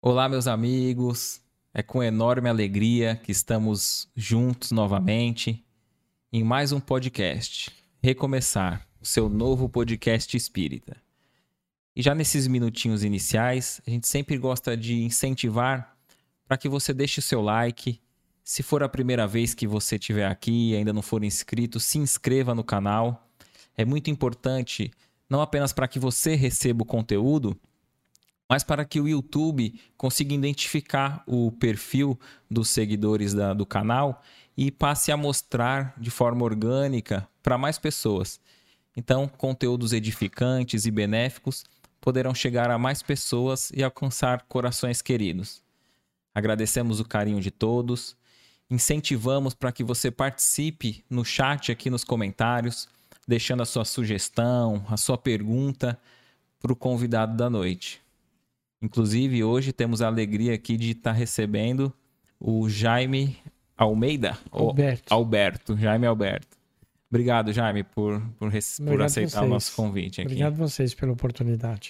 Olá, meus amigos. É com enorme alegria que estamos juntos novamente em mais um podcast. Recomeçar, o seu novo podcast espírita. E já nesses minutinhos iniciais, a gente sempre gosta de incentivar para que você deixe o seu like. Se for a primeira vez que você estiver aqui e ainda não for inscrito, se inscreva no canal. É muito importante, não apenas para que você receba o conteúdo, mas para que o YouTube consiga identificar o perfil dos seguidores do canal e passe a mostrar de forma orgânica para mais pessoas. Então, conteúdos edificantes e benéficos poderão chegar a mais pessoas e alcançar corações queridos. Agradecemos o carinho de todos, incentivamos para que você participe no chat aqui nos comentários, deixando a sua sugestão, a sua pergunta para o convidado da noite. Inclusive, hoje temos a alegria aqui de estar recebendo o Jaime Almeida. Alberto. Jaime Alberto. Obrigado, Jaime, por aceitar o nosso convite aqui. Obrigado a vocês pela oportunidade.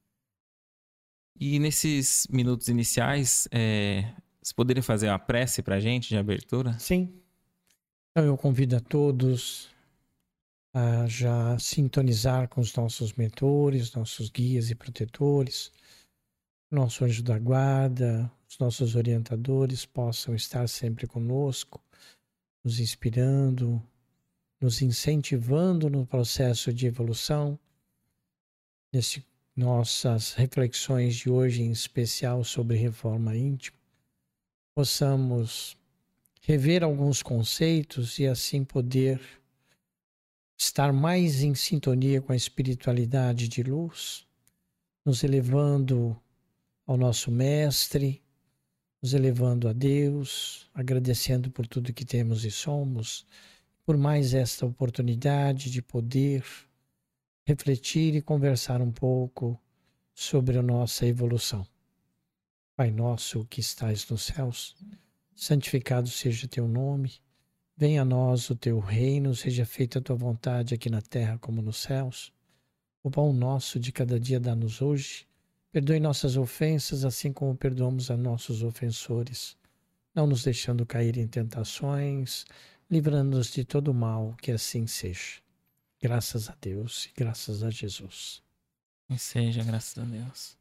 E nesses minutos iniciais, você poderia fazer uma prece para a gente de abertura? Sim. Então eu convido a todos a já sintonizar com os nossos mentores, nossos guias e protetores, nosso anjo da guarda, os nossos orientadores possam estar sempre conosco, nos inspirando, nos incentivando no processo de evolução. Nossas reflexões de hoje, em especial sobre reforma íntima, possamos rever alguns conceitos e assim poder estar mais em sintonia com a espiritualidade de luz, nos elevando ao nosso Mestre, nos elevando a Deus, agradecendo por tudo que temos e somos, por mais esta oportunidade de poder refletir e conversar um pouco sobre a nossa evolução. Pai nosso que estais nos céus, santificado seja teu nome, venha a nós o teu reino, seja feita a tua vontade aqui na terra como nos céus. O pão nosso de cada dia dá-nos hoje. Perdoe nossas ofensas, assim como perdoamos a nossos ofensores, não nos deixando cair em tentações, livrando-nos de todo mal, que assim seja. Graças a Deus e graças a Jesus. Que seja, graças a Deus.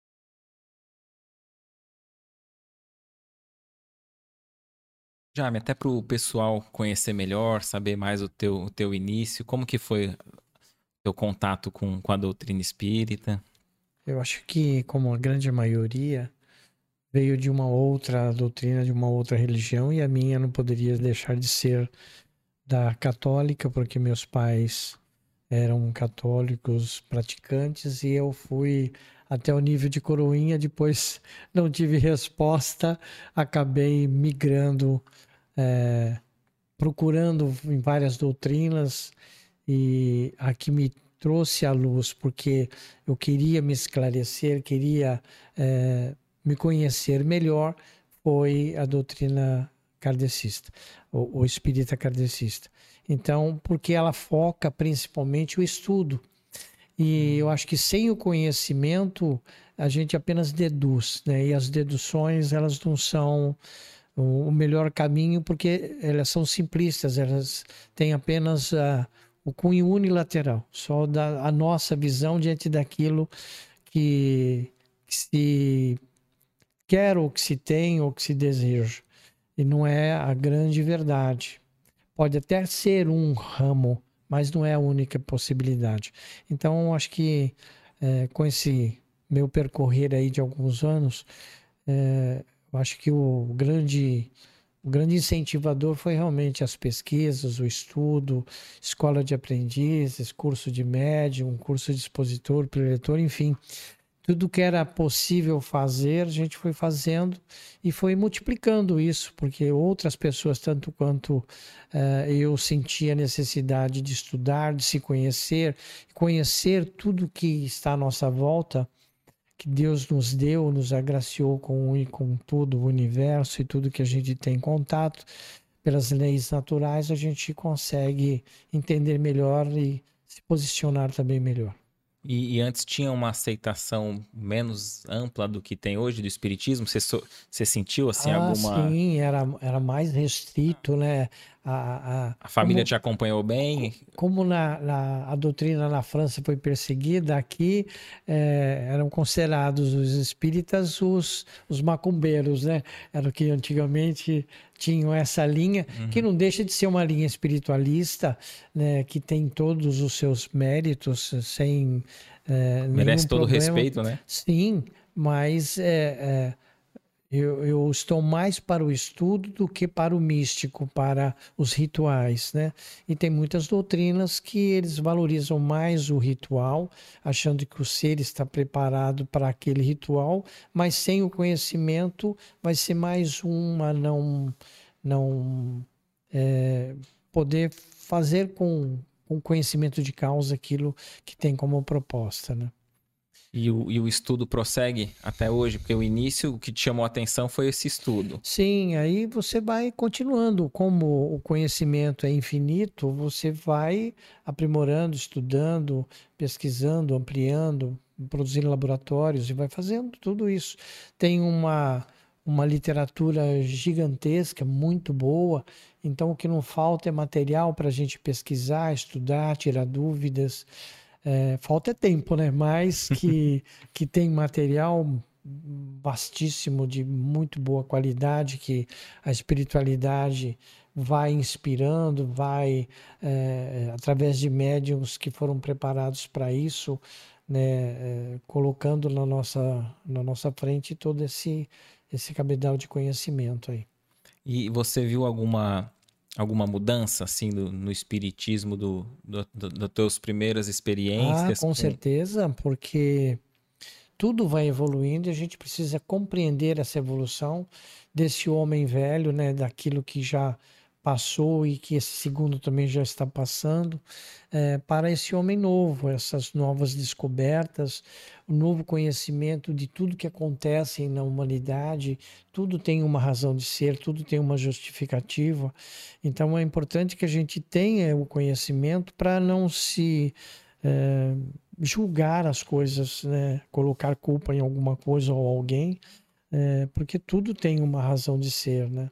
Jaime, até para o pessoal conhecer melhor, saber mais o teu início, como que foi o teu contato com a doutrina espírita? Eu acho que, como a grande maioria, veio de uma outra doutrina, de uma outra religião, e a minha não poderia deixar de ser da católica, porque meus pais eram católicos praticantes e eu fui até o nível de coroinha, depois não tive resposta, acabei migrando, procurando em várias doutrinas, e aqui me trouxe à luz, porque eu queria me esclarecer, queria me conhecer melhor, foi a doutrina kardecista, o espírita kardecista. Então, porque ela foca principalmente o estudo. E eu acho que sem o conhecimento, a gente apenas deduz, né? E as deduções, elas não são o melhor caminho, porque elas são simplistas, elas têm apenas o cunho unilateral, só a nossa visão diante daquilo que se quer, ou que se tem, ou que se deseja. E não é a grande verdade. Pode até ser um ramo, mas não é a única possibilidade. Então, acho que com esse meu percorrer aí de alguns anos, eu acho que o grande incentivador foi realmente as pesquisas, o estudo, escola de aprendizes, curso de médium, curso de expositor, preletor, enfim. Tudo que era possível fazer, a gente foi fazendo e foi multiplicando isso, porque outras pessoas, tanto quanto eu, sentia a necessidade de estudar, de se conhecer tudo que está à nossa volta, que Deus nos deu, nos agraciou com tudo, o universo e tudo que a gente tem contato. Pelas leis naturais, a gente consegue entender melhor e se posicionar também melhor. E antes tinha uma aceitação menos ampla do que tem hoje do espiritismo? Você sentiu assim Ah, alguma... sim, era mais restrito, né? A família Como, te acompanhou bem? como a doutrina na França foi perseguida, aqui eram considerados os espíritas os macumbeiros, né? Era o que antigamente tinham essa linha, que Uhum. não deixa de ser uma linha espiritualista, né? Que tem todos os seus méritos, sem nenhum Merece todo o problema. respeito, né? Sim, mas eu estou mais para o estudo do que para o místico, para os rituais, né? E tem muitas doutrinas que eles valorizam mais o ritual, achando que o ser está preparado para aquele ritual, mas sem o conhecimento vai ser mais uma não poder fazer com conhecimento de causa aquilo que tem como proposta, né? E o estudo prossegue até hoje, porque o início, o que te chamou a atenção foi esse estudo. Sim, aí você vai continuando. Como o conhecimento é infinito, você vai aprimorando, estudando, pesquisando, ampliando, produzindo laboratórios e vai fazendo tudo isso. Tem uma literatura gigantesca, muito boa, então o que não falta é material para a gente pesquisar, estudar, tirar dúvidas. Falta é tempo, né? Mas que tem material vastíssimo de muito boa qualidade que a espiritualidade vai inspirando, vai através de médiums que foram preparados para isso, né, colocando na nossa frente todo esse cabedal de conhecimento aí. E você viu alguma mudança, assim, no espiritismo das tuas primeiras Ah, experiências com com... certeza, porque tudo vai evoluindo e a gente precisa compreender essa evolução desse homem velho, né, daquilo que já passou e que esse segundo também já está passando, para esse homem novo, essas novas descobertas, o novo conhecimento de tudo que acontece na humanidade, tudo tem uma razão de ser, tudo tem uma justificativa. Então é importante que a gente tenha o conhecimento para não se eh, julgar as coisas, né? Colocar culpa em alguma coisa ou alguém, porque tudo tem uma razão de ser, né?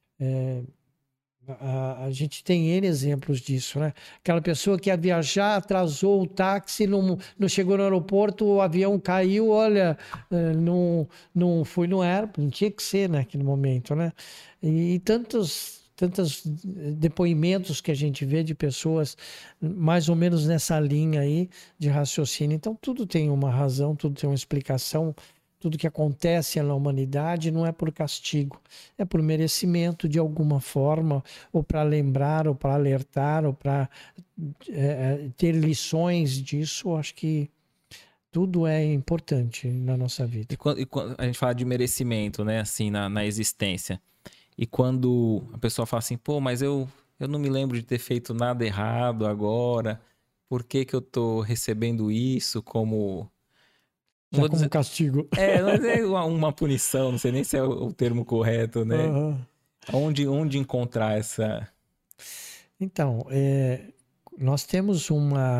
A gente tem N exemplos disso, né? Aquela pessoa que ia viajar, atrasou o táxi, não chegou no aeroporto, o avião caiu, olha, não foi no aeroporto, não tinha que ser naquele momento, né? E tantos depoimentos que a gente vê de pessoas mais ou menos nessa linha aí de raciocínio. Então, tudo tem uma razão, tudo tem uma explicação, tudo que acontece na humanidade não é por castigo, é por merecimento de alguma forma, ou para lembrar, ou para alertar, ou para ter lições disso. Acho que tudo é importante na nossa vida. E quando a gente fala de merecimento, né, assim, na existência. E quando a pessoa fala assim, pô, mas eu não me lembro de ter feito nada errado agora, por que que eu tô recebendo isso como... Não Já vou como dizer... castigo. Mas é uma punição, não sei nem se é o termo correto, né? Aham. Onde encontrar essa... Então, nós temos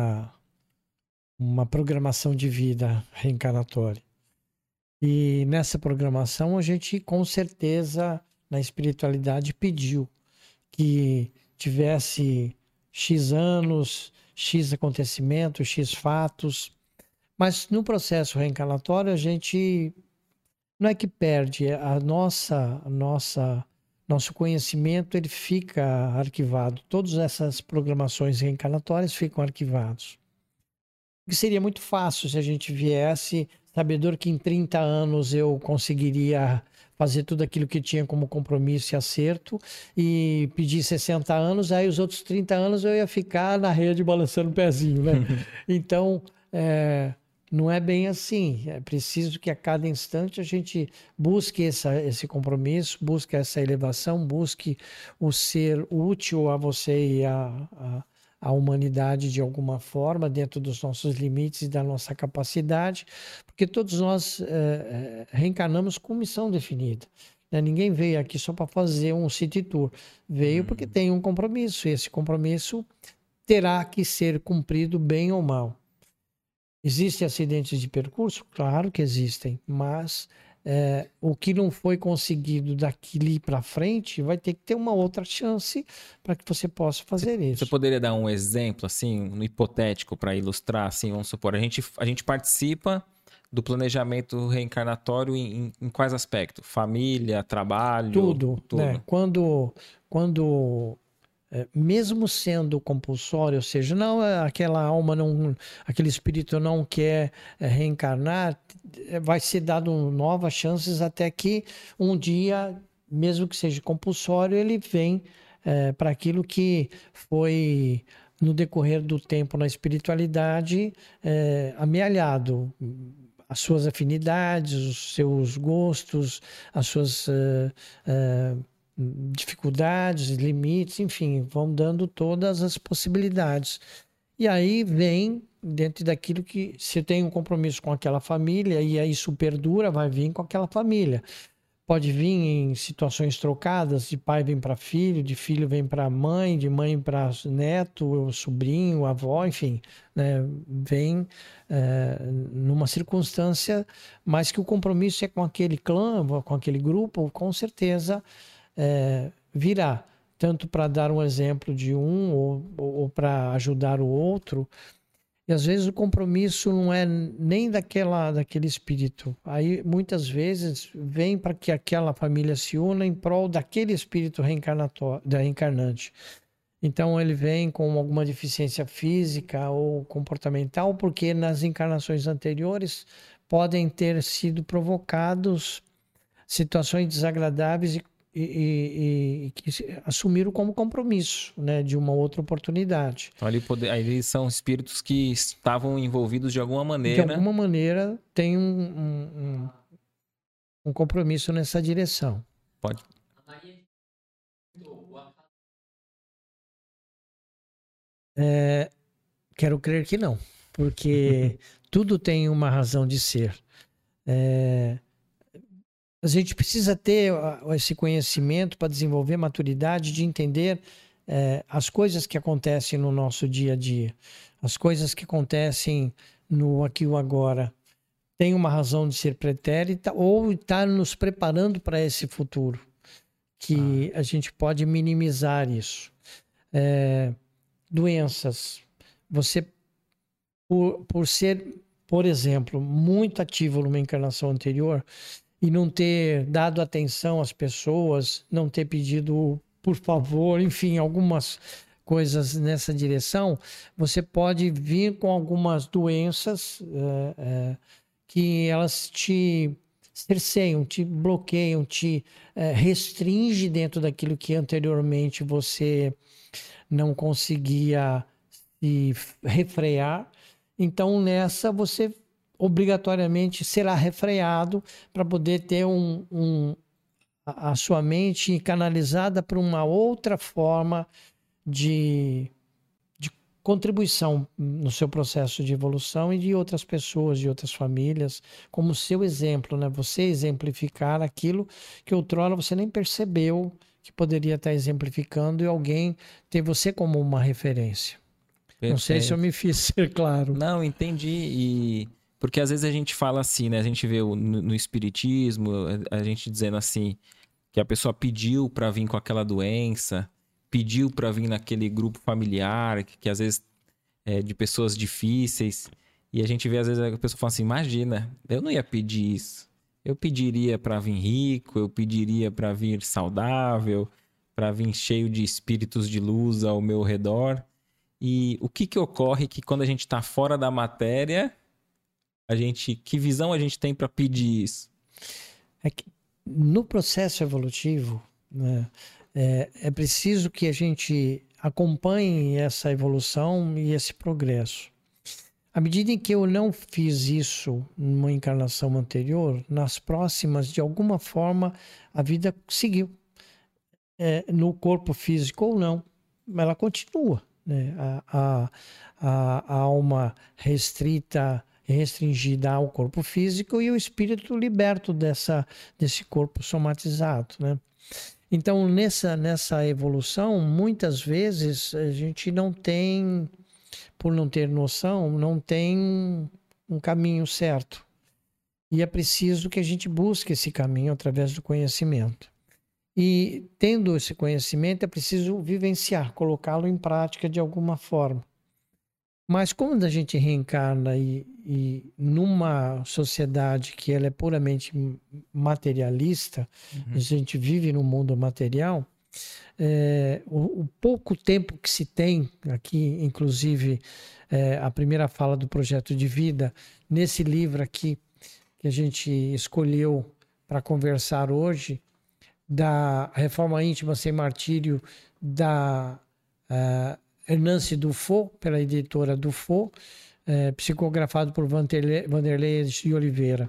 uma programação de vida reencarnatória. E nessa programação a gente com certeza na espiritualidade pediu que tivesse X anos, X acontecimentos, X fatos, mas no processo reencarnatório a gente não é que perde, nosso conhecimento ele fica arquivado. Todas essas programações reencarnatórias ficam arquivados. Que seria muito fácil se a gente viesse, sabedor que em 30 anos eu conseguiria fazer tudo aquilo que tinha como compromisso e acerto, e pedir 60 anos, aí os outros 30 anos eu ia ficar na rede balançando o pezinho, né? Então, não é bem assim. É preciso que a cada instante a gente busque esse compromisso, busque essa elevação, busque o ser útil a você e a humanidade de alguma forma, dentro dos nossos limites e da nossa capacidade, porque todos nós reencarnamos com missão definida. Né? Ninguém veio aqui só para fazer um city tour, veio porque tem um compromisso, e esse compromisso terá que ser cumprido bem ou mal. Existem acidentes de percurso? Claro que existem, mas o que não foi conseguido daqui para frente vai ter que ter uma outra chance para que você possa fazer Você isso. poderia dar um exemplo, assim, no hipotético, para ilustrar, assim, vamos supor, a gente participa do planejamento reencarnatório em quais aspectos? Família, trabalho, Tudo, né? tudo. Quando mesmo sendo compulsório, ou seja, não aquela alma não, aquele espírito não quer reencarnar, vai ser dado novas chances até que um dia, mesmo que seja compulsório, ele vem para aquilo que foi no decorrer do tempo na espiritualidade amealhado. As suas afinidades, os seus gostos, as suas dificuldades, limites, enfim, vão dando todas as possibilidades. E aí vem dentro daquilo que se tem um compromisso com aquela família e aí isso perdura, vai vir com aquela família. Pode vir em situações trocadas, de pai vem para filho, de filho vem para mãe, de mãe para neto, sobrinho, avó, enfim, né? Vem numa circunstância, mas que o compromisso é com aquele clã, com aquele grupo, com certeza virá, tanto para dar um exemplo de um ou para ajudar o outro. E às vezes o compromisso não é nem daquele espírito. Aí muitas vezes vem para que aquela família se una em prol daquele espírito reencarnante. Então ele vem com alguma deficiência física ou comportamental, porque nas encarnações anteriores podem ter sido provocados situações desagradáveis e que assumiram como compromisso, né, de uma outra oportunidade. Então, ali são espíritos que estavam envolvidos de alguma De maneira. alguma maneira tem um compromisso nessa direção. Pode. Quero crer que não, porque tudo tem uma razão de ser. A gente precisa ter esse conhecimento para desenvolver maturidade de entender as coisas que acontecem no nosso dia a dia, as coisas que acontecem no aqui e o agora. Tem uma razão de ser pretérita ou está nos preparando para esse futuro, que a gente pode minimizar isso. Doenças. Você, por ser, por exemplo, muito ativo numa encarnação anterior e não ter dado atenção às pessoas, não ter pedido por favor, enfim, algumas coisas nessa direção, você pode vir com algumas doenças que elas te cerceiam, te bloqueiam, te restringe dentro daquilo que anteriormente você não conseguia se refrear. Então, nessa, você obrigatoriamente será refreado para poder ter a sua mente canalizada para uma outra forma de contribuição no seu processo de evolução e de outras pessoas, de outras famílias, como seu exemplo, né? Você exemplificar aquilo que outrora você nem percebeu que poderia estar exemplificando e alguém ter você como uma referência. Perfeito. Não sei se eu me fiz ser claro. Não, entendi. Porque às vezes a gente fala assim, né? A gente vê no espiritismo, a gente dizendo assim, que a pessoa pediu para vir com aquela doença, pediu para vir naquele grupo familiar, que às vezes é de pessoas difíceis. E a gente vê às vezes a pessoa fala assim, imagina, eu não ia pedir isso. Eu pediria para vir rico, eu pediria para vir saudável, para vir cheio de espíritos de luz ao meu redor. E o que ocorre que quando a gente está fora da matéria, que visão a gente tem para pedir isso? É que no processo evolutivo, né, é preciso que a gente acompanhe essa evolução e esse progresso. À medida em que eu não fiz isso numa encarnação anterior, nas próximas, de alguma forma, a vida seguiu. No corpo físico ou não, ela continua. Né? A alma restringida ao corpo físico e o espírito liberto desse corpo somatizado. Né? Então, nessa evolução, muitas vezes a gente não tem, por não ter noção, não tem um caminho certo. E é preciso que a gente busque esse caminho através do conhecimento. E tendo esse conhecimento, é preciso vivenciar, colocá-lo em prática de alguma forma. Mas quando a gente reencarna e numa sociedade que ela é puramente materialista, a gente vive no mundo material, o pouco tempo que se tem aqui, inclusive a primeira fala do projeto de vida, nesse livro aqui que a gente escolheu para conversar hoje, da Reforma Íntima Sem Martírio, da Hernance Dufault, pela editora Dufault, psicografado por Vanderlei de Oliveira.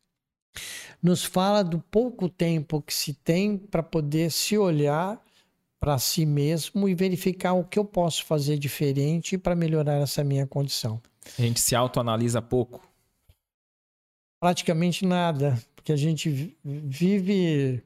Nos fala do pouco tempo que se tem para poder se olhar para si mesmo e verificar o que eu posso fazer diferente para melhorar essa minha condição. A gente se autoanalisa pouco? Praticamente nada, porque a gente vive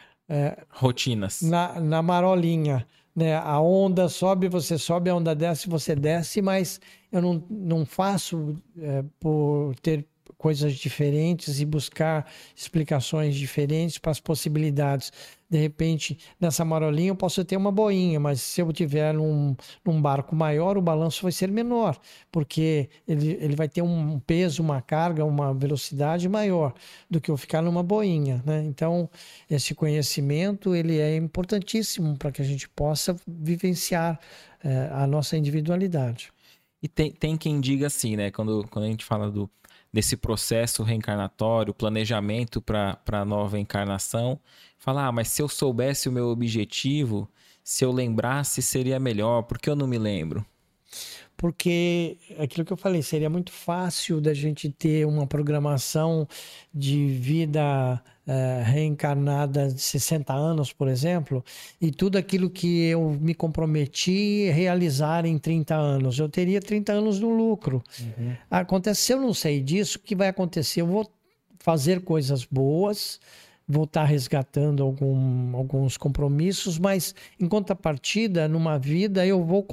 rotinas na marolinha, né? A onda sobe, você sobe, a onda desce, você desce, mas eu não faço por ter coisas diferentes e buscar explicações diferentes para as possibilidades. De repente, nessa marolinha eu posso ter uma boinha, mas se eu tiver num barco maior, o balanço vai ser menor, porque ele vai ter um peso, uma carga, uma velocidade maior do que eu ficar numa boinha, né? Então, esse conhecimento ele é importantíssimo para que a gente possa vivenciar a nossa individualidade. E tem quem diga assim, né? Quando a gente fala desse processo reencarnatório, planejamento para a nova encarnação, falar, mas se eu soubesse o meu objetivo, se eu lembrasse, seria melhor. Por que eu não me lembro? Porque aquilo que eu falei, seria muito fácil da gente ter uma programação de vida reencarnada de 60 anos, por exemplo, e tudo aquilo que eu me comprometi a realizar em 30 anos. Eu teria 30 anos no lucro. Uhum. Acontece, se eu não sei disso, o que vai acontecer? Eu vou fazer coisas boas, vou estar resgatando alguns compromissos, mas em contrapartida, numa vida, eu vou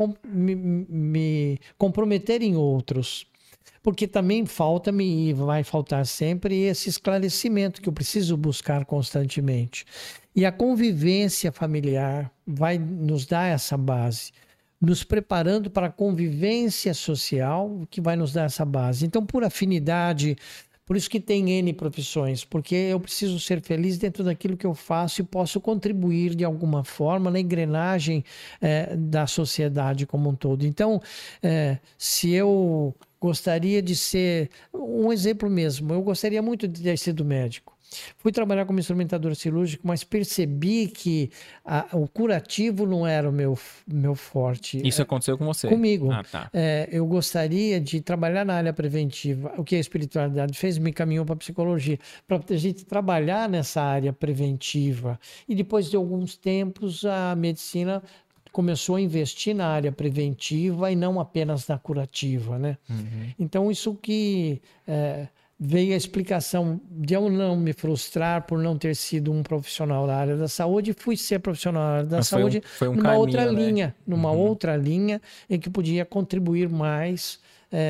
me comprometer em outros. Porque também falta-me e vai faltar sempre esse esclarecimento que eu preciso buscar constantemente. E a convivência familiar vai nos dar essa base, nos preparando para a convivência social que vai nos dar essa base. Então, por afinidade, por isso que tem N profissões, porque eu preciso ser feliz dentro daquilo que eu faço e posso contribuir de alguma forma na engrenagem da sociedade como um todo. Então, se eu gostaria de ser, um exemplo mesmo, eu gostaria muito de ter sido médico. Fui trabalhar como instrumentador cirúrgico, mas percebi que o curativo não era o meu forte. Isso aconteceu com você? Comigo. Ah, tá. Eu gostaria de trabalhar na área preventiva. O que a espiritualidade fez me encaminhou para a psicologia, para a gente trabalhar nessa área preventiva. E depois de alguns tempos, a medicina começou a investir na área preventiva e não apenas na curativa, né? Uhum. Então, isso que veio a explicação de eu não me frustrar por não ter sido um profissional da área da saúde, fui ser profissional da área da saúde numa caminho, outra linha, numa outra linha em que podia contribuir mais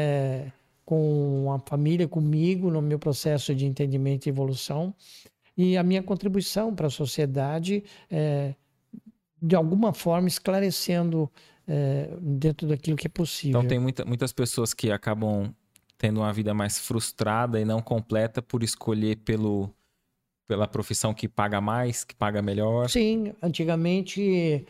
com a família, comigo, no meu processo de entendimento e evolução. E a minha contribuição para a sociedade de alguma forma esclarecendo dentro daquilo que é possível. Então tem muitas pessoas que acabam tendo uma vida mais frustrada e não completa por escolher pela profissão que paga mais, que paga melhor. Sim, antigamente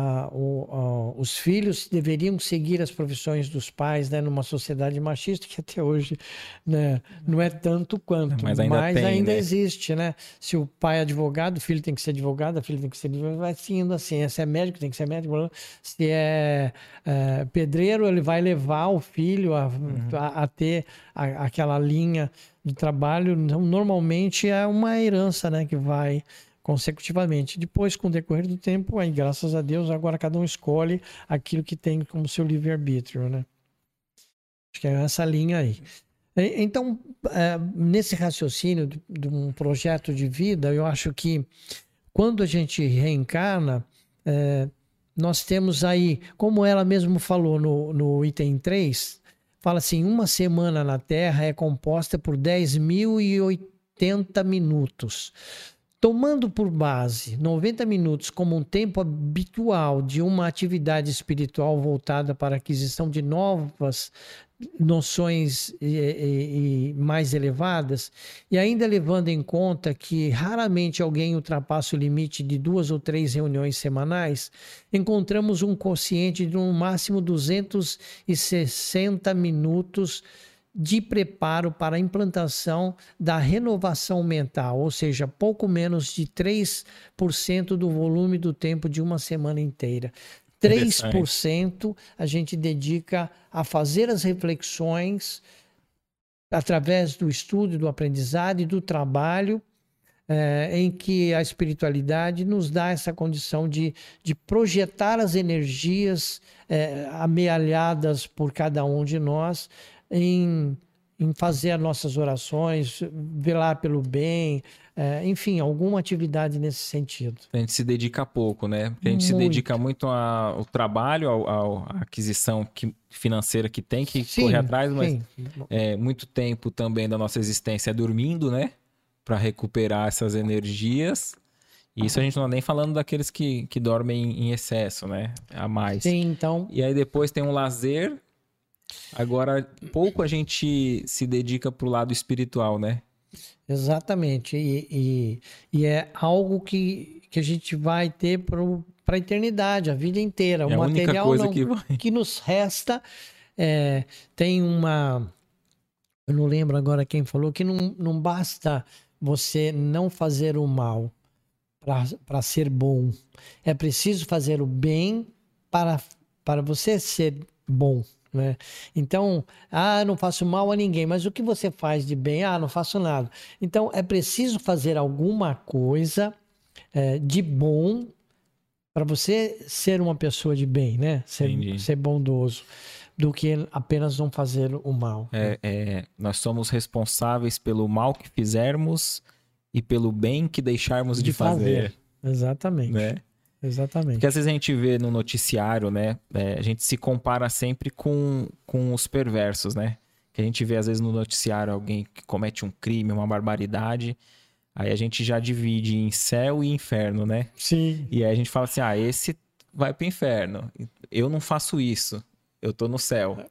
os filhos deveriam seguir as profissões dos pais, né, numa sociedade machista que até hoje, né, não é tanto quanto, mas ainda existe, né? Se o pai é advogado, o filho tem que ser advogado, a filha tem que ser advogado, vai indo assim. Se é médico, tem que ser médico. Se é pedreiro, ele vai levar o filho a ter aquela linha de trabalho. Normalmente é uma herança, né, que vai consecutivamente. Depois, com o decorrer do tempo, aí, graças a Deus, agora cada um escolhe aquilo que tem como seu livre-arbítrio, né? Acho que é essa linha aí. Então, nesse raciocínio de um projeto de vida, eu acho que quando a gente reencarna, nós temos aí, como ela mesmo falou no item 3, fala assim, uma semana na Terra é composta por 10.080 minutos. Tomando por base 90 minutos como um tempo habitual de uma atividade espiritual voltada para a aquisição de novas noções e mais elevadas, e ainda levando em conta que raramente alguém ultrapassa o limite de 2 ou 3 reuniões semanais, encontramos um quociente de no máximo 260 minutos de preparo para a implantação da renovação mental, ou seja, pouco menos de 3% do volume do tempo de uma semana inteira. 3% a gente dedica a fazer as reflexões através do estudo, do aprendizado e do trabalho, em que a espiritualidade nos dá essa condição de projetar as energias amealhadas por cada um de nós em fazer as nossas orações, velar pelo bem, enfim, alguma atividade nesse sentido. A gente se dedica pouco, né? Porque a gente se dedica muito ao trabalho, à aquisição financeira que tem que correr atrás, mas muito tempo também da nossa existência é dormindo, né? Para recuperar essas energias. E isso a gente não está nem falando daqueles que dormem em excesso, né? A mais. Sim, então... E aí depois tem um lazer. Agora, pouco a gente se dedica para o lado espiritual, né? Exatamente. E é algo que a gente vai ter para a eternidade, a vida inteira. O material coisa que nos resta tem uma... Eu não lembro agora quem falou que não basta você não fazer o mal para ser bom. É preciso fazer o bem para você ser bom. Né? Então, não faço mal a ninguém, mas o que você faz de bem? Não faço nada. Então, é preciso fazer alguma coisa de bom para você ser uma pessoa de bem, né? Ser bondoso, do que apenas não fazer o mal. Nós somos responsáveis pelo mal que fizermos e pelo bem que deixarmos de fazer. Exatamente. Né? Exatamente. Porque às vezes a gente vê no noticiário, né? A gente se compara sempre com os perversos, né? Que a gente vê às vezes no noticiário alguém que comete um crime, uma barbaridade. Aí a gente já divide em céu e inferno, né? Sim. E aí a gente fala assim, esse vai pro inferno. Eu não faço isso. Eu tô no céu.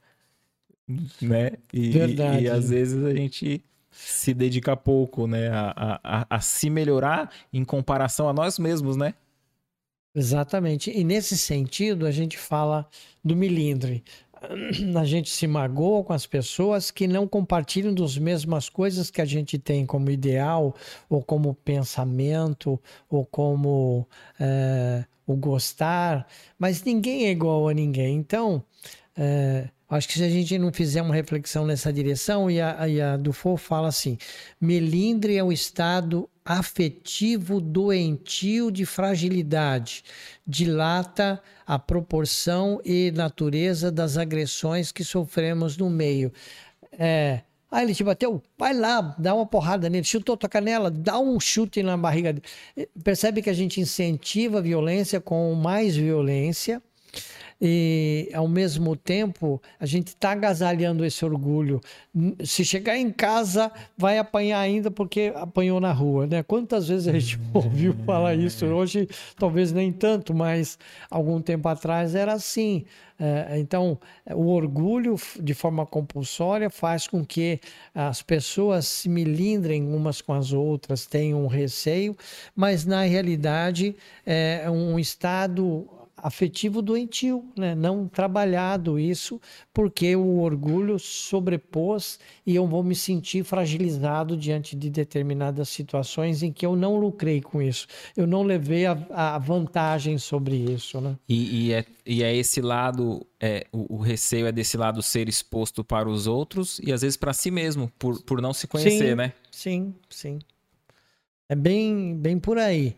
Né? Verdade. E às vezes a gente se dedica pouco, né? A se melhorar em comparação a nós mesmos, né? Exatamente. E nesse sentido, a gente fala do milindre. A gente se magoa com as pessoas que não compartilham das mesmas coisas que a gente tem como ideal, ou como pensamento, ou como o gostar, mas ninguém é igual a ninguém. Então, acho que se a gente não fizer uma reflexão nessa direção, e a Dufour fala assim, melindre é o estado afetivo doentio de fragilidade, dilata a proporção e natureza das agressões que sofremos no meio. Ele te bateu? Vai lá, dá uma porrada nele, chutou tua canela, dá um chute na barriga dele. Percebe que a gente incentiva a violência com mais violência, e ao mesmo tempo a gente está agasalhando esse orgulho. Se chegar em casa vai apanhar ainda porque apanhou na rua, né? Quantas vezes a gente ouviu falar isso? Hoje talvez nem tanto, mas algum tempo atrás era assim. Então o orgulho de forma compulsória faz com que as pessoas se melindrem umas com as outras, tenham um receio, mas na realidade é um estado afetivo doentio, né? Não trabalhado isso, porque o orgulho sobrepôs e eu vou me sentir fragilizado diante de determinadas situações em que eu não lucrei com isso. Eu não levei a vantagem sobre isso, né? E é esse lado, o receio é desse lado ser exposto para os outros e às vezes para si mesmo, por não se conhecer, né? Sim. É bem por aí.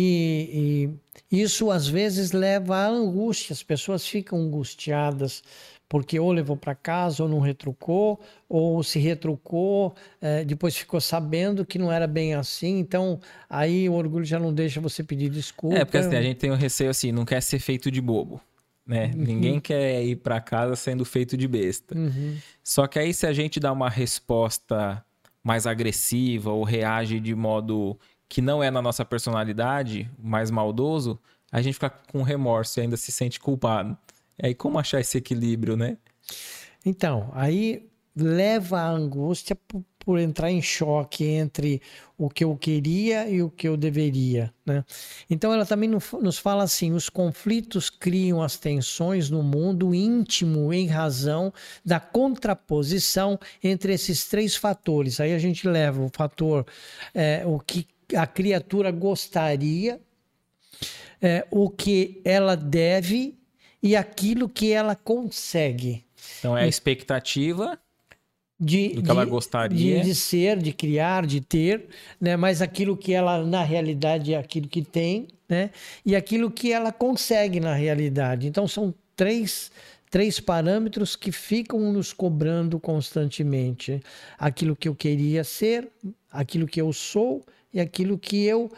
E isso, às vezes, leva à angústia. As pessoas ficam angustiadas porque ou levou para casa ou não retrucou, ou se retrucou, depois ficou sabendo que não era bem assim. Então, aí o orgulho já não deixa você pedir desculpa. Porque assim, a gente tem o receio assim, não quer ser feito de bobo. né? Ninguém quer ir para casa sendo feito de besta. Só que aí se a gente dá uma resposta mais agressiva ou reage de modo que não é na nossa personalidade, mais maldoso, a gente fica com remorso e ainda se sente culpado. E aí como achar esse equilíbrio, né? Então, aí leva a angústia por entrar em choque entre o que eu queria e o que eu deveria, né? Então ela também nos fala assim, os conflitos criam as tensões no mundo íntimo em razão da contraposição entre esses três fatores. Aí a gente leva o fator, o que a criatura gostaria, o que ela deve e aquilo que ela consegue. Então é a expectativa do que ela gostaria. De ser, de criar, de ter, né? Mas aquilo que ela, na realidade, é aquilo que tem, né? E aquilo que ela consegue na realidade. Então, são três parâmetros que ficam nos cobrando constantemente. Aquilo que eu queria ser, aquilo que eu sou e aquilo que eu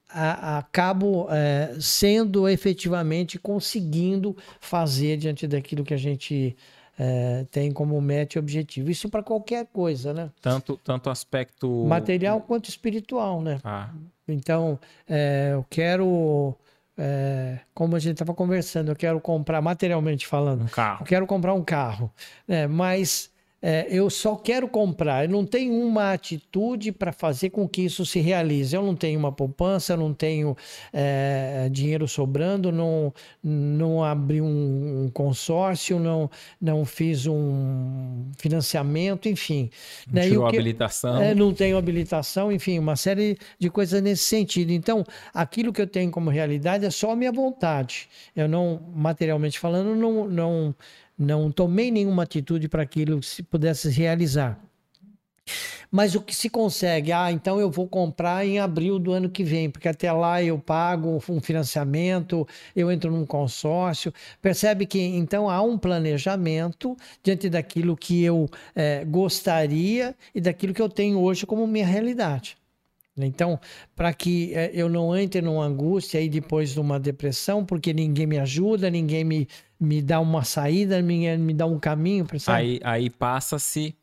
acabo sendo efetivamente conseguindo fazer diante daquilo que a gente tem como meta e objetivo. Isso para qualquer coisa, né? Tanto aspecto material quanto espiritual, né? Ah. Então, eu quero, como a gente estava conversando, eu quero comprar, materialmente falando, um carro. Eu quero comprar um carro, mas eu só quero comprar, eu não tenho uma atitude para fazer com que isso se realize. Eu não tenho uma poupança, eu não tenho dinheiro sobrando, não abri um consórcio, não fiz um financiamento, enfim. Não tirou habilitação. Não tenho habilitação, enfim, uma série de coisas nesse sentido. Então, aquilo que eu tenho como realidade é só a minha vontade. Eu não, materialmente falando, não tomei nenhuma atitude para aquilo que se pudesse realizar. Mas o que se consegue? Então eu vou comprar em abril do ano que vem, porque até lá eu pago um financiamento, eu entro num consórcio. Percebe que então há um planejamento diante daquilo que eu gostaria e daquilo que eu tenho hoje como minha realidade. Então, para que eu não entre numa angústia e depois numa depressão, porque ninguém me ajuda, ninguém me dá uma saída, ninguém me dá um caminho. Aí passa-se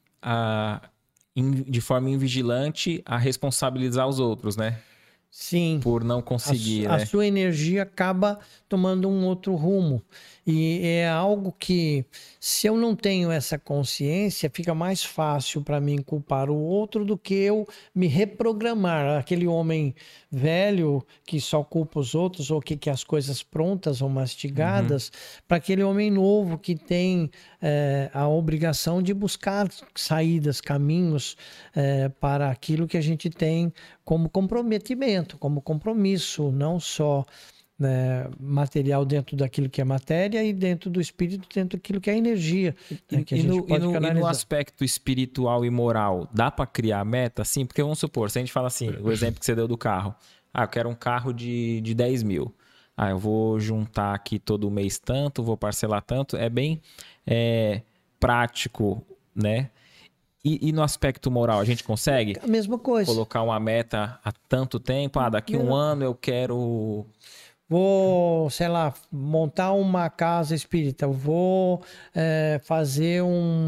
de forma invigilante a responsabilizar os outros, né? Sim. Por não conseguir, a sua energia acaba tomando um outro rumo. E é algo que, se eu não tenho essa consciência, fica mais fácil para mim culpar o outro do que eu me reprogramar. Aquele homem velho que só culpa os outros ou que quer as coisas prontas ou mastigadas, para aquele homem novo que tem a obrigação de buscar saídas, caminhos para aquilo que a gente tem como comprometimento, como compromisso, não só material dentro daquilo que é matéria e dentro do espírito, dentro daquilo que é energia. E no aspecto espiritual e moral, dá para criar meta? Sim, porque vamos supor, se a gente fala assim, o exemplo que você deu do carro. Eu quero um carro de 10 mil. Eu vou juntar aqui todo mês tanto, vou parcelar tanto. É bem prático, né? E no aspecto moral, a gente consegue? A mesma coisa. Colocar uma meta há tanto tempo? Daqui um ano eu quero... Vou, sei lá, montar uma casa espírita. Vou fazer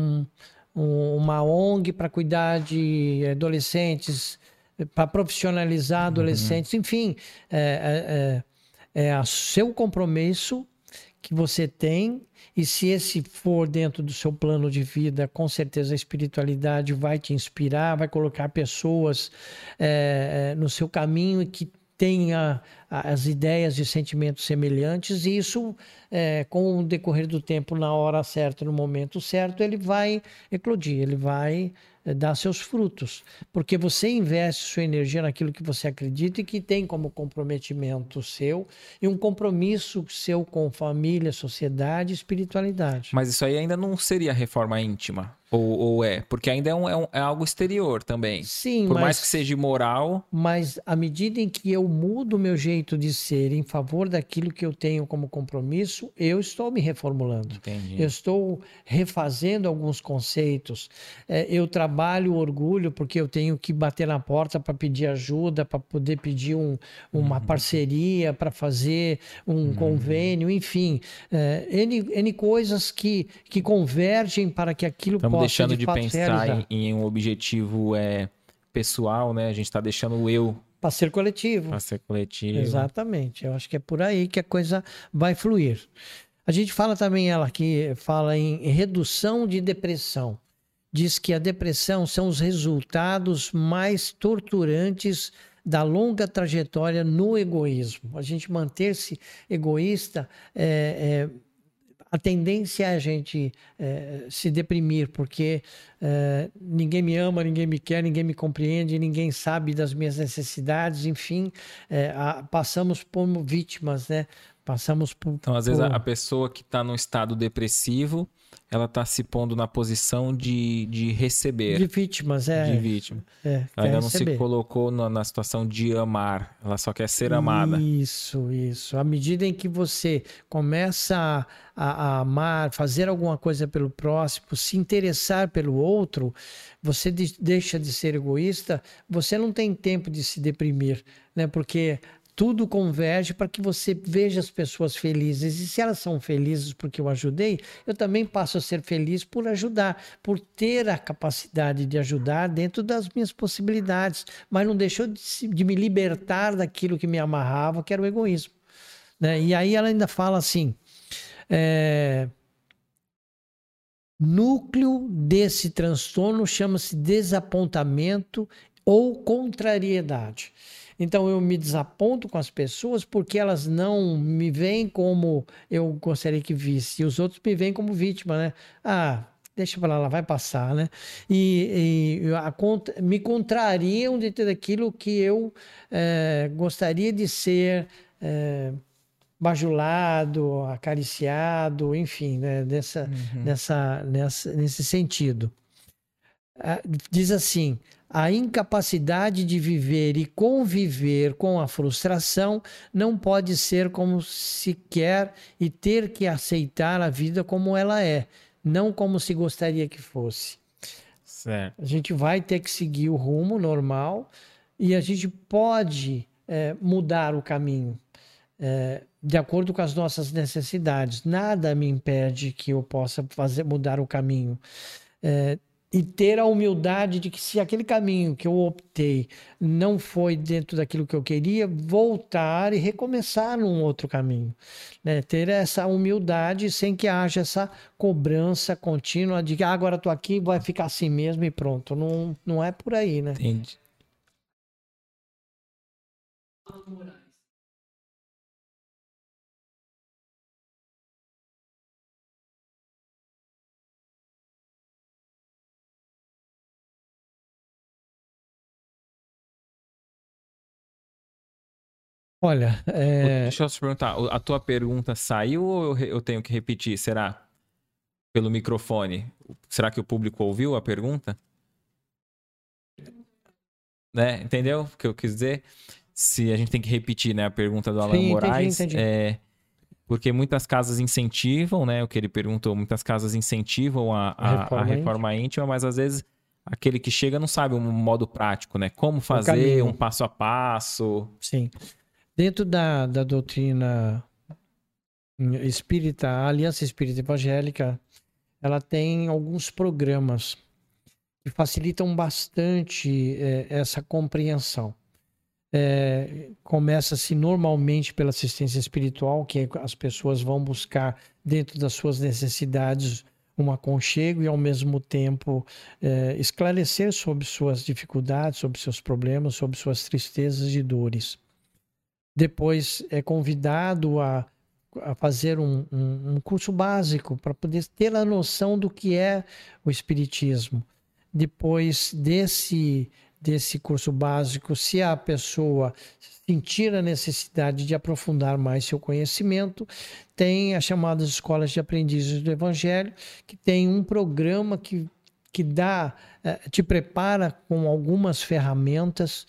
uma ONG para cuidar de adolescentes, para profissionalizar adolescentes. Enfim, é seu compromisso que você tem. E se esse for dentro do seu plano de vida, com certeza a espiritualidade vai te inspirar, vai colocar pessoas no seu caminho e que tenha as ideias e sentimentos semelhantes, e isso, com o decorrer do tempo, na hora certa, no momento certo, ele vai eclodir, ele vai dar seus frutos, porque você investe sua energia naquilo que você acredita e que tem como comprometimento seu, e um compromisso seu com família, sociedade e espiritualidade. Mas isso aí ainda não seria reforma íntima? Ou é? Porque ainda é algo exterior também. Sim, Por mais que seja imoral. Mas à medida em que eu mudo o meu jeito de ser em favor daquilo que eu tenho como compromisso, eu estou me reformulando. Entendi. Eu estou refazendo alguns conceitos. Eu trabalho o orgulho porque eu tenho que bater na porta para pedir ajuda, para poder pedir uma parceria, para fazer um convênio, enfim. N coisas que convergem para que aquilo Estamos possa deixando de fato pensar realizar. em um objetivo pessoal, né? A gente está deixando o eu Para ser coletivo. para ser coletivo. Exatamente. Eu acho que é por aí que a coisa vai fluir. A gente fala também, ela aqui fala em redução de depressão. Diz que a depressão são os resultados mais torturantes da longa trajetória no egoísmo. A gente manter-se egoísta a tendência é a gente se deprimir, porque ninguém me ama, ninguém me quer, ninguém me compreende, ninguém sabe das minhas necessidades, enfim, passamos como vítimas, né? Passamos por... Então, às vezes, a pessoa que está num estado depressivo, ela está se pondo na posição de receber. De vítimas, De vítima. Ela ainda não se colocou na situação de amar. Ela só quer ser amada. Isso. À medida em que você começa a amar, fazer alguma coisa pelo próximo, se interessar pelo outro, você deixa de ser egoísta, você não tem tempo de se deprimir, né? Porque tudo converge para que você veja as pessoas felizes. E se elas são felizes porque eu ajudei, eu também passo a ser feliz por ajudar, por ter a capacidade de ajudar dentro das minhas possibilidades. Mas não deixou de me libertar daquilo que me amarrava, que era o egoísmo, né? E aí ela ainda fala assim... núcleo desse transtorno chama-se desapontamento ou contrariedade. Então eu me desaponto com as pessoas porque elas não me veem como eu gostaria que visse. E os outros me veem como vítima, né? Deixa pra lá, vai passar, né? Me contrariam dentro daquilo que eu gostaria de ser bajulado, acariciado, enfim, né? Nesse sentido. Diz assim: a incapacidade de viver e conviver com a frustração não pode ser como se quer e ter que aceitar a vida como ela é, não como se gostaria que fosse. Certo. A gente vai ter que seguir o rumo normal e a gente pode mudar o caminho de acordo com as nossas necessidades. Nada me impede que eu possa mudar o caminho. E ter a humildade de que se aquele caminho que eu optei não foi dentro daquilo que eu queria, voltar e recomeçar num outro caminho, né? Ter essa humildade sem que haja essa cobrança contínua de que agora estou aqui, vai ficar assim mesmo e pronto. Não é por aí, né? Entendi. Olha, Deixa eu te perguntar, a tua pergunta saiu ou eu tenho que repetir? Será? Pelo microfone. Será que o público ouviu a pergunta? Né? Entendeu o que eu quis dizer? Se a gente tem que repetir, né, a pergunta do Alan Moraes. Entendi. Porque muitas casas incentivam, né? O que ele perguntou, muitas casas incentivam a reforma íntima, mas às vezes aquele que chega não sabe um modo prático, né? Como fazer um passo a passo. Sim. Dentro da doutrina espírita, a Aliança Espírita Evangélica, ela tem alguns programas que facilitam bastante essa compreensão. Começa-se normalmente pela assistência espiritual, que as pessoas vão buscar dentro das suas necessidades um aconchego e ao mesmo tempo esclarecer sobre suas dificuldades, sobre seus problemas, sobre suas tristezas e dores. Depois é convidado a fazer um curso básico para poder ter a noção do que é o espiritismo. Depois desse curso básico, se a pessoa sentir a necessidade de aprofundar mais seu conhecimento, tem as chamadas escolas de aprendizes do Evangelho, que tem um programa que que te prepara com algumas ferramentas,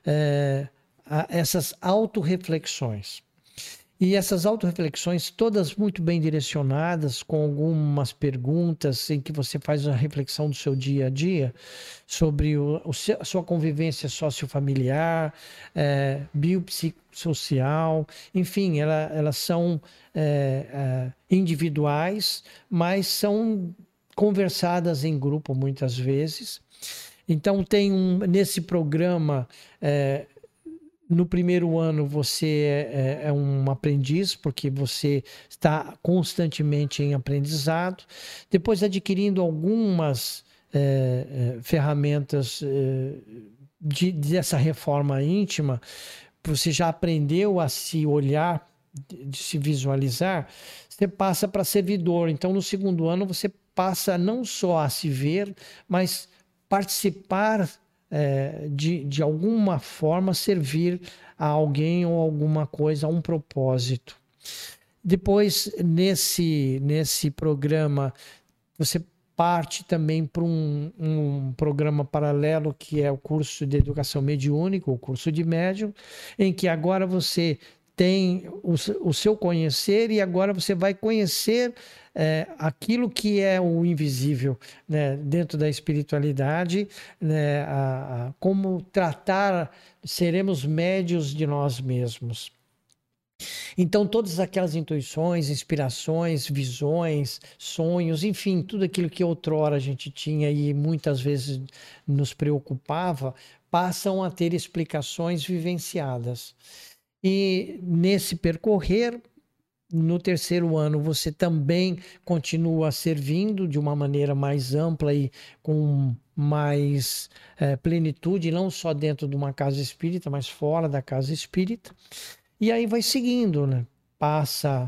essas autorreflexões. E essas autorreflexões, todas muito bem direcionadas, com algumas perguntas em que você faz a reflexão do seu dia a dia, sobre a sua convivência sociofamiliar, biopsicossocial, enfim, elas são individuais, mas são conversadas em grupo muitas vezes. Então nesse programa... No primeiro ano você é um aprendiz, porque você está constantemente em aprendizado. Depois adquirindo algumas ferramentas dessa reforma íntima, você já aprendeu a se olhar, de se visualizar, você passa para servidor. Então no segundo ano você passa não só a se ver, mas participar de alguma forma, servir a alguém ou alguma coisa, a um propósito. Depois, nesse programa, você parte também para um programa paralelo, que é o curso de educação mediúnica, o curso de médium, em que agora você tem o seu conhecer e agora você vai conhecer aquilo que é o invisível, né, dentro da espiritualidade, né, como tratar, seremos médios de nós mesmos. Então, todas aquelas intuições, inspirações, visões, sonhos, enfim, tudo aquilo que outrora a gente tinha e muitas vezes nos preocupava, passam a ter explicações vivenciadas. E nesse percorrer, no terceiro ano, você também continua servindo de uma maneira mais ampla e com mais plenitude, não só dentro de uma casa espírita, mas fora da casa espírita. E aí vai seguindo, né? Passa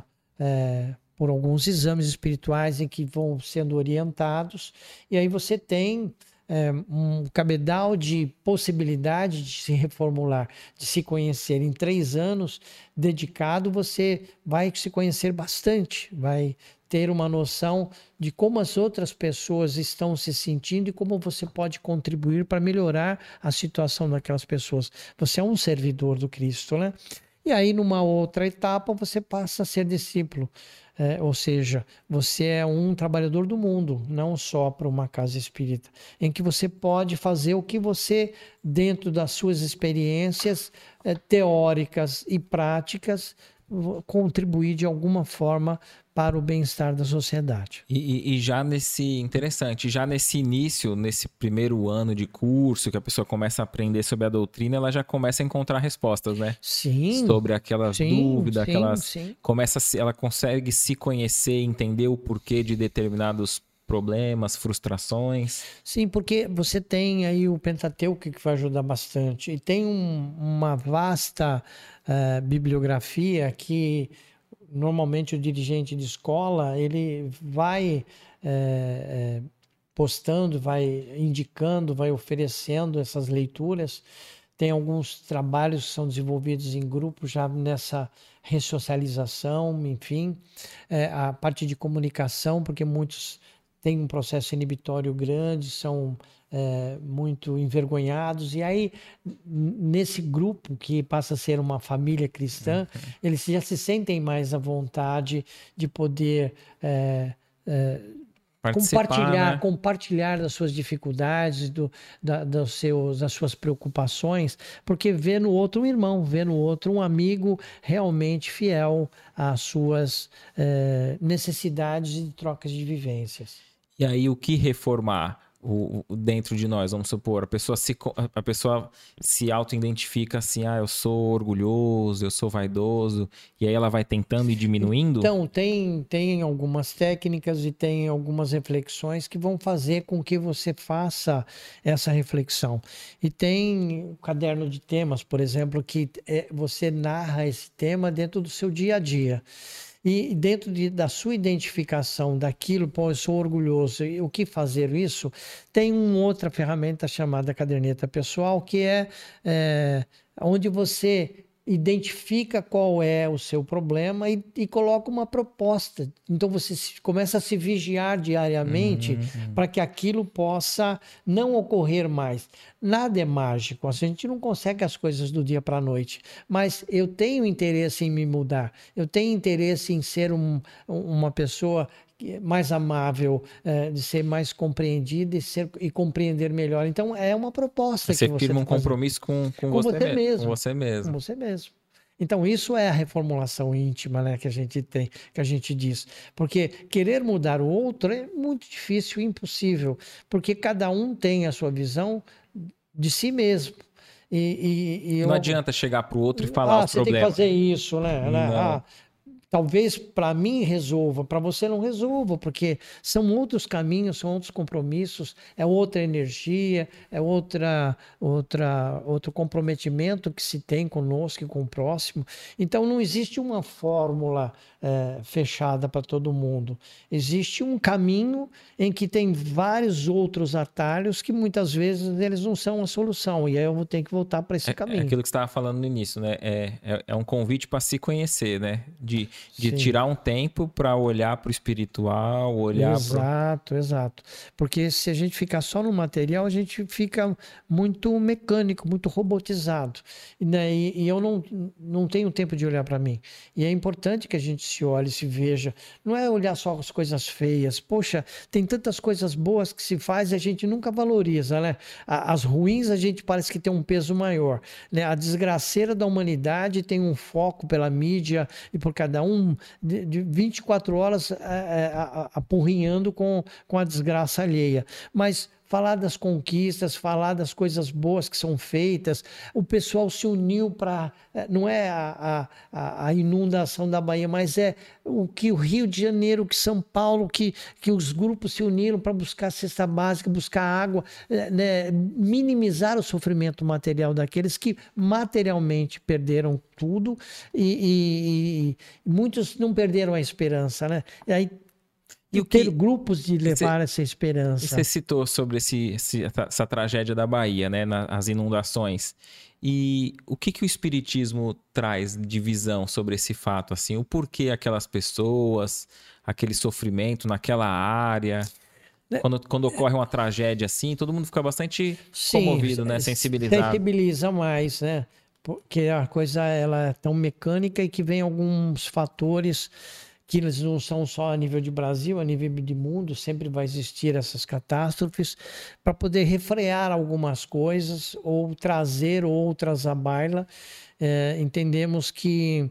por alguns exames espirituais em que vão sendo orientados, e aí você tem um cabedal de possibilidade de se reformular, de se conhecer. Em 3 anos dedicado, você vai se conhecer bastante, vai ter uma noção de como as outras pessoas estão se sentindo e como você pode contribuir para melhorar a situação daquelas pessoas. Você é um servidor do Cristo, né? E aí, numa outra etapa, você passa a ser discípulo. Ou seja, você é um trabalhador do mundo, não só para uma casa espírita, em que você pode fazer o que você, dentro das suas experiências teóricas e práticas, contribuir de alguma forma para o bem-estar da sociedade. E já interessante, já nesse início, nesse primeiro ano de curso, que a pessoa começa a aprender sobre a doutrina, ela já começa a encontrar respostas, né? Sim. Sobre aquelas dúvidas, Sim. ela consegue se conhecer, entender o porquê de determinados problemas, frustrações. Sim, porque você tem aí o Pentateuco que vai ajudar bastante. E tem uma vasta bibliografia que normalmente o dirigente de escola ele vai postando, vai indicando, vai oferecendo essas leituras. Tem alguns trabalhos que são desenvolvidos em grupo já nessa ressocialização, enfim. A parte de comunicação, porque muitos têm um processo inibitório grande, são muito envergonhados. E aí, nesse grupo que passa a ser uma família cristã, eles já se sentem mais à vontade de poder compartilhar das suas dificuldades, das suas preocupações, porque vê no outro um irmão, vê no outro um amigo realmente fiel às suas necessidades de trocas de vivências. E aí, o que reformar dentro de nós? Vamos supor, a pessoa se auto-identifica assim, eu sou orgulhoso, eu sou vaidoso, e aí ela vai tentando e diminuindo? Então, tem algumas técnicas e tem algumas reflexões que vão fazer com que você faça essa reflexão. E tem o caderno de temas, por exemplo, que você narra esse tema dentro do seu dia a dia. E dentro da sua identificação daquilo, eu sou orgulhoso, e o que fazer isso, tem uma outra ferramenta chamada caderneta pessoal, que é onde você identifica qual é o seu problema e coloca uma proposta. Então você começa a se vigiar diariamente para que aquilo possa não ocorrer mais. Nada é mágico, a gente não consegue as coisas do dia para a noite, mas eu tenho interesse em me mudar, eu tenho interesse em ser uma pessoa mais amável, de ser mais compreendida e compreender melhor. Então, é uma proposta você que você firma um tá fazendo. compromisso com você mesmo. Com você mesmo. Com você mesmo. Então, isso é a reformulação íntima, né, que a gente tem, que a gente diz. Porque querer mudar o outro é muito difícil, impossível, porque cada um tem a sua visão de si mesmo. Não adianta chegar para o outro e falar os você tem que problemas. fazer isso, né? Não. Talvez para mim resolva, para você não resolva, porque são outros caminhos, são outros compromissos, é outra energia, é outro comprometimento que se tem conosco e com o próximo. Então não existe uma fórmula fechada para todo mundo. Existe um caminho em que tem vários outros atalhos que muitas vezes eles não são a solução. E aí eu vou ter que voltar para esse caminho. É aquilo que você estava falando no início, né? É um convite para se conhecer, né? De tirar um tempo para olhar para o espiritual, olhar Exato. Porque se a gente ficar só no material, a gente fica muito mecânico, muito robotizado. Né? E eu não tenho tempo de olhar para mim. E é importante que a gente se olhe, se veja. Não é olhar só as coisas feias. Poxa, tem tantas coisas boas que se faz e a gente nunca valoriza, né? As ruins a gente parece que tem um peso maior. Né? A desgraceira da humanidade tem um foco pela mídia e por cada um de 24 horas apurrinhando com a desgraça alheia. Mas falar das conquistas, falar das coisas boas que são feitas, o pessoal se uniu para... Não é a inundação da Bahia, mas é o que o Rio de Janeiro, que São Paulo, que os grupos se uniram para buscar cesta básica, buscar água, né, minimizar o sofrimento material daqueles que materialmente perderam tudo e muitos não perderam a esperança, né? E aí ter grupos de levar essa esperança. Você citou sobre essa tragédia da Bahia, né? As inundações. E o que o Espiritismo traz de visão sobre esse fato? Assim, o porquê aquelas pessoas, aquele sofrimento naquela área... Quando ocorre uma tragédia assim, todo mundo fica bastante comovido, né? Sensibilizado. Sensibiliza mais, né? Porque a coisa ela é tão mecânica e que vem alguns fatores que eles não são só a nível de Brasil, a nível de mundo, sempre vai existir essas catástrofes, para poder refrear algumas coisas ou trazer outras à baila. Entendemos que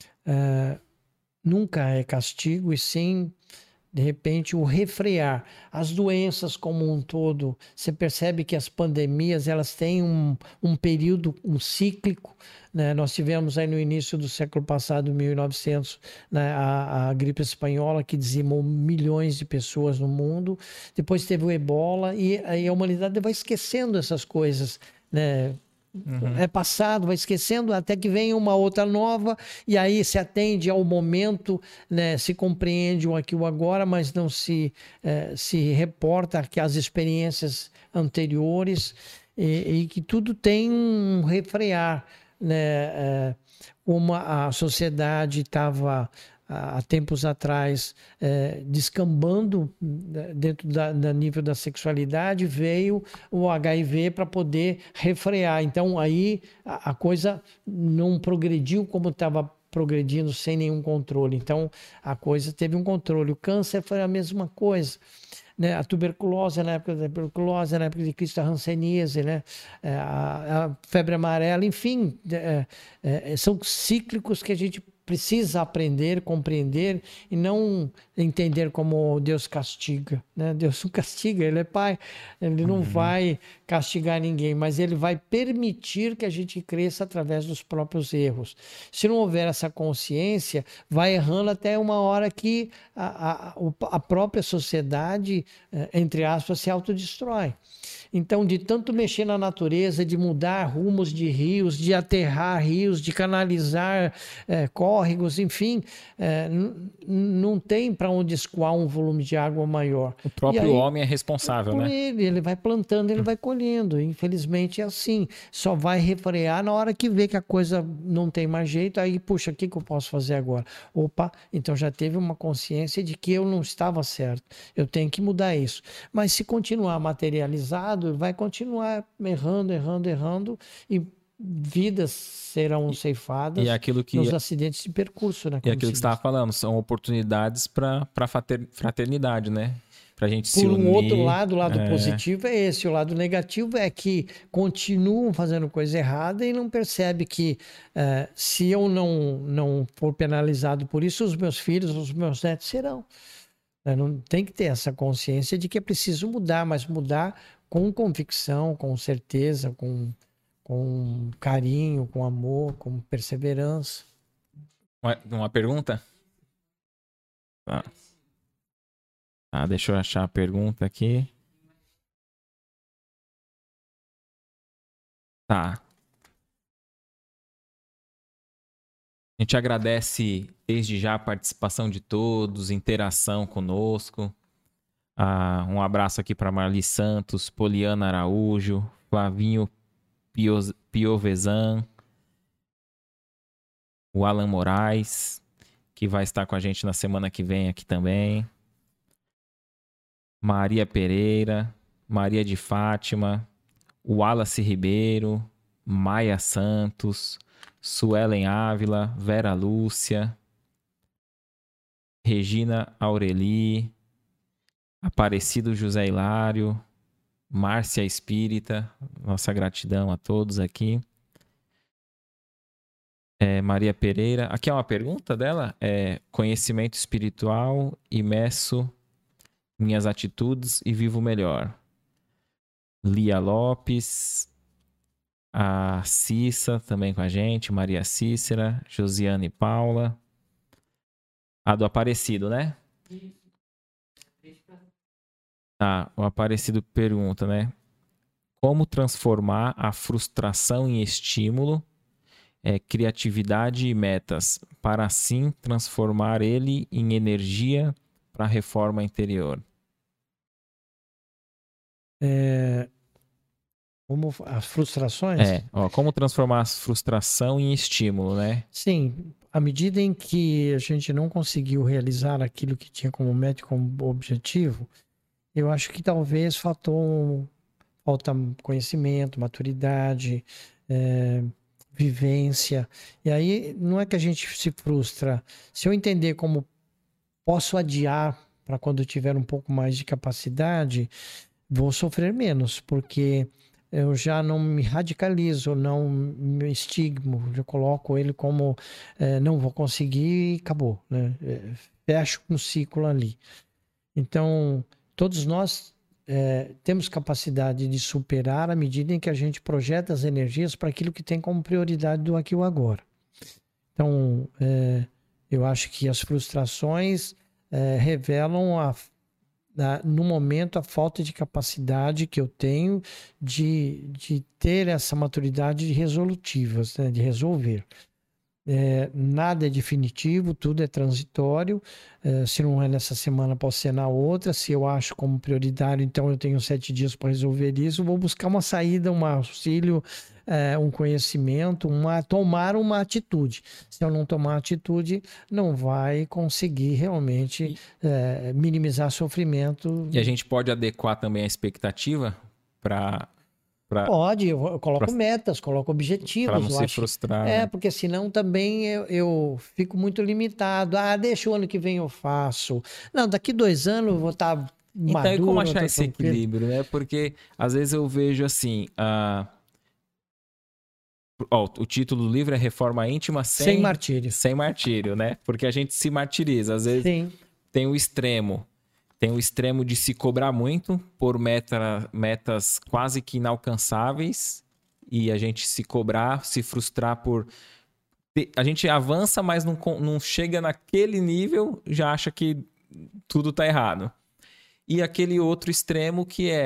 nunca é castigo, e sim, de repente, o refrear. As doenças como um todo, você percebe que as pandemias elas têm um período, cíclico, né? Nós tivemos aí no início do século passado, 1900, né, a gripe espanhola, que dizimou milhões de pessoas no mundo. Depois teve o ebola e aí a humanidade vai esquecendo essas coisas, né? É passado, vai esquecendo, até que vem uma outra nova, e aí se atende ao momento, né, se compreende o aqui e o agora, mas não se reporta que as experiências anteriores, e que tudo tem um refrear, né? Como a sociedade estava há tempos atrás descambando dentro da nível da sexualidade, veio o HIV para poder refrear. Então aí a coisa não progrediu como estava progredindo, sem nenhum controle. Então a coisa teve um controle. O câncer foi a mesma coisa. Né? A tuberculose, na época da tuberculose, na época de Cristo, a hanseníase, né? A febre amarela, enfim, são cíclicos que a gente precisa aprender, compreender e não entender como Deus castiga, né? Deus não castiga, Ele é Pai, Ele não vai castigar ninguém, mas Ele vai permitir que a gente cresça através dos próprios erros. Se não houver essa consciência, vai errando até uma hora que a própria sociedade, entre aspas, se autodestrói. Então, de tanto mexer na natureza, de mudar rumos de rios, de aterrar rios, de canalizar córregos, córregos, enfim, não tem para onde escoar um volume de água maior. O próprio homem é responsável, por né? ele vai plantando, ele vai colhendo. Infelizmente é assim. Só vai refrear na hora que vê que a coisa não tem mais jeito, aí, puxa, o que eu posso fazer agora? Opa, então já teve uma consciência de que eu não estava certo. Eu tenho que mudar isso. Mas se continuar materializado, vai continuar errando e vidas serão ceifadas nos acidentes de percurso, né? E aquilo que você estava falando, são oportunidades para fraternidade, né? Para a gente se unir. Por um outro lado, o lado positivo é esse. O lado negativo é que continuam fazendo coisa errada e não percebe que se eu não for penalizado por isso, os meus filhos, os meus netos serão. Não tem que ter essa consciência de que é preciso mudar, mas mudar com convicção, com certeza, com carinho, com amor, com perseverança. Uma pergunta? Tá, deixa eu achar a pergunta aqui. Tá. A gente agradece desde já a participação de todos, interação conosco. Um abraço aqui para Marli Santos, Poliana Araújo, Flavinho Piovesan, o Alan Moraes, que vai estar com a gente na semana que vem aqui também. Maria Pereira, Maria de Fátima, Wallace Ribeiro, Maia Santos, Suelen Ávila, Vera Lúcia, Regina Aureli, Aparecido José Hilário, Márcia Espírita, nossa gratidão a todos aqui. Maria Pereira, aqui é uma pergunta dela, conhecimento espiritual, imerso minhas atitudes e vivo melhor. Lia Lopes, a Cissa também com a gente, Maria Cícera, Josiane Paula, a do Aparecido, né? Tá, o Aparecido pergunta, né? Como transformar a frustração em estímulo, criatividade e metas, para assim transformar ele em energia para a reforma interior? Como as frustrações? Como transformar a frustração em estímulo, né? Sim, à medida em que a gente não conseguiu realizar aquilo que tinha como meta, como objetivo, eu acho que talvez falta conhecimento, maturidade, vivência. E aí não é que a gente se frustra. Se eu entender como posso adiar para quando eu tiver um pouco mais de capacidade, vou sofrer menos, porque eu já não me radicalizo, não me estigmo, eu coloco ele como não vou conseguir e acabou, né? Fecho um ciclo ali. Então, todos nós temos capacidade de superar à medida em que a gente projeta as energias para aquilo que tem como prioridade do aqui e o agora. Então, eu acho que as frustrações revelam no momento a falta de capacidade que eu tenho de ter essa maturidade resolutiva, né, de resolver. Nada é definitivo, tudo é transitório. Se não é nessa semana, pode ser na outra. Se eu acho como prioritário, então eu tenho 7 dias para resolver isso. Vou buscar uma saída, um auxílio, um conhecimento, tomar uma atitude. Se eu não tomar atitude, não vai conseguir realmente minimizar sofrimento. E a gente pode adequar também a expectativa para... Pode, eu coloco metas, coloco objetivos. Para não se frustrar. Né? Porque senão também eu fico muito limitado. Deixa o ano que vem eu faço. Não, daqui 2 anos eu vou estar maduro. Então, e como achar esse equilíbrio, né? Porque às vezes eu vejo assim... o título do livro é Reforma Íntima sem martírio. Sem martírio, né? Porque a gente se martiriza. Às vezes tem o extremo. Tem o extremo de se cobrar muito por metas quase que inalcançáveis e a gente se cobrar, se frustrar por... A gente avança, mas não chega naquele nível, já acha que tudo tá errado. E aquele outro extremo que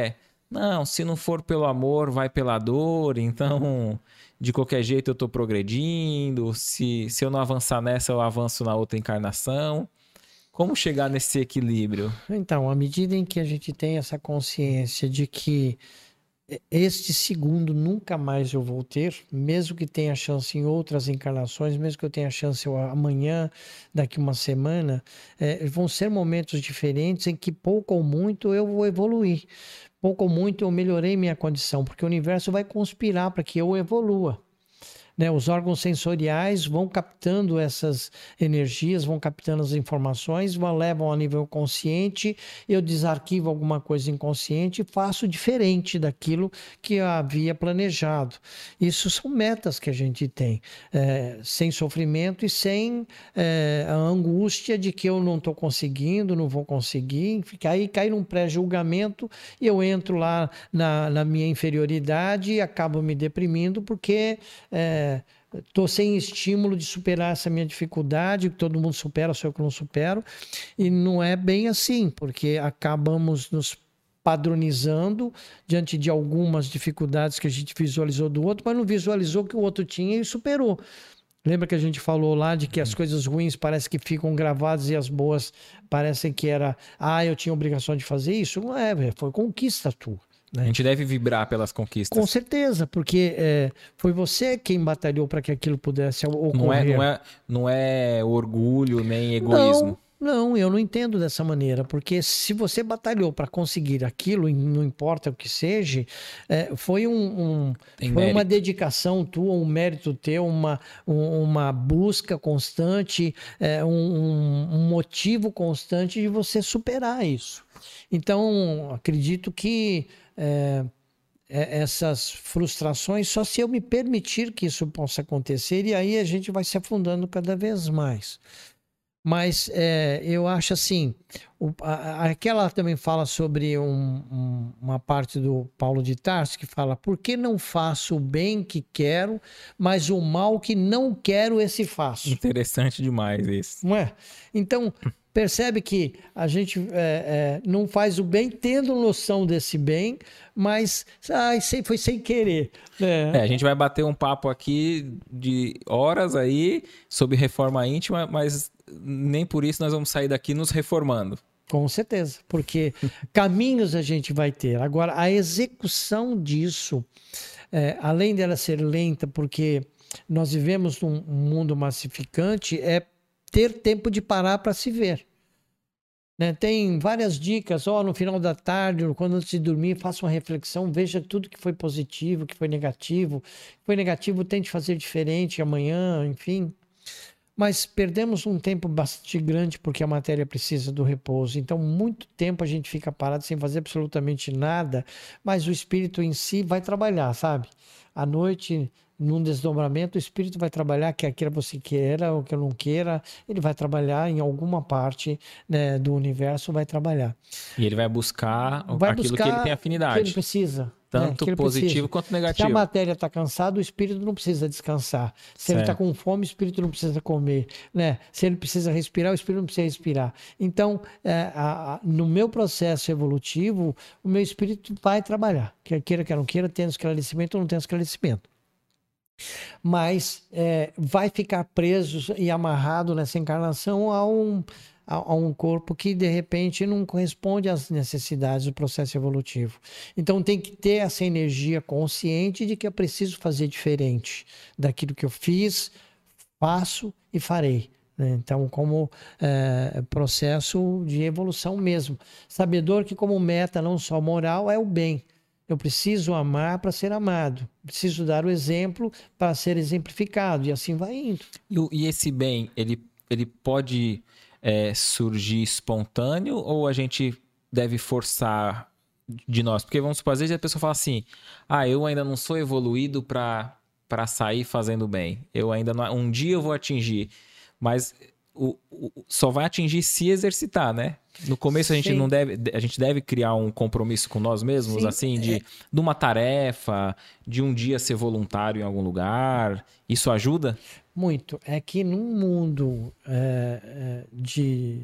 não, se não for pelo amor, vai pela dor, então de qualquer jeito eu tô progredindo, se eu não avançar nessa, eu avanço na outra encarnação. Como chegar nesse equilíbrio? Então, à medida em que a gente tem essa consciência de que este segundo nunca mais eu vou ter, mesmo que tenha chance em outras encarnações, mesmo que eu tenha chance amanhã, daqui uma semana, vão ser momentos diferentes em que pouco ou muito eu vou evoluir. Pouco ou muito eu melhorei minha condição, porque o universo vai conspirar para que eu evolua. Né? Os órgãos sensoriais vão captando essas energias, vão captando as informações, levam a nível consciente, eu desarquivo alguma coisa inconsciente e faço diferente daquilo que eu havia planejado. Isso são metas que a gente tem, sem sofrimento e sem a angústia de que eu não estou conseguindo, não vou conseguir, aí cai num pré-julgamento e eu entro lá na minha inferioridade e acabo me deprimindo porque estou sem estímulo de superar essa minha dificuldade, que todo mundo supera, só eu que não supero, e não é bem assim, porque acabamos nos padronizando diante de algumas dificuldades que a gente visualizou do outro, mas não visualizou que o outro tinha e superou. Lembra que a gente falou lá de que as coisas ruins parecem que ficam gravadas e as boas parecem que era, eu tinha obrigação de fazer isso? Não é, foi conquista tua. Né? A gente deve vibrar pelas conquistas. Com certeza, porque foi você quem batalhou para que aquilo pudesse ocorrer. Não é orgulho nem egoísmo. Não, eu não entendo dessa maneira, porque se você batalhou para conseguir aquilo, não importa o que seja, foi uma dedicação tua, um mérito teu, uma busca constante, um motivo constante de você superar isso. Então, acredito que essas frustrações, só se eu me permitir que isso possa acontecer, e aí a gente vai se afundando cada vez mais. Mas eu acho assim, aquela também fala sobre uma parte do Paulo de Tarso que fala: por que não faço o bem que quero, mas o mal que não quero, esse faço? Interessante demais isso. Não é? Então, percebe que a gente não faz o bem tendo noção desse bem, mas foi sem querer. A gente vai bater um papo aqui de horas aí sobre reforma íntima, mas nem por isso nós vamos sair daqui nos reformando. Com certeza, porque caminhos a gente vai ter. Agora, a execução disso, além dela ser lenta, porque nós vivemos num mundo massificante, é ter tempo de parar para se ver. Né? Tem várias dicas, no final da tarde, quando antes de dormir, faça uma reflexão, veja tudo que foi positivo, que foi negativo. Foi negativo, tente fazer diferente amanhã, enfim. Mas perdemos um tempo bastante grande porque a matéria precisa do repouso. Então, muito tempo a gente fica parado sem fazer absolutamente nada, mas o espírito em si vai trabalhar, sabe? À noite, num desdobramento, o espírito vai trabalhar, quer queira você queira ou que eu não queira, ele vai trabalhar em alguma parte, né, do universo, vai trabalhar. E ele vai buscar aquilo que ele tem afinidade. Que ele precisa. Tanto positivo quanto negativo. Se a matéria está cansada, o espírito não precisa descansar. Se ele está com fome, o espírito não precisa comer. Né? Se ele precisa respirar, o espírito não precisa respirar. Então, no meu processo evolutivo, o meu espírito vai trabalhar. Quer queira, quer não queira, tendo esclarecimento ou não tendo esclarecimento. Mas vai ficar preso e amarrado nessa encarnação a um corpo que, de repente, não corresponde às necessidades do processo evolutivo. Então, tem que ter essa energia consciente de que eu preciso fazer diferente daquilo que eu fiz, faço e farei. Né? Então, como processo de evolução mesmo. Sabedor que, como meta não só moral, é o bem. Eu preciso amar para ser amado. Preciso dar o exemplo para ser exemplificado. E assim vai indo. E esse bem, ele pode surgir espontâneo ou a gente deve forçar de nós? Porque vamos supor, às vezes a pessoa fala assim: eu ainda não sou evoluído para sair fazendo bem. Eu ainda não, um dia eu vou atingir. Mas só vai atingir se exercitar, né? No começo a gente deve criar um compromisso com nós mesmos, sim, assim, de uma tarefa, de um dia ser voluntário em algum lugar. Isso ajuda? Muito. É que num mundo de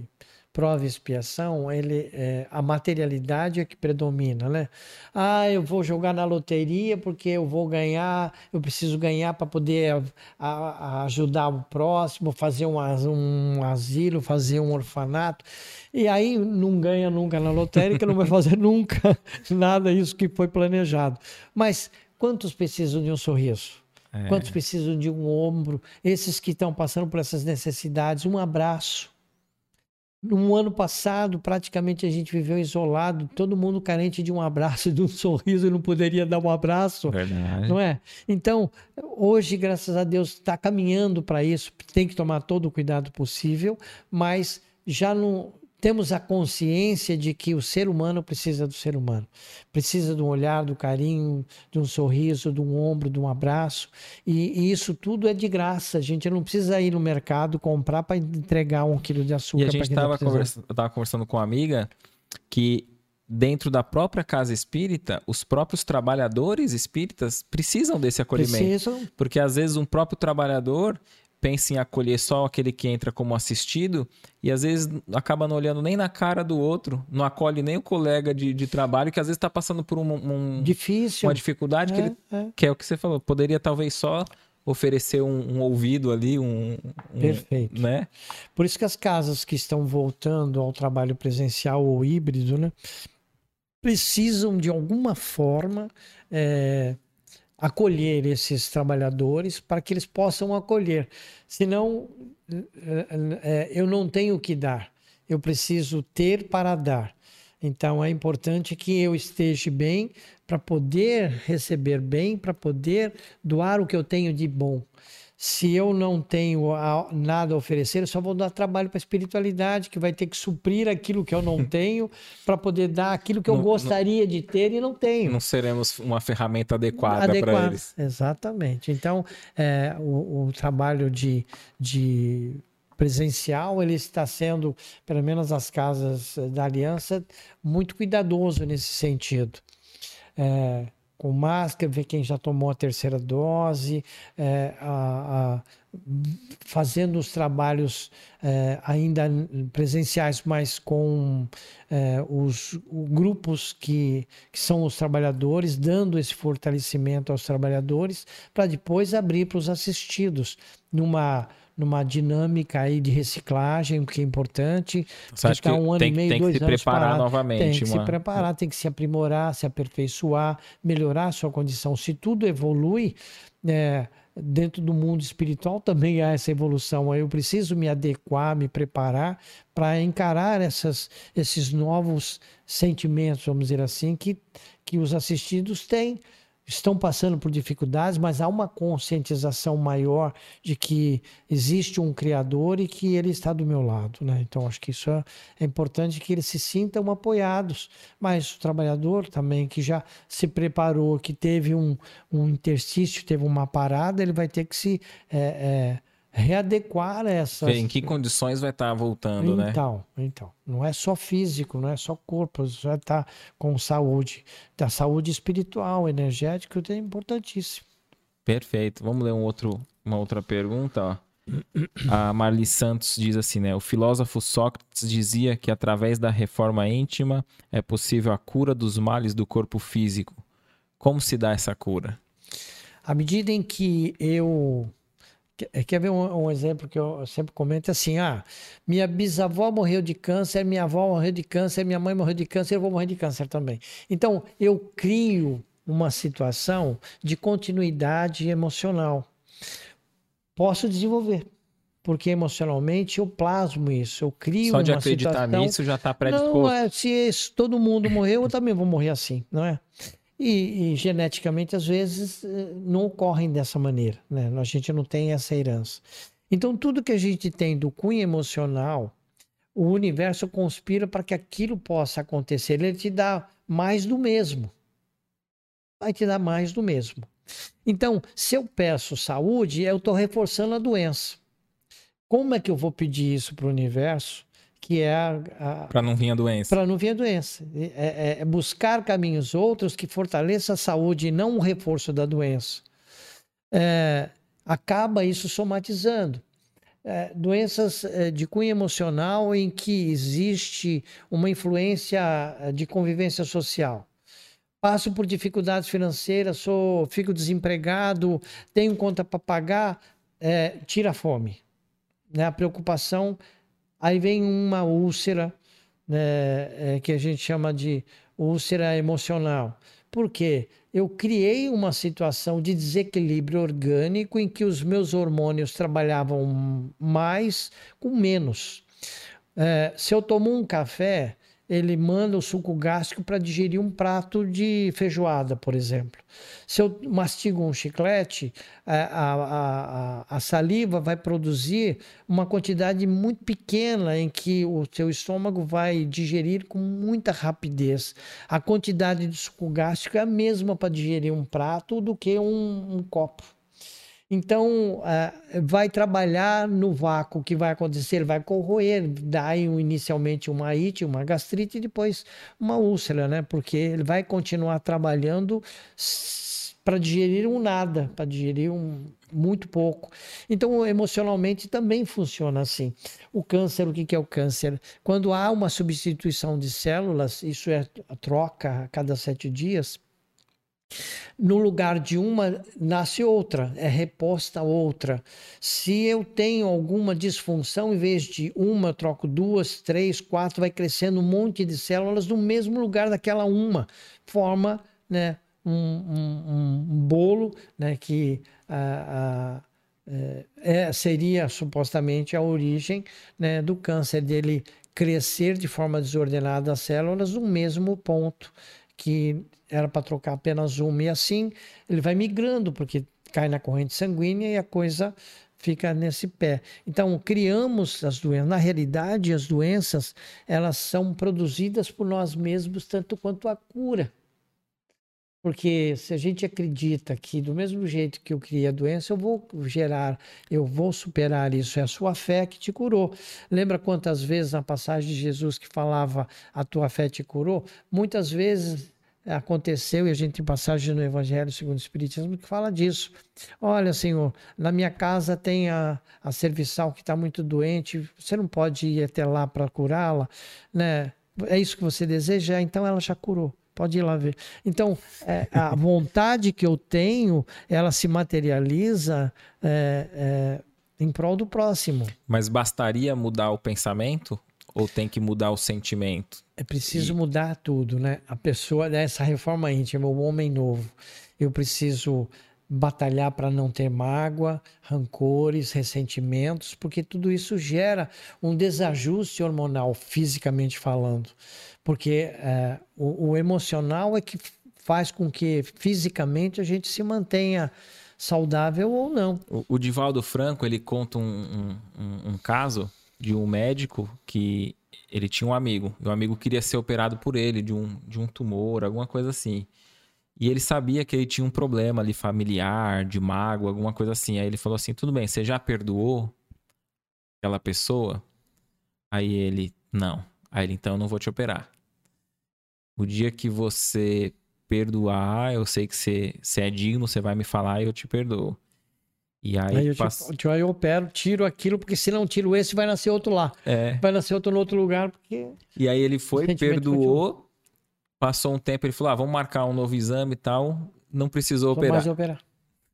prova e expiação, a materialidade é que predomina, né? Ah, eu vou jogar na loteria porque eu vou ganhar, eu preciso ganhar para poder ajudar o próximo, fazer um asilo, fazer um orfanato. E aí não ganha nunca na lotérica, não vai fazer nunca nada isso que foi planejado. Mas quantos precisam de um sorriso? Quantos precisam de um ombro? Esses que estão passando por essas necessidades, um abraço. No ano passado, praticamente a gente viveu isolado, todo mundo carente de um abraço, de um sorriso, e não poderia dar um abraço. Verdade. Não é? Então, hoje, graças a Deus, está caminhando para isso, tem que tomar todo o cuidado possível, mas já não temos a consciência de que o ser humano precisa do ser humano. Precisa de um olhar, do carinho, de um sorriso, de um ombro, de um abraço. E isso tudo é de graça. A gente não precisa ir no mercado comprar para entregar 1 quilo de açúcar. E a gente estava conversando com uma amiga que dentro da própria casa espírita, os próprios trabalhadores espíritas precisam desse acolhimento. Precisam. Porque às vezes um próprio trabalhador pensa em acolher só aquele que entra como assistido e às vezes acaba não olhando nem na cara do outro, não acolhe nem o colega de trabalho que às vezes está passando por uma dificuldade que é o que você falou, poderia talvez só oferecer um ouvido ali, Perfeito. Né? Por isso que as casas que estão voltando ao trabalho presencial ou híbrido, né, precisam de alguma forma acolher esses trabalhadores para que eles possam acolher. Senão, eu não tenho o que dar. Eu preciso ter para dar. Então, é importante que eu esteja bem para poder receber bem, para poder doar o que eu tenho de bom. Se eu não tenho nada a oferecer, eu só vou dar trabalho para a espiritualidade, que vai ter que suprir aquilo que eu não tenho, para poder dar aquilo que eu gostaria de ter e não tenho. Não seremos uma ferramenta adequada para eles. Exatamente. Então, o trabalho de presencial, ele está sendo, pelo menos as casas da Aliança, muito cuidadoso nesse sentido. Com máscara, ver quem já tomou a terceira dose, fazendo os trabalhos ainda presenciais, mas com os grupos que são os trabalhadores, dando esse fortalecimento aos trabalhadores, para depois abrir para os assistidos, numa dinâmica aí de reciclagem, que é importante. Você acha que tá um ano e meio, 2 anos tem que se preparar parado. novamente? Tem que se preparar, tem que se aprimorar, se aperfeiçoar, melhorar a sua condição. Se tudo evolui, dentro do mundo espiritual também há essa evolução. Eu preciso me adequar, me preparar para encarar esses novos sentimentos, vamos dizer assim, que os assistidos têm. Estão passando por dificuldades, mas há uma conscientização maior de que existe um Criador e que Ele está do meu lado, né? Então, acho que isso é importante, que eles se sintam apoiados. Mas o trabalhador também, que já se preparou, que teve um interstício, teve uma parada, ele vai ter que se readequar a essas... Em que condições vai estar voltando, né? Então, não é só físico, não é só corpo, você vai estar com saúde. Da saúde espiritual, energética, é importantíssimo. Perfeito. Vamos ler uma outra pergunta, ó. A Marli Santos diz assim, né? O filósofo Sócrates dizia que através da reforma íntima é possível a cura dos males do corpo físico. Como se dá essa cura? À medida em que quer ver um exemplo que eu sempre comento assim, minha bisavó morreu de câncer, minha avó morreu de câncer, minha mãe morreu de câncer, eu vou morrer de câncer também. Então, eu crio uma situação de continuidade emocional. Posso desenvolver, porque emocionalmente eu plasmo isso, eu crio uma situação... Só de acreditar nisso já está predisposto. Não, se todo mundo morreu, eu também vou morrer assim, não é? E geneticamente, às vezes, não ocorrem dessa maneira, né? A gente não tem essa herança. Então, tudo que a gente tem do cunho emocional, o universo conspira para que aquilo possa acontecer. Ele te dá mais do mesmo. Vai te dar mais do mesmo. Então, se eu peço saúde, eu estou reforçando a doença. Como é que eu vou pedir isso para o universo? Que é para não vir a doença. Para não vir a doença. É buscar caminhos outros que fortaleçam a saúde e não o reforço da doença. Acaba isso somatizando. doenças de cunho emocional em que existe uma influência de convivência social. Passo por dificuldades financeiras, fico desempregado, tenho conta para pagar, tira a fome, né? A preocupação, aí vem uma úlcera, né, que a gente chama de úlcera emocional. Por quê? Eu criei uma situação de desequilíbrio orgânico em que os meus hormônios trabalhavam mais com menos. Se eu tomo um café, ele manda o suco gástrico para digerir um prato de feijoada, por exemplo. Se eu mastigo um chiclete, a saliva vai produzir uma quantidade muito pequena em que o seu estômago vai digerir com muita rapidez. A quantidade de suco gástrico é a mesma para digerir um prato do que um copo. Então, vai trabalhar no vácuo. O que vai acontecer? Ele vai corroer, dar inicialmente uma ite, uma gastrite e depois uma úlcera, né? Porque ele vai continuar trabalhando para digerir um nada, para digerir muito pouco. Então, emocionalmente também funciona assim. O câncer, o que é o câncer? Quando há uma substituição de células, isso é a troca a cada 7 dias, no lugar de uma, nasce outra, é reposta outra. Se eu tenho alguma disfunção, em vez de uma, eu troco 2, 3, 4, vai crescendo um monte de células no mesmo lugar daquela uma. Forma, né, um bolo, né, que seria supostamente a origem, né, do câncer, dele crescer de forma desordenada as células no mesmo ponto, que era para trocar apenas uma, e assim ele vai migrando, porque cai na corrente sanguínea e a coisa fica nesse pé. Então, criamos as doenças. Na realidade, as doenças, elas são produzidas por nós mesmos, tanto quanto a cura. Porque se a gente acredita que do mesmo jeito que eu criei a doença, eu vou superar isso, é a sua fé que te curou. Lembra quantas vezes na passagem de Jesus que falava a tua fé te curou? Muitas vezes aconteceu, e a gente tem passagem no Evangelho segundo o Espiritismo que fala disso. Olha, Senhor, na minha casa tem a serviçal que está muito doente, você não pode ir até lá para curá-la, né? É isso que você deseja? Então ela já curou. Pode ir lá ver. Então, a vontade que eu tenho, ela se materializa em prol do próximo. Mas bastaria mudar o pensamento ou tem que mudar o sentimento? É preciso mudar tudo, né? A pessoa, essa reforma íntima, o homem novo. Eu preciso batalhar para não ter mágoa, rancores, ressentimentos, porque tudo isso gera um desajuste hormonal, fisicamente falando. Porque o emocional é que faz com que fisicamente a gente se mantenha saudável ou não. O Divaldo Franco, ele conta um caso de um médico que ele tinha um amigo. E o amigo queria ser operado por ele de um tumor, alguma coisa assim. E ele sabia que ele tinha um problema ali familiar, de mágoa, alguma coisa assim. Aí ele falou assim, tudo bem, você já perdoou aquela pessoa? Aí ele, não. Aí ele, então eu não vou te operar. O dia que você perdoar, eu sei que você é digno, você vai me falar e eu te perdoo. E aí eu opero, tiro aquilo, porque se não tiro esse, vai nascer outro lá. Vai nascer outro no outro lugar, porque... E aí ele foi, perdoou, passou um tempo, ele falou, vamos marcar um novo exame e tal, não precisou operar. Mais operar.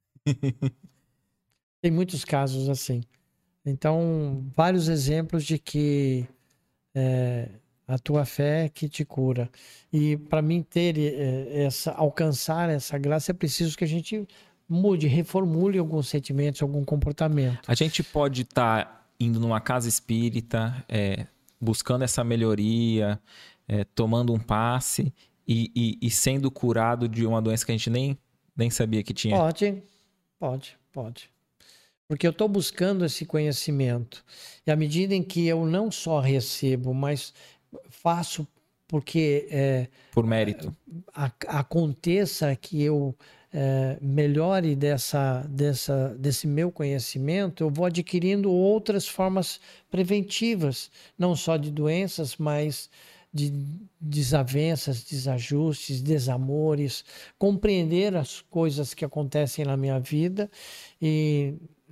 Tem muitos casos assim. Então, vários exemplos de que a tua fé é que te cura. E para mim alcançar essa graça, é preciso que a gente mude, reformule alguns sentimentos, algum comportamento. A gente pode estar indo numa casa espírita, buscando essa melhoria, tomando um passe e sendo curado de uma doença que a gente nem sabia que tinha. Pode. Porque eu estou buscando esse conhecimento. E à medida em que eu não só recebo, mas faço porque... por mérito. Aconteça que eu melhore desse meu conhecimento, eu vou adquirindo outras formas preventivas, não só de doenças, mas de desavenças, desajustes, desamores, compreender as coisas que acontecem na minha vida e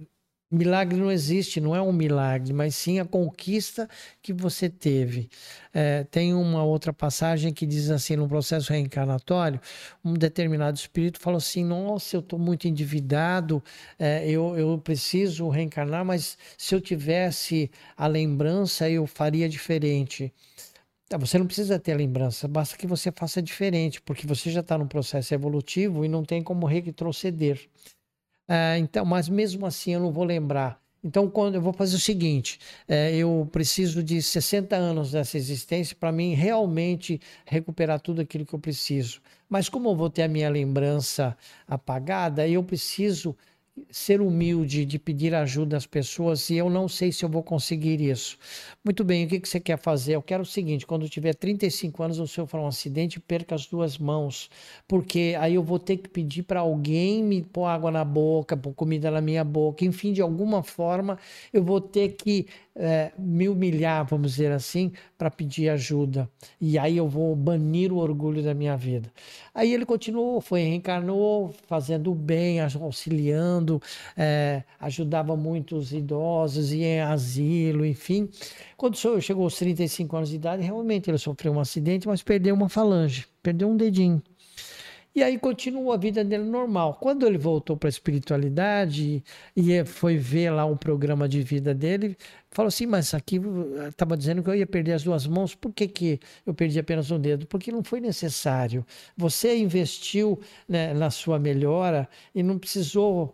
Milagre não existe, não é um milagre, mas sim a conquista que você teve. Tem uma outra passagem que diz assim, no processo reencarnatório, um determinado espírito falou assim, nossa, eu estou muito endividado, eu preciso reencarnar, mas se eu tivesse a lembrança, eu faria diferente. Você não precisa ter a lembrança, basta que você faça diferente, porque você já está num processo evolutivo e não tem como retroceder. Então, mas mesmo assim eu não vou lembrar. Então, quando eu vou fazer o seguinte, eu preciso de 60 anos dessa existência para mim realmente recuperar tudo aquilo que eu preciso. Mas como eu vou ter a minha lembrança apagada, eu preciso ser humilde, de pedir ajuda às pessoas, e eu não sei se eu vou conseguir isso. Muito bem, o que você quer fazer? Eu quero o seguinte, quando eu tiver 35 anos, eu sofro um acidente e perca as duas mãos, porque aí eu vou ter que pedir para alguém me pôr água na boca, pôr comida na minha boca, enfim, de alguma forma eu vou ter que me humilhar, vamos dizer assim, para pedir ajuda. E aí eu vou banir o orgulho da minha vida. Aí ele continuou, reencarnou, fazendo o bem, auxiliando, ajudava muitos idosos, ia em asilo, enfim. Quando chegou aos 35 anos de idade, realmente ele sofreu um acidente, mas perdeu uma falange, perdeu um dedinho. E aí continuou a vida dele normal. Quando ele voltou para a espiritualidade e foi ver lá o programa de vida dele, falou assim, mas aqui estava dizendo que eu ia perder as duas mãos, por que eu perdi apenas um dedo? Porque não foi necessário. Você investiu, né, na sua melhora e não precisou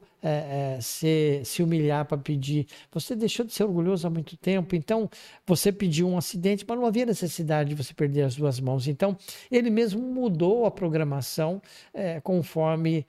se humilhar para pedir. Você deixou de ser orgulhoso há muito tempo, então você pediu um acidente, mas não havia necessidade de você perder as duas mãos. Então, ele mesmo mudou a programação conforme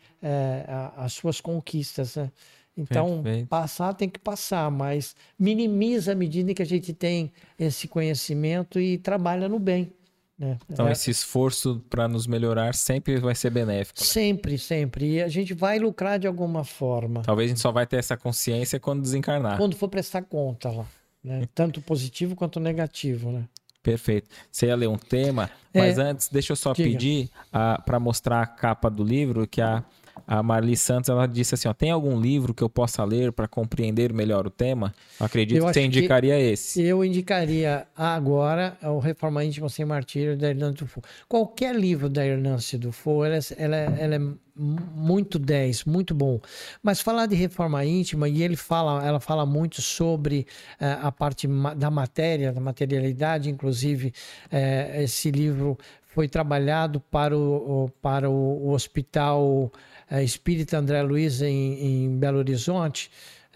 as suas conquistas, né? Então, Perfeito. passar tem que passar, mas minimiza à medida que a gente tem esse conhecimento e trabalha no bem, né? Então, esse esforço para nos melhorar sempre vai ser benéfico. Né? Sempre, sempre. E a gente vai lucrar de alguma forma. Talvez a gente só vai ter essa consciência quando desencarnar. Quando for prestar conta lá, né? Tanto positivo quanto negativo, né? Perfeito. Você ia ler um tema, mas antes, deixa eu só pedir para mostrar a capa do livro, que a Marli Santos, ela disse assim, ó, tem algum livro que eu possa ler para compreender melhor o tema? Eu acredito que você indicaria esse. Eu indicaria agora o Reforma Íntima Sem Martírio, da Hernandes Dufour. Qualquer livro da Hernandes Dufour, ela é muito 10, muito bom. Mas falar de reforma íntima, e ela fala muito sobre a parte da matéria, da materialidade, inclusive esse livro foi trabalhado para o Hospital Espírita André Luiz em Belo Horizonte,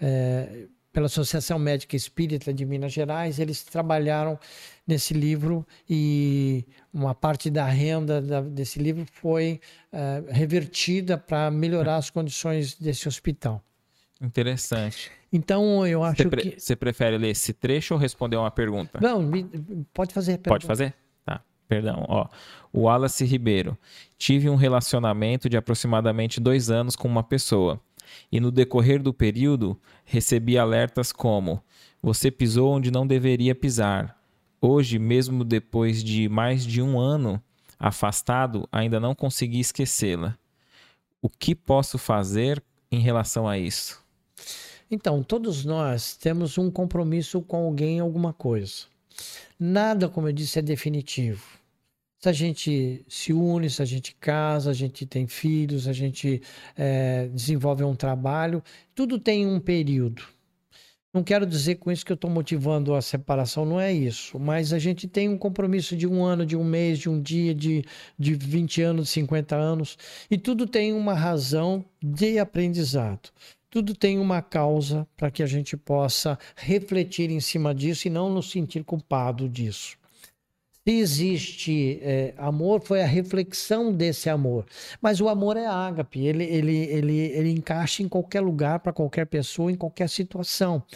pela Associação Médica Espírita de Minas Gerais. Eles trabalharam nesse livro e uma parte da renda desse livro foi revertida para melhorar as condições desse hospital. Interessante. Então, eu acho que... Você prefere ler esse trecho ou responder uma pergunta? Não, pode fazer a pergunta. Pode fazer? Tá, perdão. Ó, o Wallace Ribeiro. Tive um relacionamento de aproximadamente 2 anos com uma pessoa. E no decorrer do período, recebi alertas como: você pisou onde não deveria pisar. Hoje, mesmo depois de mais de 1 ano afastado, ainda não consegui esquecê-la. O que posso fazer em relação a isso? Então, todos nós temos um compromisso com alguém, alguma coisa. Nada, como eu disse, é definitivo. Se a gente se une, se a gente casa, a gente tem filhos, a gente desenvolve um trabalho, tudo tem um período. Não quero dizer com isso que eu estou motivando a separação, não é isso. Mas a gente tem um compromisso de 1 ano, de 1 mês, de 1 dia, de 20 anos, de 50 anos. E tudo tem uma razão de aprendizado. Tudo tem uma causa para que a gente possa refletir em cima disso e não nos sentir culpado disso. Se existe amor, foi a reflexão desse amor. Mas o amor é ágape, ele encaixa em qualquer lugar, para qualquer pessoa, em qualquer situação.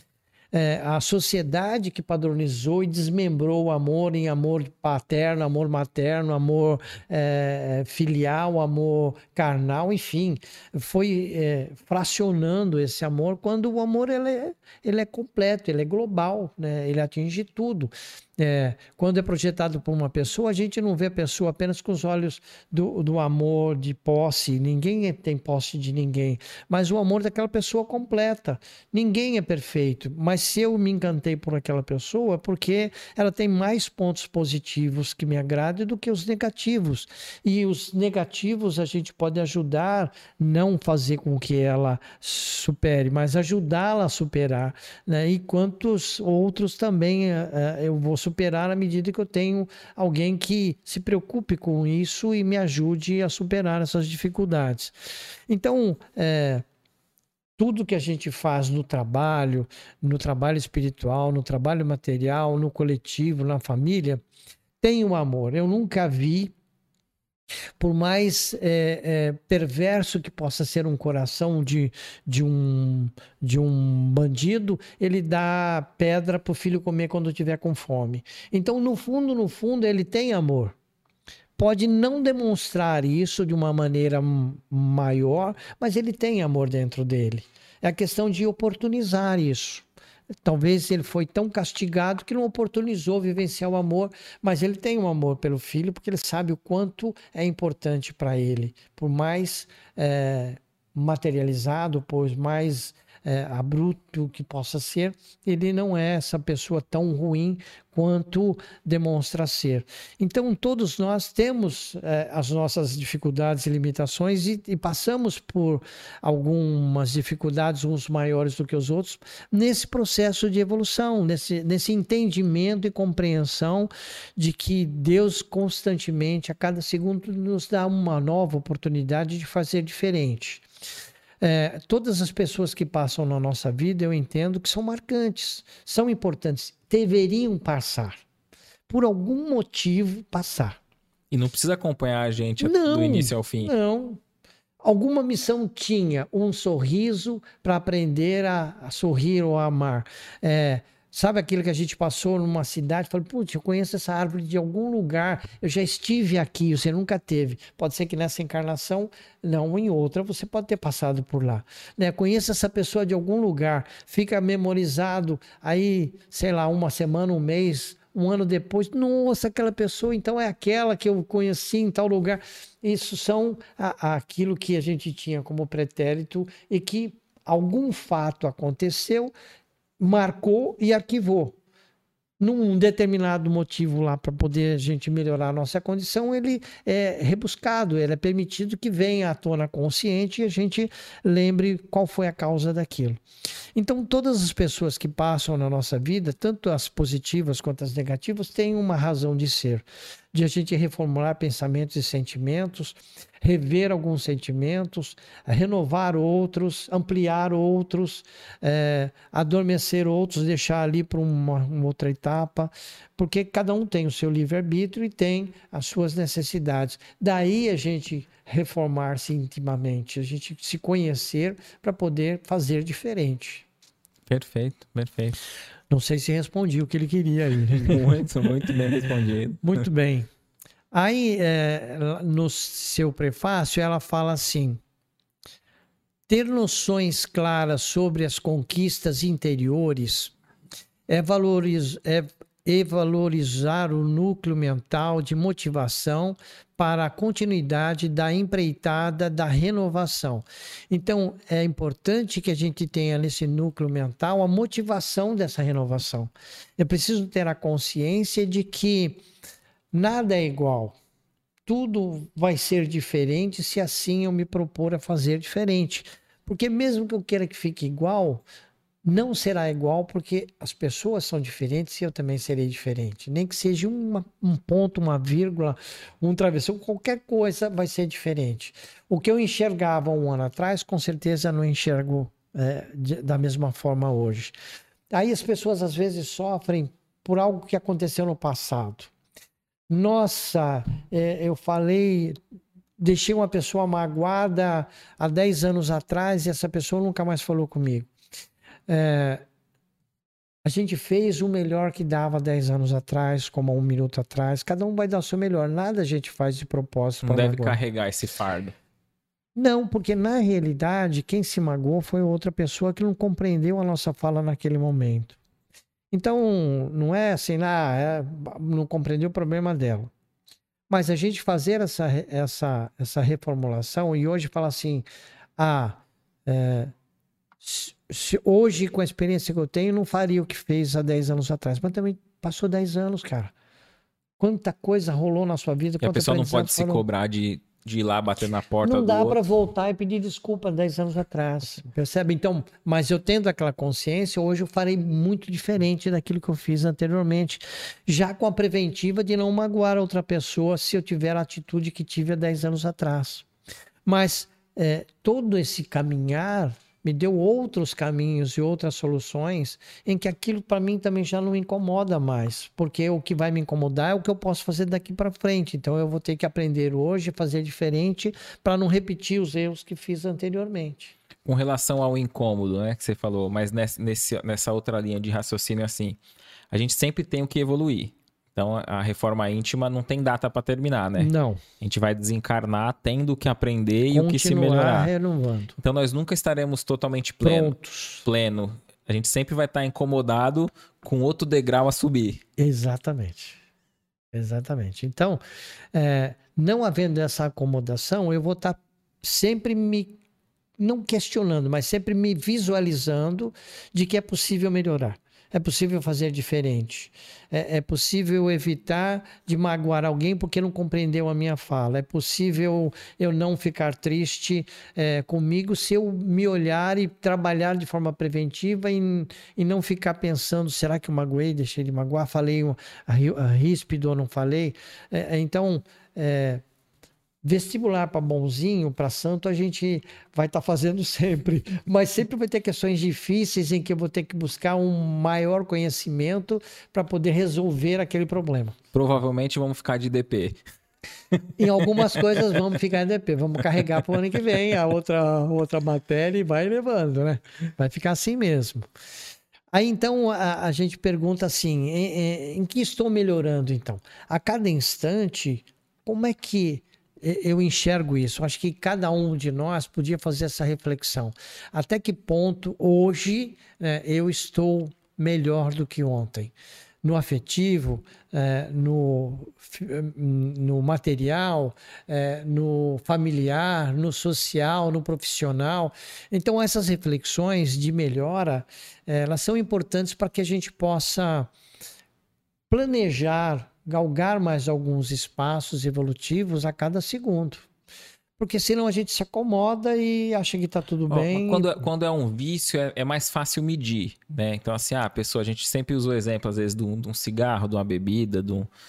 a sociedade que padronizou e desmembrou o amor em amor paterno, amor materno, amor filial, amor carnal, enfim, foi fracionando esse amor, quando o amor ele é completo, ele é global, né? Ele atinge tudo. Quando é projetado por uma pessoa, a gente não vê a pessoa apenas com os olhos do amor, de posse. Ninguém tem posse de ninguém, mas o amor daquela pessoa completa. Ninguém é perfeito, mas se eu me encantei por aquela pessoa, é porque ela tem mais pontos positivos que me agradam do que os negativos. E os negativos a gente pode ajudar, não fazer com que ela supere, mas ajudá-la a superar, né? E quantos outros também eu vou superar à medida que eu tenho alguém que se preocupe com isso e me ajude a superar essas dificuldades. Então, tudo que a gente faz no trabalho espiritual, no trabalho material, no coletivo, na família, tem um amor. Eu nunca vi, por mais perverso que possa ser um coração de um bandido, ele dá pedra para o filho comer quando estiver com fome. Então, no fundo, ele tem amor. Pode não demonstrar isso de uma maneira maior, mas ele tem amor dentro dele. É a questão de oportunizar isso. Talvez ele foi tão castigado que não oportunizou vivenciar o amor, mas ele tem um amor pelo filho porque ele sabe o quanto é importante para ele. Por mais materializado, por mais abrupto que possa ser, ele não é essa pessoa tão ruim quanto demonstra ser. Então, todos nós temos as nossas dificuldades e limitações e passamos por algumas dificuldades, uns maiores do que os outros, nesse processo de evolução, nesse entendimento e compreensão de que Deus constantemente, a cada segundo, nos dá uma nova oportunidade de fazer diferente. Todas as pessoas que passam na nossa vida, eu entendo que são marcantes, são importantes, deveriam passar. Por algum motivo, passar. E não precisa acompanhar a gente do início ao fim. Não. Alguma missão tinha, um sorriso para aprender a sorrir ou a amar. Sabe aquilo que a gente passou numa cidade, falou, putz, eu conheço essa árvore de algum lugar, eu já estive aqui, você nunca teve. Pode ser que nessa encarnação, não, em outra, você pode ter passado por lá. Né? Conheço essa pessoa de algum lugar, fica memorizado, aí, sei lá, uma semana, um mês, um ano depois, nossa, aquela pessoa, então é aquela que eu conheci em tal lugar. Isso são aquilo que a gente tinha como pretérito e que algum fato aconteceu, marcou e arquivou. Num determinado motivo lá para poder a gente melhorar a nossa condição, ele é rebuscado, ele é permitido que venha à tona consciente e a gente lembre qual foi a causa daquilo. Então, todas as pessoas que passam na nossa vida, tanto as positivas quanto as negativas, têm uma razão de ser, de a gente reformular pensamentos e sentimentos, rever alguns sentimentos, renovar outros, ampliar outros, adormecer outros, deixar ali para uma outra etapa, porque cada um tem o seu livre-arbítrio e tem as suas necessidades. Daí a gente reformar-se intimamente, a gente se conhecer para poder fazer diferente. Perfeito, perfeito. Não sei se respondi o que ele queria aí. Muito bem respondido. Muito bem. Aí, no seu prefácio, ela fala assim: ter noções claras sobre as conquistas interiores é valorizar o núcleo mental de motivação para a continuidade da empreitada da renovação. Então, é importante que a gente tenha nesse núcleo mental a motivação dessa renovação. É preciso ter a consciência de que nada é igual. Tudo vai ser diferente se assim eu me propor a fazer diferente. Porque mesmo que eu queira que fique igual, não será igual porque as pessoas são diferentes e eu também serei diferente. Nem que seja um ponto, uma vírgula, um travessão, qualquer coisa vai ser diferente. O que eu enxergava um ano atrás, com certeza não enxergo da mesma forma hoje. Aí as pessoas às vezes sofrem por algo que aconteceu no passado. Nossa, eu deixei uma pessoa magoada há 10 anos atrás e essa pessoa nunca mais falou comigo. A gente fez o melhor que dava 10 anos atrás, como há 1 minuto atrás. Cada um vai dar o seu melhor. Nada a gente faz de propósito Não para deve magoar. carregar esse fardo. Não, porque na realidade, quem se magoou foi outra pessoa que não compreendeu a nossa fala naquele momento. Então, não é assim, não compreendeu o problema dela. Mas a gente fazer essa reformulação e hoje falar assim, hoje com a experiência que eu tenho, não faria o que fez há 10 anos atrás. Mas também passou 10 anos, cara. Quanta coisa rolou na sua vida. E a pessoa não pode se cobrar de ir lá bater na porta não do dá outro. para voltar e pedir desculpa 10 anos atrás, percebe? Então, mas eu tendo aquela consciência, hoje eu farei muito diferente daquilo que eu fiz anteriormente, já com a preventiva de não magoar outra pessoa se eu tiver a atitude que tive há 10 anos atrás. Mas todo esse caminhar me deu outros caminhos e outras soluções em que aquilo para mim também já não me incomoda mais, porque o que vai me incomodar é o que eu posso fazer daqui para frente. Então eu vou ter que aprender hoje, fazer diferente para não repetir os erros que fiz anteriormente. Com relação ao incômodo, né, que você falou, mas nessa outra linha de raciocínio assim, a gente sempre tem o que evoluir. Então, a reforma íntima não tem data para terminar, né? Não. A gente vai desencarnar tendo o que aprender e o que se melhorar. Continuar renovando. Então, nós nunca estaremos totalmente Prontos. pleno. A gente sempre vai estar incomodado com outro degrau a subir. Exatamente. Exatamente. Então, não havendo essa acomodação, eu vou estar sempre não questionando, mas sempre me visualizando de que é possível melhorar. É possível fazer diferente. É possível evitar de magoar alguém porque não compreendeu a minha fala. É possível eu não ficar triste comigo se eu me olhar e trabalhar de forma preventiva e não ficar pensando, será que eu magoei, deixei de magoar? Falei a ríspido ou não falei? Então, vestibular para bonzinho, para santo, a gente vai estar fazendo sempre. Mas sempre vai ter questões difíceis em que eu vou ter que buscar um maior conhecimento para poder resolver aquele problema. Provavelmente vamos ficar de DP. Em algumas coisas vamos ficar de DP. Vamos carregar para o ano que vem a outra matéria e vai levando, né? Vai ficar assim mesmo. Aí então a gente pergunta assim, em que estou melhorando então? A cada instante, como é que eu enxergo isso? Acho que cada um de nós podia fazer essa reflexão. Até que ponto hoje eu estou melhor do que ontem? No afetivo, no material, no familiar, no social, no profissional. Então, essas reflexões de melhora, elas são importantes para que a gente possa planejar, galgar mais alguns espaços evolutivos a cada segundo. Porque senão a gente se acomoda e acha que está tudo bem. Quando é um vício, é mais fácil medir, né? Então, assim, a pessoa, a gente sempre usa o exemplo, às vezes, de um cigarro, de uma bebida,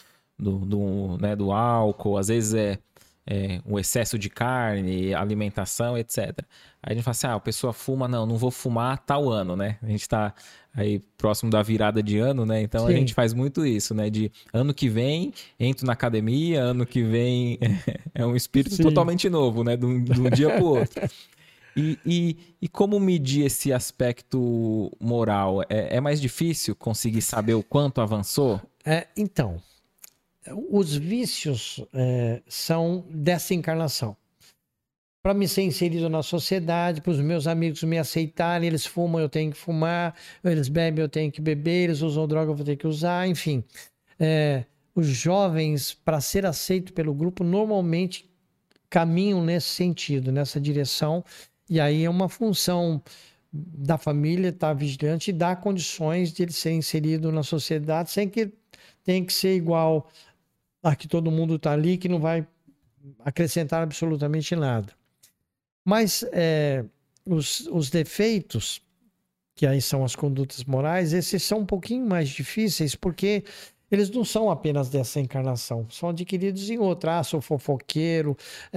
do álcool, às vezes um excesso de carne, alimentação, etc. Aí a gente fala assim, a pessoa fuma, não vou fumar tal ano, né? A gente tá aí próximo da virada de ano, né? Então Sim. A gente faz muito isso, né? De ano que vem, entro na academia, ano que vem é um espírito Sim. totalmente novo, né? De um dia pro outro. E como medir esse aspecto moral? É mais difícil conseguir saber o quanto avançou? Então, os vícios são dessa encarnação. Para me ser inserido na sociedade, para os meus amigos me aceitarem, eles fumam, eu tenho que fumar, eles bebem, eu tenho que beber, eles usam droga, eu vou ter que usar, enfim. Os jovens, para ser aceito pelo grupo, normalmente caminham nesse sentido, nessa direção, e aí é uma função da família estar vigilante e dar condições de ele ser inserido na sociedade sem que tenha que ser igual a que todo mundo está ali, que não vai acrescentar absolutamente nada. Mas os defeitos, que aí são as condutas morais, esses são um pouquinho mais difíceis, porque eles não são apenas dessa encarnação, são adquiridos em outra. Sou fofoqueiro,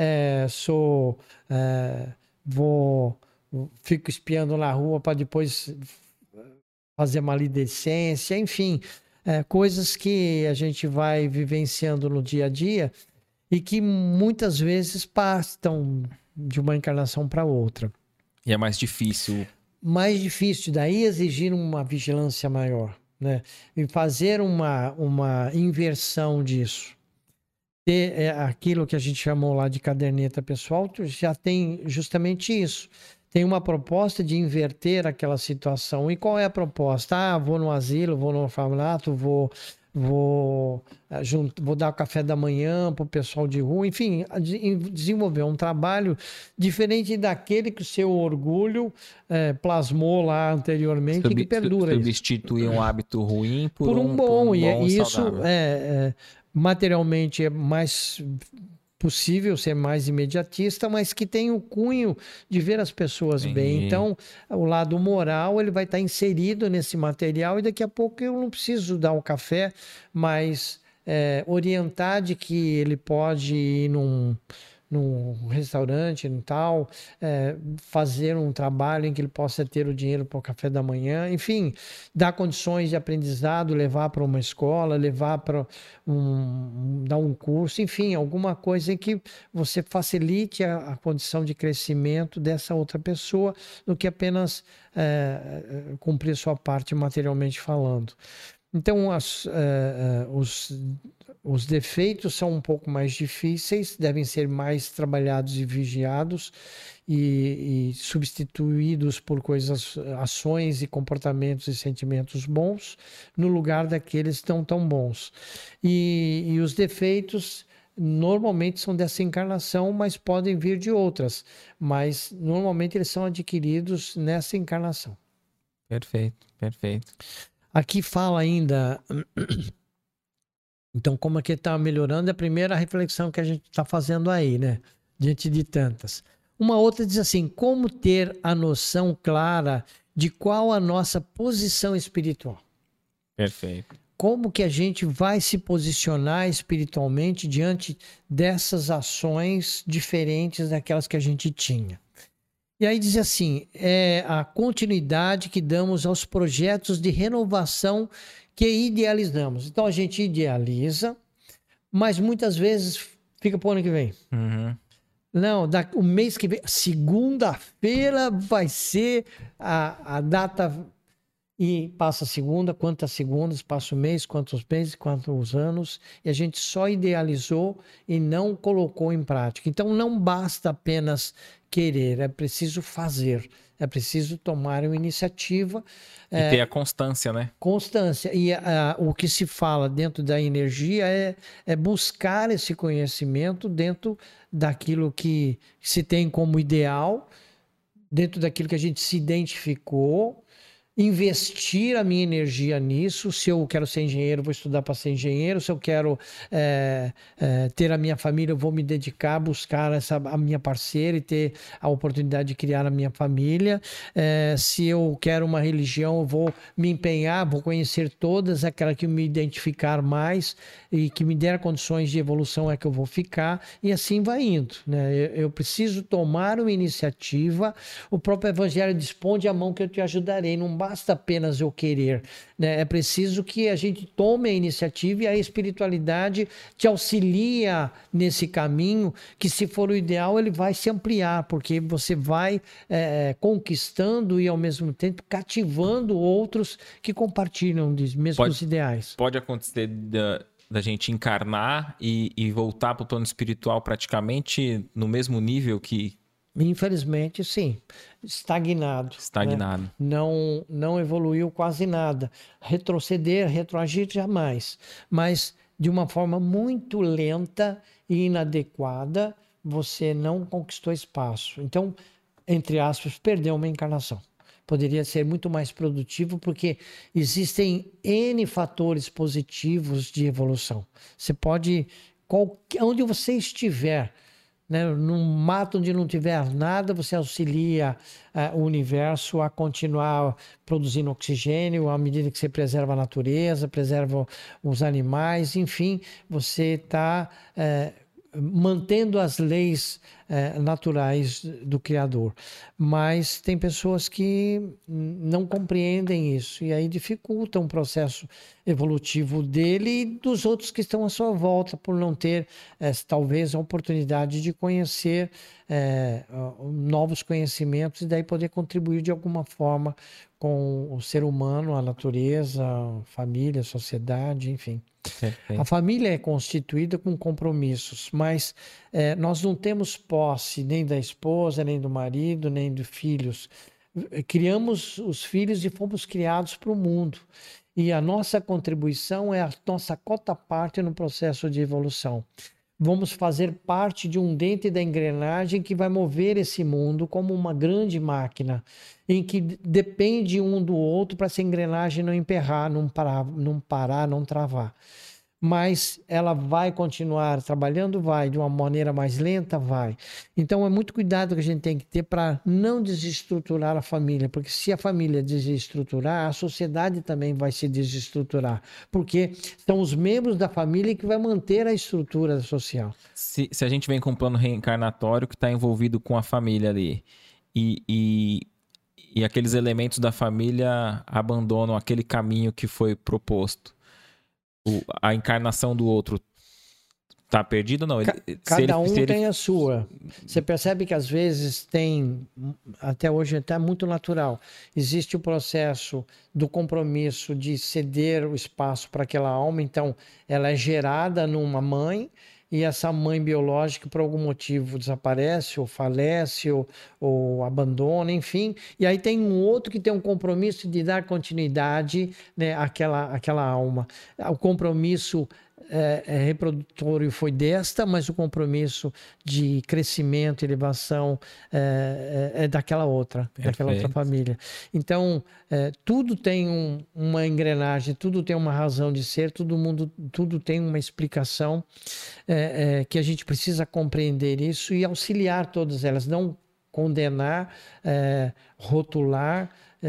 fico espiando na rua para depois fazer maledicência, enfim, coisas que a gente vai vivenciando no dia a dia e que muitas vezes passam de uma encarnação para outra. E é mais difícil mais difícil, daí exigir uma vigilância maior, né? E fazer uma inversão disso. Ter aquilo que a gente chamou lá de caderneta pessoal, já tem justamente isso. Tem uma proposta de inverter aquela situação. E qual é a proposta? Ah, vou no asilo, vou no orfanato, vou dar o café da manhã para o pessoal de rua. Enfim, desenvolver um trabalho diferente daquele que o seu orgulho plasmou lá anteriormente e que perdura. Substituir um hábito ruim por um bom. E isso saudável. Materialmente é mais possível ser mais imediatista, mas que tem o cunho de ver as pessoas bem. Então, o lado moral ele vai estar inserido nesse material e daqui a pouco eu não preciso dar o café, mas orientar de que ele pode ir num restaurante, no tal, fazer um trabalho em que ele possa ter o dinheiro para o café da manhã, enfim, dar condições de aprendizado, levar para uma escola, levar para dar um curso, enfim, alguma coisa em que você facilite a condição de crescimento dessa outra pessoa do que apenas cumprir sua parte materialmente falando. Então, os defeitos são um pouco mais difíceis, devem ser mais trabalhados e vigiados e substituídos por ações e comportamentos e sentimentos bons, no lugar daqueles não tão bons. E os defeitos normalmente são dessa encarnação, mas podem vir de outras. Mas normalmente eles são adquiridos nessa encarnação. Perfeito, perfeito. Aqui fala ainda... Então, como é que está melhorando? É a primeira reflexão que a gente está fazendo aí, né? Diante de tantas. Uma outra diz assim, como ter a noção clara de qual a nossa posição espiritual? Perfeito. Como que a gente vai se posicionar espiritualmente diante dessas ações diferentes daquelas que a gente tinha? E aí diz assim, é a continuidade que damos aos projetos de renovação que idealizamos. Então a gente idealiza, mas muitas vezes fica para o ano que vem. Uhum. Não, o mês que vem, segunda-feira vai ser a data, e passa a segunda, quantas segundas, passa o mês, quantos meses, quantos anos, e a gente só idealizou e não colocou em prática. Então não basta apenas querer, é preciso fazer. É preciso tomar uma iniciativa. E ter a constância, né? Constância. E o que se fala dentro da energia é buscar esse conhecimento dentro daquilo que se tem como ideal, dentro daquilo que a gente se identificou, investir a minha energia nisso. Se eu quero ser engenheiro, vou estudar para ser engenheiro. Se eu quero ter a minha família, eu vou me dedicar a buscar a minha parceira e ter a oportunidade de criar a minha família. Se eu quero uma religião, eu vou me empenhar, vou conhecer todas, aquela que me identificar mais e que me der condições de evolução é que eu vou ficar, e assim vai indo, né? Eu preciso tomar uma iniciativa. O próprio Evangelho diz, ponde a mão que eu te ajudarei. Não basta apenas eu querer, né? É preciso que a gente tome a iniciativa e a espiritualidade te auxilia nesse caminho, que se for o ideal ele vai se ampliar, porque você vai conquistando e ao mesmo tempo cativando outros que compartilham dos mesmos ideais. Pode acontecer da gente encarnar e voltar para o plano espiritual praticamente no mesmo nível que... Infelizmente, sim. Estagnado. Estagnado. Né? Não evoluiu quase nada. Retroceder, retroagir, jamais. Mas de uma forma muito lenta e inadequada, você não conquistou espaço. Então, entre aspas, perdeu uma encarnação. Poderia ser muito mais produtivo, porque existem N fatores positivos de evolução. Você pode, onde você estiver, né, num mato onde não tiver nada, você auxilia o universo a continuar produzindo oxigênio à medida que você preserva a natureza, preserva os animais, enfim, você está mantendo as leis naturais do Criador. Mas tem pessoas que não compreendem isso e aí dificultam o processo evolutivo dele e dos outros que estão à sua volta por não ter talvez a oportunidade de conhecer novos conhecimentos e daí poder contribuir de alguma forma com o ser humano, a natureza, a família, a sociedade, enfim. Perfeito. A família é constituída com compromissos, mas nós não temos posse nem da esposa, nem do marido, nem de filhos. Criamos os filhos e fomos criados para o mundo. E a nossa contribuição é a nossa cota-parte no processo de evolução. Vamos fazer parte de um dente da engrenagem que vai mover esse mundo como uma grande máquina, em que depende um do outro para essa engrenagem não emperrar, não parar, não travar. Mas ela vai continuar trabalhando? Vai. De uma maneira mais lenta? Vai. Então é muito cuidado que a gente tem que ter para não desestruturar a família, porque se a família desestruturar, a sociedade também vai se desestruturar, porque são os membros da família que vai manter a estrutura social. Se a gente vem com um plano reencarnatório que está envolvido com a família ali, e aqueles elementos da família abandonam aquele caminho que foi proposto, a encarnação do outro tá perdido ou não? Cada um tem a sua. Você percebe que às vezes tem, até hoje até muito natural, existe o processo do compromisso de ceder o espaço para aquela alma, então ela é gerada numa mãe, e essa mãe biológica por algum motivo desaparece, ou falece, ou abandona, enfim. E aí tem um outro que tem um compromisso de dar continuidade, né, àquela alma. O compromisso reprodutório foi desta, mas o compromisso de crescimento e elevação é daquela outra família. Então, tudo tem uma engrenagem, tudo tem uma razão de ser, tudo tem uma explicação que a gente precisa compreender isso e auxiliar todas elas, não condenar, rotular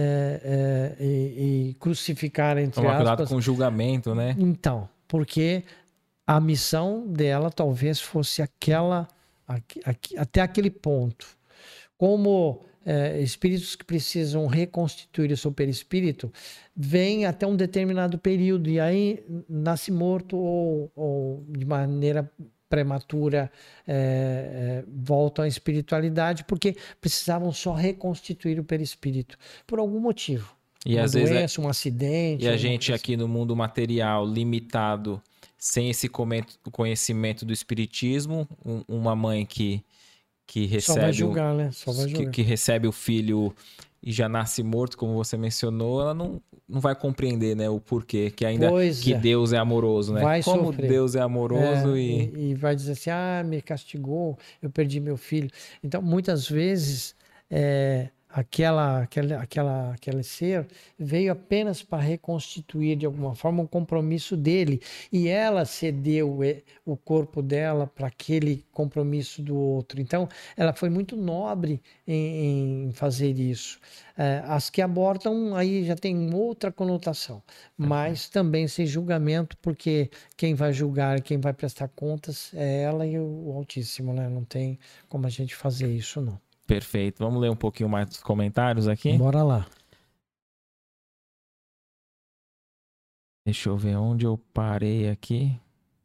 e crucificar, entre aspas. Cuidado com o julgamento, né? Então, porque a missão dela talvez fosse até aquele ponto. Como espíritos que precisam reconstituir o seu perispírito, vêm até um determinado período e aí nasce morto ou de maneira prematura voltam à espiritualidade porque precisavam só reconstituir o perispírito por algum motivo. E às vezes um acidente. E a gente aqui no mundo material limitado, sem esse conhecimento do espiritismo, uma mãe que recebe só vai julgar, né? Só vai julgar. Que recebe o filho e já nasce morto, como você mencionou, ela não vai compreender, né, o porquê, que ainda Deus é amoroso, né? Vai como sofrer. Deus é amoroso e vai dizer assim, me castigou, eu perdi meu filho. Então, muitas vezes aquele ser veio apenas para reconstituir de alguma forma um compromisso dele e ela cedeu o corpo dela para aquele compromisso do outro. Então ela foi muito nobre em fazer isso. As que abortam aí já tem outra conotação, mas também sem julgamento, porque quem vai julgar, quem vai prestar contas é ela e o Altíssimo, né? Não tem como a gente fazer isso, não. Perfeito. Vamos ler um pouquinho mais dos comentários aqui? Bora lá. Deixa eu ver onde eu parei aqui.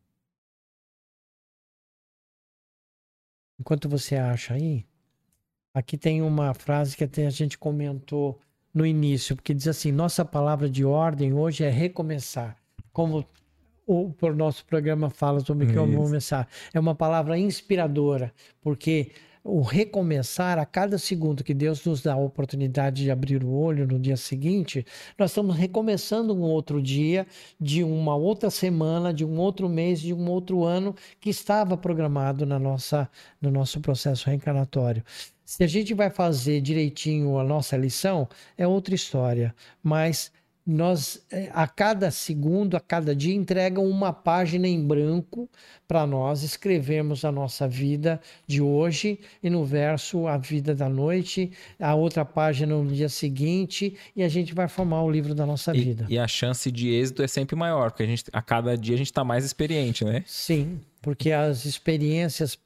Enquanto você acha aí, aqui tem uma frase que até a gente comentou no início, porque diz assim, nossa palavra de ordem hoje é recomeçar. Como o nosso programa fala sobre o que vamos começar. É uma palavra inspiradora, porque o recomeçar, a cada segundo que Deus nos dá a oportunidade de abrir o olho no dia seguinte, nós estamos recomeçando um outro dia, de uma outra semana, de um outro mês, de um outro ano que estava programado no nosso processo reencarnatório. Se a gente vai fazer direitinho a nossa lição, é outra história, mas nós, a cada segundo, a cada dia, entregam uma página em branco para nós escrevermos a nossa vida de hoje e no verso a vida da noite, a outra página no dia seguinte, e a gente vai formar o livro da nossa vida. E a chance de êxito é sempre maior, porque a cada dia a gente está mais experiente, né? Sim, porque as experiências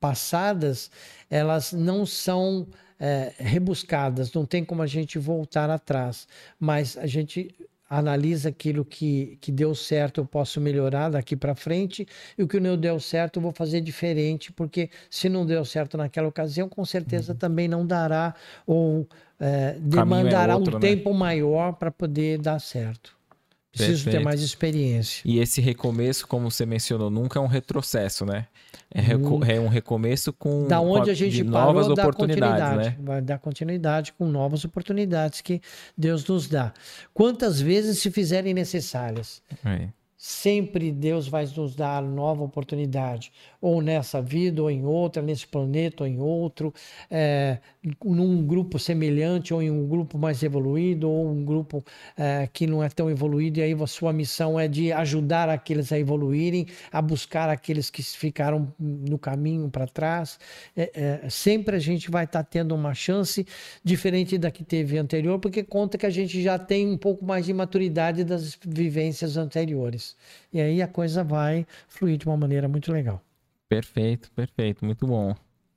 passadas, elas não são rebuscadas, não tem como a gente voltar atrás, mas a gente analisa aquilo que deu certo, eu posso melhorar daqui para frente, e o que não deu certo eu vou fazer diferente, porque se não deu certo naquela ocasião, com certeza também não dará, ou demandará outro, um tempo maior para poder dar certo. Preciso ter mais experiência. E esse recomeço, como você mencionou, nunca é um retrocesso, né? É um recomeço da onde a gente de parou, novas oportunidades, né? Vai dar continuidade com novas oportunidades que Deus nos dá. Quantas vezes se fizerem necessárias. Sempre Deus vai nos dar nova oportunidade, ou nessa vida, ou em outra, nesse planeta, ou em outro, num grupo semelhante, ou em um grupo mais evoluído, ou um grupo que não é tão evoluído, e aí a sua missão é de ajudar aqueles a evoluírem, a buscar aqueles que ficaram no caminho para trás. Sempre a gente vai estar tendo uma chance diferente da que teve anterior, porque conta que a gente já tem um pouco mais de maturidade das vivências anteriores. E aí a coisa vai fluir de uma maneira muito legal. Perfeito, perfeito. Muito bom.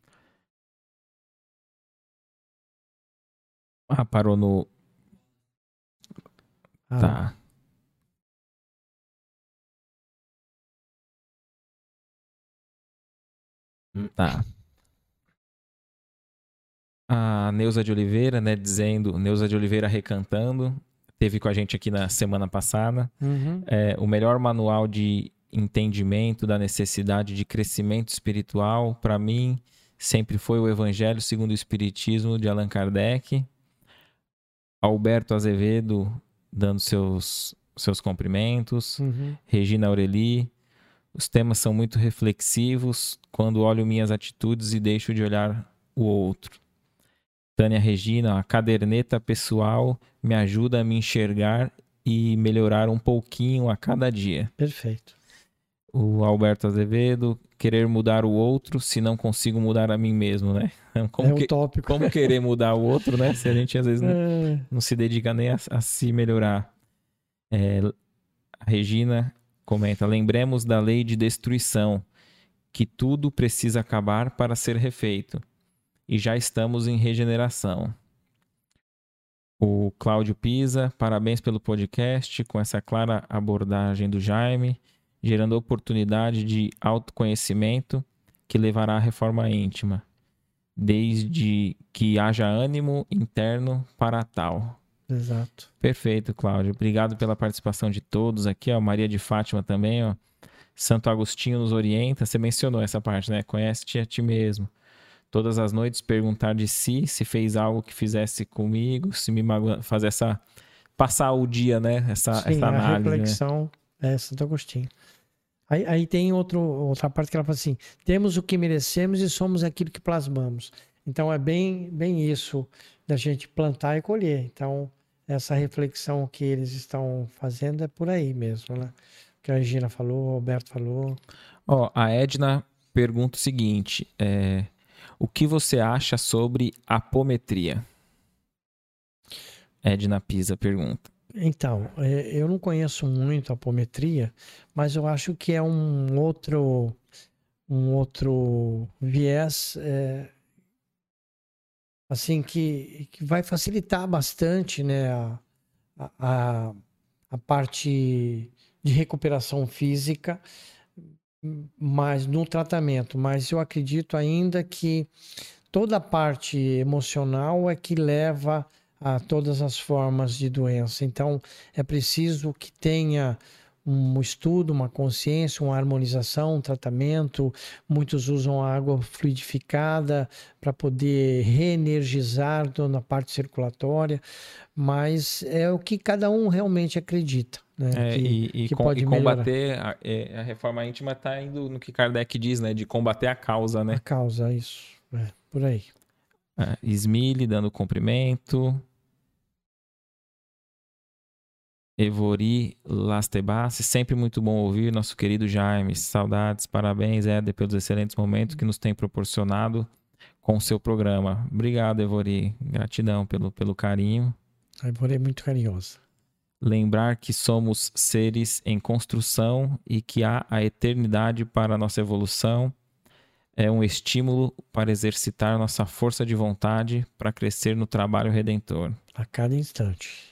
Parou no... Tá. Tá. A Neuza de Oliveira, né, Neuza de Oliveira recantando, teve com a gente aqui na semana passada. O melhor manual de entendimento da necessidade de crescimento espiritual, para mim, sempre foi o Evangelho segundo o Espiritismo de Allan Kardec. Alberto Azevedo dando seus cumprimentos. Regina Aureli. Os temas são muito reflexivos quando olho minhas atitudes e deixo de olhar o outro. Tânia Regina, a caderneta pessoal me ajuda a me enxergar e melhorar um pouquinho a cada dia. Perfeito. O Alberto Azevedo, querer mudar o outro se não consigo mudar a mim mesmo, né? Utópico. Como querer mudar o outro, né? Se a gente às vezes não se dedica nem a se melhorar. A Regina comenta, lembremos da lei de destruição, que tudo precisa acabar para ser refeito. E já estamos em regeneração. O Cláudio Pisa, parabéns pelo podcast, com essa clara abordagem do Jaime, gerando oportunidade de autoconhecimento que levará à reforma íntima, desde que haja ânimo interno para tal. Exato. Perfeito, Cláudio. Obrigado pela participação de todos aqui, ó. Maria de Fátima também, ó. Santo Agostinho nos orienta, você mencionou essa parte, né? Conhece-te a ti mesmo. Todas as noites perguntar de si, se fez algo que fizesse comigo, se me magoou, fazer passar o dia, né? Essa análise. A reflexão, né? Santo Agostinho. Aí tem outra parte que ela fala assim, temos o que merecemos e somos aquilo que plasmamos. Então é bem isso da gente plantar e colher. Então essa reflexão que eles estão fazendo é por aí mesmo, né? O que a Regina falou, o Alberto falou. A Edna pergunta o seguinte, o que você acha sobre apometria? Edna Pisa pergunta. Então, eu não conheço muito a apometria, mas eu acho que é um outro viés assim que vai facilitar bastante, né, a parte de recuperação física, mas no tratamento. Mas eu acredito ainda que toda a parte emocional é que leva a todas as formas de doença. Então, é preciso que tenha um estudo, uma consciência, uma harmonização, um tratamento. Muitos usam a água fluidificada para poder reenergizar na parte circulatória, mas é o que cada um realmente acredita. Né? Que pode combater a reforma íntima está indo no que Kardec diz, né? De combater a causa, né? A causa, isso. Por aí. Smile dando cumprimento. Evori Lastebassi, sempre muito bom ouvir nosso querido Jaime. Saudades, parabéns, Éder, pelos excelentes momentos que nos tem proporcionado com o seu programa. Obrigado, Evori. Gratidão pelo carinho. A Evori é muito carinhosa. Lembrar que somos seres em construção e que há a eternidade para a nossa evolução. é um estímulo para exercitar nossa força de vontade para crescer no trabalho redentor. A cada instante.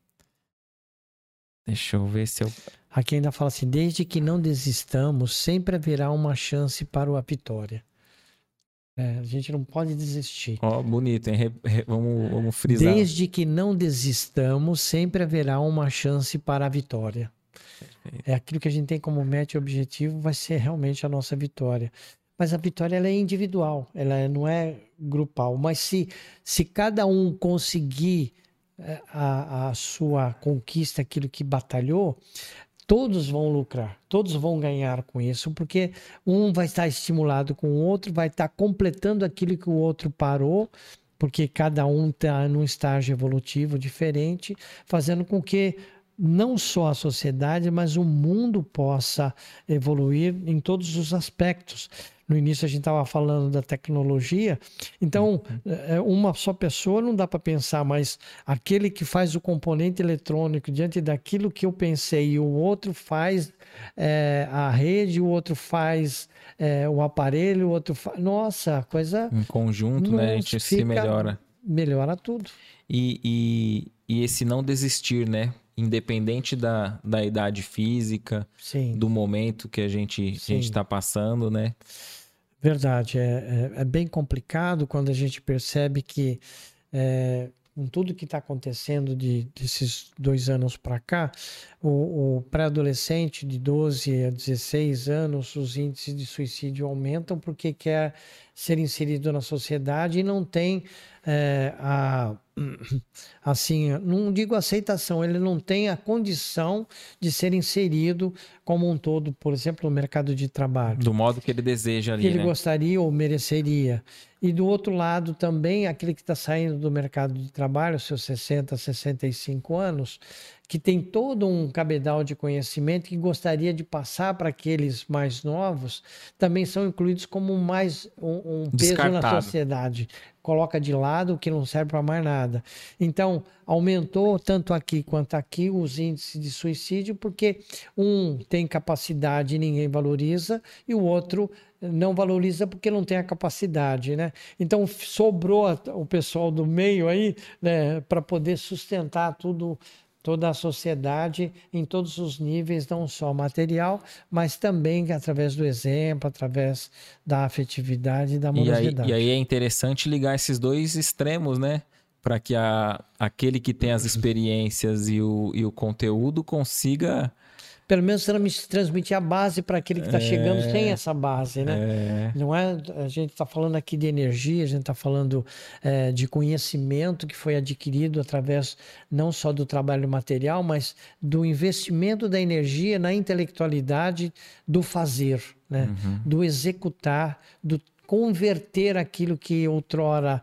Deixa eu ver se eu... Aqui ainda fala assim, desde que não desistamos, sempre haverá uma chance para a vitória. A gente não pode desistir. Ó, bonito, hein? Vamos frisar. Desde que não desistamos, sempre haverá uma chance para a vitória. É aquilo que a gente tem como meta e objetivo, vai ser realmente a nossa vitória. Mas a vitória ela é individual, ela não é grupal. Mas se cada um conseguir a sua conquista, aquilo que batalhou, todos vão lucrar, todos vão ganhar com isso, porque um vai estar estimulado com o outro, vai estar completando aquilo que o outro parou, porque cada um está num estágio evolutivo diferente, fazendo com que não só a sociedade, mas o mundo possa evoluir em todos os aspectos. No início a gente estava falando da tecnologia, então uma só pessoa não dá para pensar, mas aquele que faz o componente eletrônico diante daquilo que eu pensei e o outro faz a rede, o outro faz o aparelho, o outro faz... Nossa, coisa... Em conjunto, né? A gente se melhora. Melhora tudo. E esse não desistir, né? Independente da idade física, Sim. do momento que a gente está passando, né? Verdade, é bem complicado quando a gente percebe que com tudo que está acontecendo desses 2 anos para cá, o pré-adolescente de 12 a 16 anos, os índices de suicídio aumentam porque quer ser inserido na sociedade e não tem assim, não digo aceitação, ele não tem a condição de ser inserido como um todo, por exemplo, no mercado de trabalho. Do modo que ele deseja ali, que ele gostaria ou mereceria. E do outro lado também, aquele que está saindo do mercado de trabalho, seus 60, 65 anos, que tem todo um cabedal de conhecimento que gostaria de passar para aqueles mais novos, também são incluídos como mais um peso na sociedade. Coloca de lado o que não serve para mais nada. Então, aumentou tanto aqui quanto aqui os índices de suicídio, porque um tem capacidade e ninguém valoriza, e o outro não valoriza porque não tem a capacidade, né? Então, sobrou o pessoal do meio aí, né, para poder sustentar toda a sociedade em todos os níveis, não só material, mas também através do exemplo, através da afetividade e da amorosidade. E aí é interessante ligar esses dois extremos, né? Para que aquele que tem as experiências e o conteúdo consiga... Pelo menos transmitir a base para aquele que está chegando sem essa base, né? Não é, a gente está falando aqui de energia, a gente está falando de conhecimento que foi adquirido através não só do trabalho material, mas do investimento da energia na intelectualidade do fazer, né? Do executar, do converter aquilo que outrora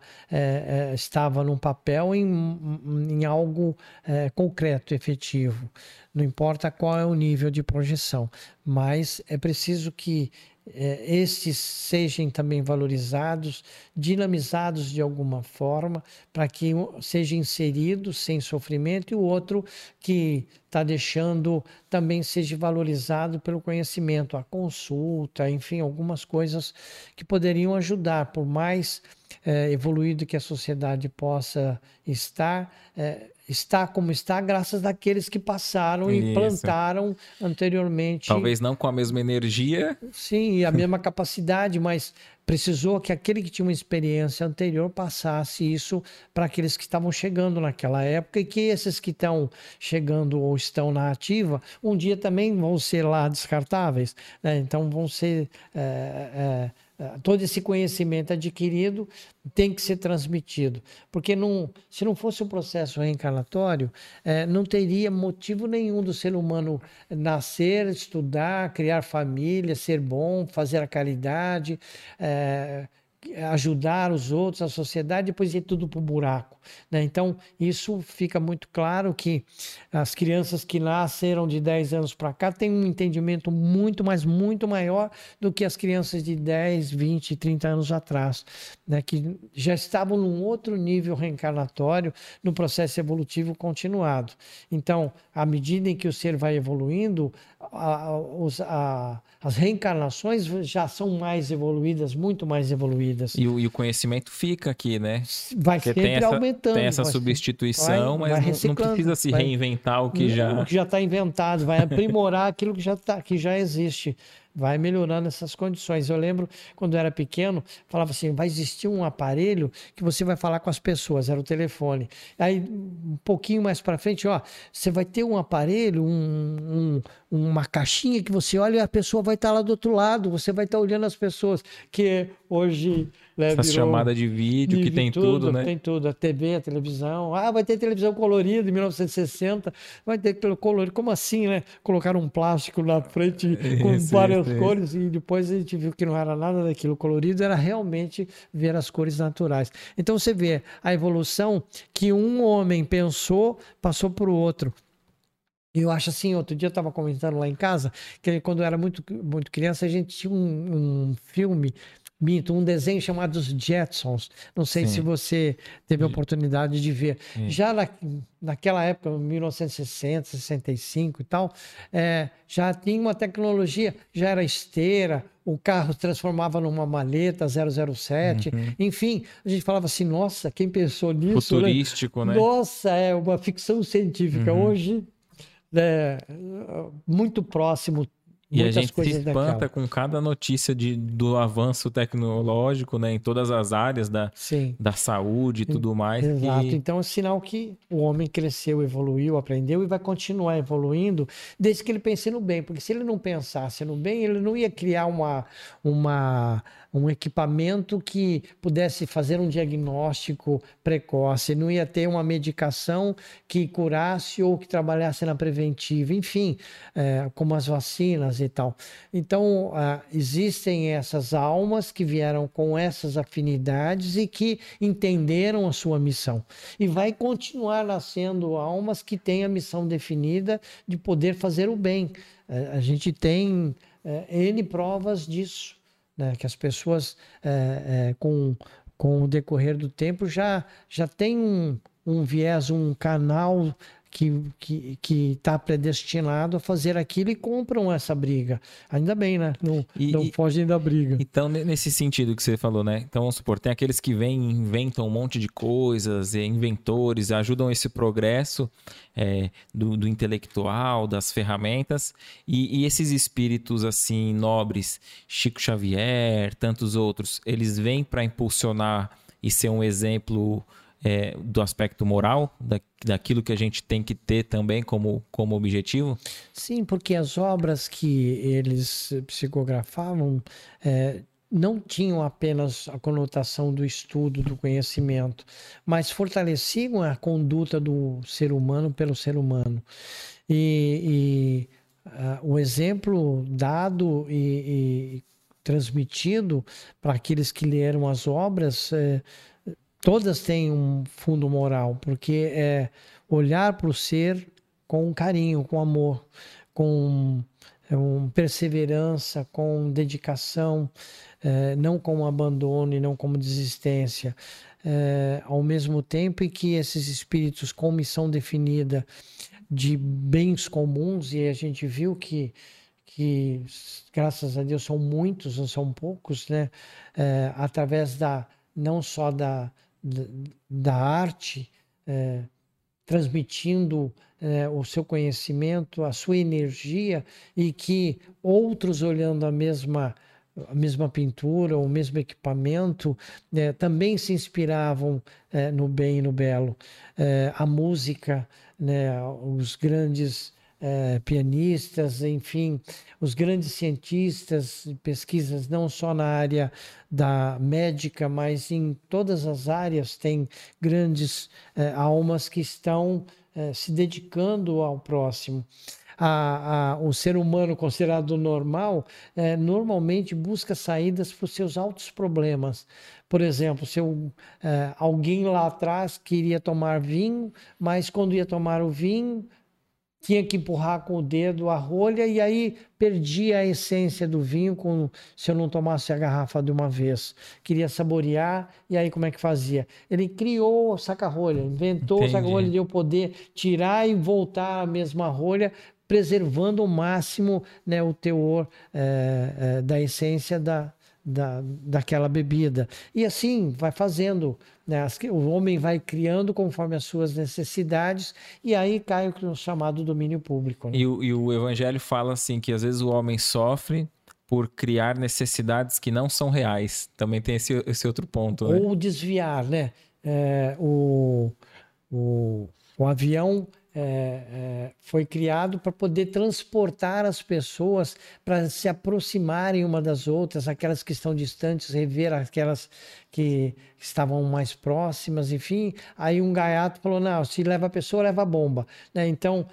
estava num papel em algo concreto, efetivo. Não importa qual é o nível de projeção, mas é preciso que estes sejam também valorizados, dinamizados de alguma forma, para que um seja inserido sem sofrimento e o outro que está deixando também seja valorizado pelo conhecimento, a consulta, enfim, algumas coisas que poderiam ajudar, por mais evoluído que a sociedade possa estar, está como está, graças àqueles que passaram e plantaram anteriormente. Talvez não com a mesma energia. Sim, e a mesma capacidade, mas precisou que aquele que tinha uma experiência anterior passasse isso para aqueles que estavam chegando naquela época e que esses que estão chegando ou estão na ativa, um dia também vão ser lá descartáveis, né? Então vão ser... todo esse conhecimento adquirido tem que ser transmitido, porque se não fosse um processo reencarnatório, não teria motivo nenhum do ser humano nascer, estudar, criar família, ser bom, fazer a caridade, ajudar os outros, a sociedade, depois ir tudo para o buraco, né? Então, isso fica muito claro que as crianças que nasceram de 10 anos para cá têm um entendimento muito, mas muito maior do que as crianças de 10, 20, 30 anos atrás, né? Que já estavam num outro nível reencarnatório, no processo evolutivo continuado. Então, à medida em que o ser vai evoluindo, as reencarnações já são mais evoluídas, muito mais evoluídas. E o conhecimento fica aqui, né? Vai Porque sempre aumentando. tem essa substituição, vai mas não precisa se reinventar o que já está inventado, vai aprimorar aquilo que já existe. Vai melhorando essas condições. Eu lembro, quando eu era pequeno, falava assim, vai existir um aparelho que você vai falar com as pessoas, era o telefone. Aí, um pouquinho mais para frente, ó, você vai ter um aparelho, uma caixinha que você olha e a pessoa vai estar lá do outro lado, você vai estar olhando as pessoas, que hoje... Né, essa chamada de vídeo, que tem tudo, né? Tem tudo, a TV, a televisão. Ah, vai ter televisão colorida em 1960, vai ter colorido. Como assim, né? Colocaram um plástico na frente com várias cores e depois a gente viu que não era nada daquilo. O colorido era realmente ver as cores naturais. Então você vê a evolução que um homem pensou, passou para o outro. Eu acho assim, outro dia eu estava comentando lá em casa, que quando eu era muito criança, a gente tinha um filme, um desenho chamado Os Jetsons. Não sei se você teve a oportunidade de ver. Já naquela época, 1960, 65 e tal, já tinha uma tecnologia, já era esteira, o carro transformava numa maleta 007, enfim, a gente falava assim, nossa, quem pensou nisso? Futurístico, né? Nossa, é uma ficção científica. Hoje... muito próximo. E a gente se espanta com cada notícia do avanço tecnológico, né, em todas as áreas da saúde e tudo mais. Exato. Então é sinal que o homem cresceu, evoluiu, aprendeu e vai continuar evoluindo desde que ele pense no bem. Porque se ele não pensasse no bem, ele não ia criar um equipamento que pudesse fazer um diagnóstico precoce, não ia ter uma medicação que curasse ou que trabalhasse na preventiva, enfim, como as vacinas e tal. Então, existem essas almas que vieram com essas afinidades e que entenderam a sua missão. E vai continuar nascendo almas que têm a missão definida de poder fazer o bem. A gente tem N provas disso. Né, que as pessoas, com o decorrer do tempo, já tem um viés, um canal que está predestinado a fazer aquilo e compram essa briga. Ainda bem, né? Não fogem da briga. Então, nesse sentido que você falou, né? Então, vamos supor, tem aqueles que vêm e inventam um monte de coisas, inventores, ajudam esse progresso do intelectual, das ferramentas, e esses espíritos, assim, nobres, Chico Xavier, tantos outros, eles vêm para impulsionar e ser um exemplo... do aspecto moral, daquilo que a gente tem que ter também como objetivo? Sim, porque as obras que eles psicografavam não tinham apenas a conotação do estudo, do conhecimento, mas fortaleciam a conduta do ser humano pelo ser humano. O exemplo dado e transmitido para aqueles que leram as obras... todas têm um fundo moral, porque é olhar para o ser com carinho, com amor, com perseverança, com dedicação, não com abandono e não como desistência. Ao mesmo tempo em que esses espíritos com missão definida de bens comuns, e a gente viu que graças a Deus são muitos, não são poucos, né? Através não só da arte, transmitindo o seu conhecimento, a sua energia, e que outros olhando a mesma pintura, o mesmo equipamento, também se inspiravam no bem e no belo. A música, né, os grandes pianistas, enfim, os grandes cientistas, pesquisas não só na área da médica, mas em todas as áreas, tem grandes almas que estão se dedicando ao próximo. O ser humano considerado normal, normalmente busca saídas para os seus altos problemas. Por exemplo, se alguém lá atrás queria tomar vinho, mas quando ia tomar o vinho, tinha que empurrar com o dedo a rolha e aí perdia a essência do vinho se eu não tomasse a garrafa de uma vez. Queria saborear, e aí como é que fazia? Ele criou o saca-rolha, inventou o saca-rolha de eu poder tirar e voltar a mesma rolha, preservando ao máximo, né, o teor da essência daquela bebida. E assim vai fazendo, né? O homem vai criando conforme as suas necessidades, e aí cai o chamado domínio público, né? E o Evangelho fala assim que às vezes o homem sofre por criar necessidades que não são reais. Também tem esse outro ponto, né? Ou desviar, né? O avião foi criado para poder transportar as pessoas para se aproximarem uma das outras, aquelas que estão distantes, rever aquelas que estavam mais próximas, enfim. Aí um gaiato falou, não, se leva a pessoa, leva a bomba, né? Então,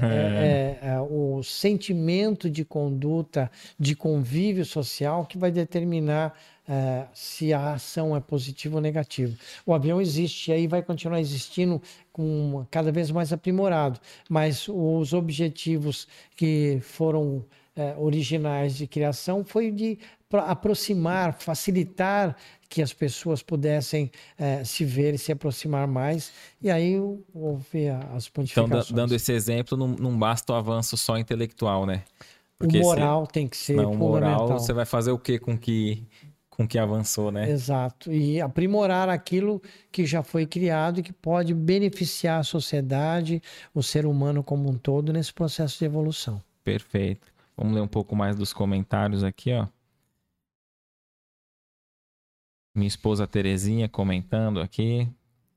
o sentimento de conduta, de convívio social que vai determinar se a ação é positiva ou negativa. O avião existe e aí vai continuar existindo cada vez mais aprimorado, mas os objetivos que foram originais de criação foi de aproximar, facilitar que as pessoas pudessem se ver e se aproximar mais, e aí houve as pontificações. Então, dando esse exemplo, não basta o avanço só intelectual, né? Porque o moral tem que ser fundamental. Moral, você vai fazer o quê com que avançou, né? Exato. E aprimorar aquilo que já foi criado e que pode beneficiar a sociedade, o ser humano como um todo nesse processo de evolução. Perfeito. Vamos ler um pouco mais dos comentários aqui, ó. Minha esposa Terezinha comentando aqui.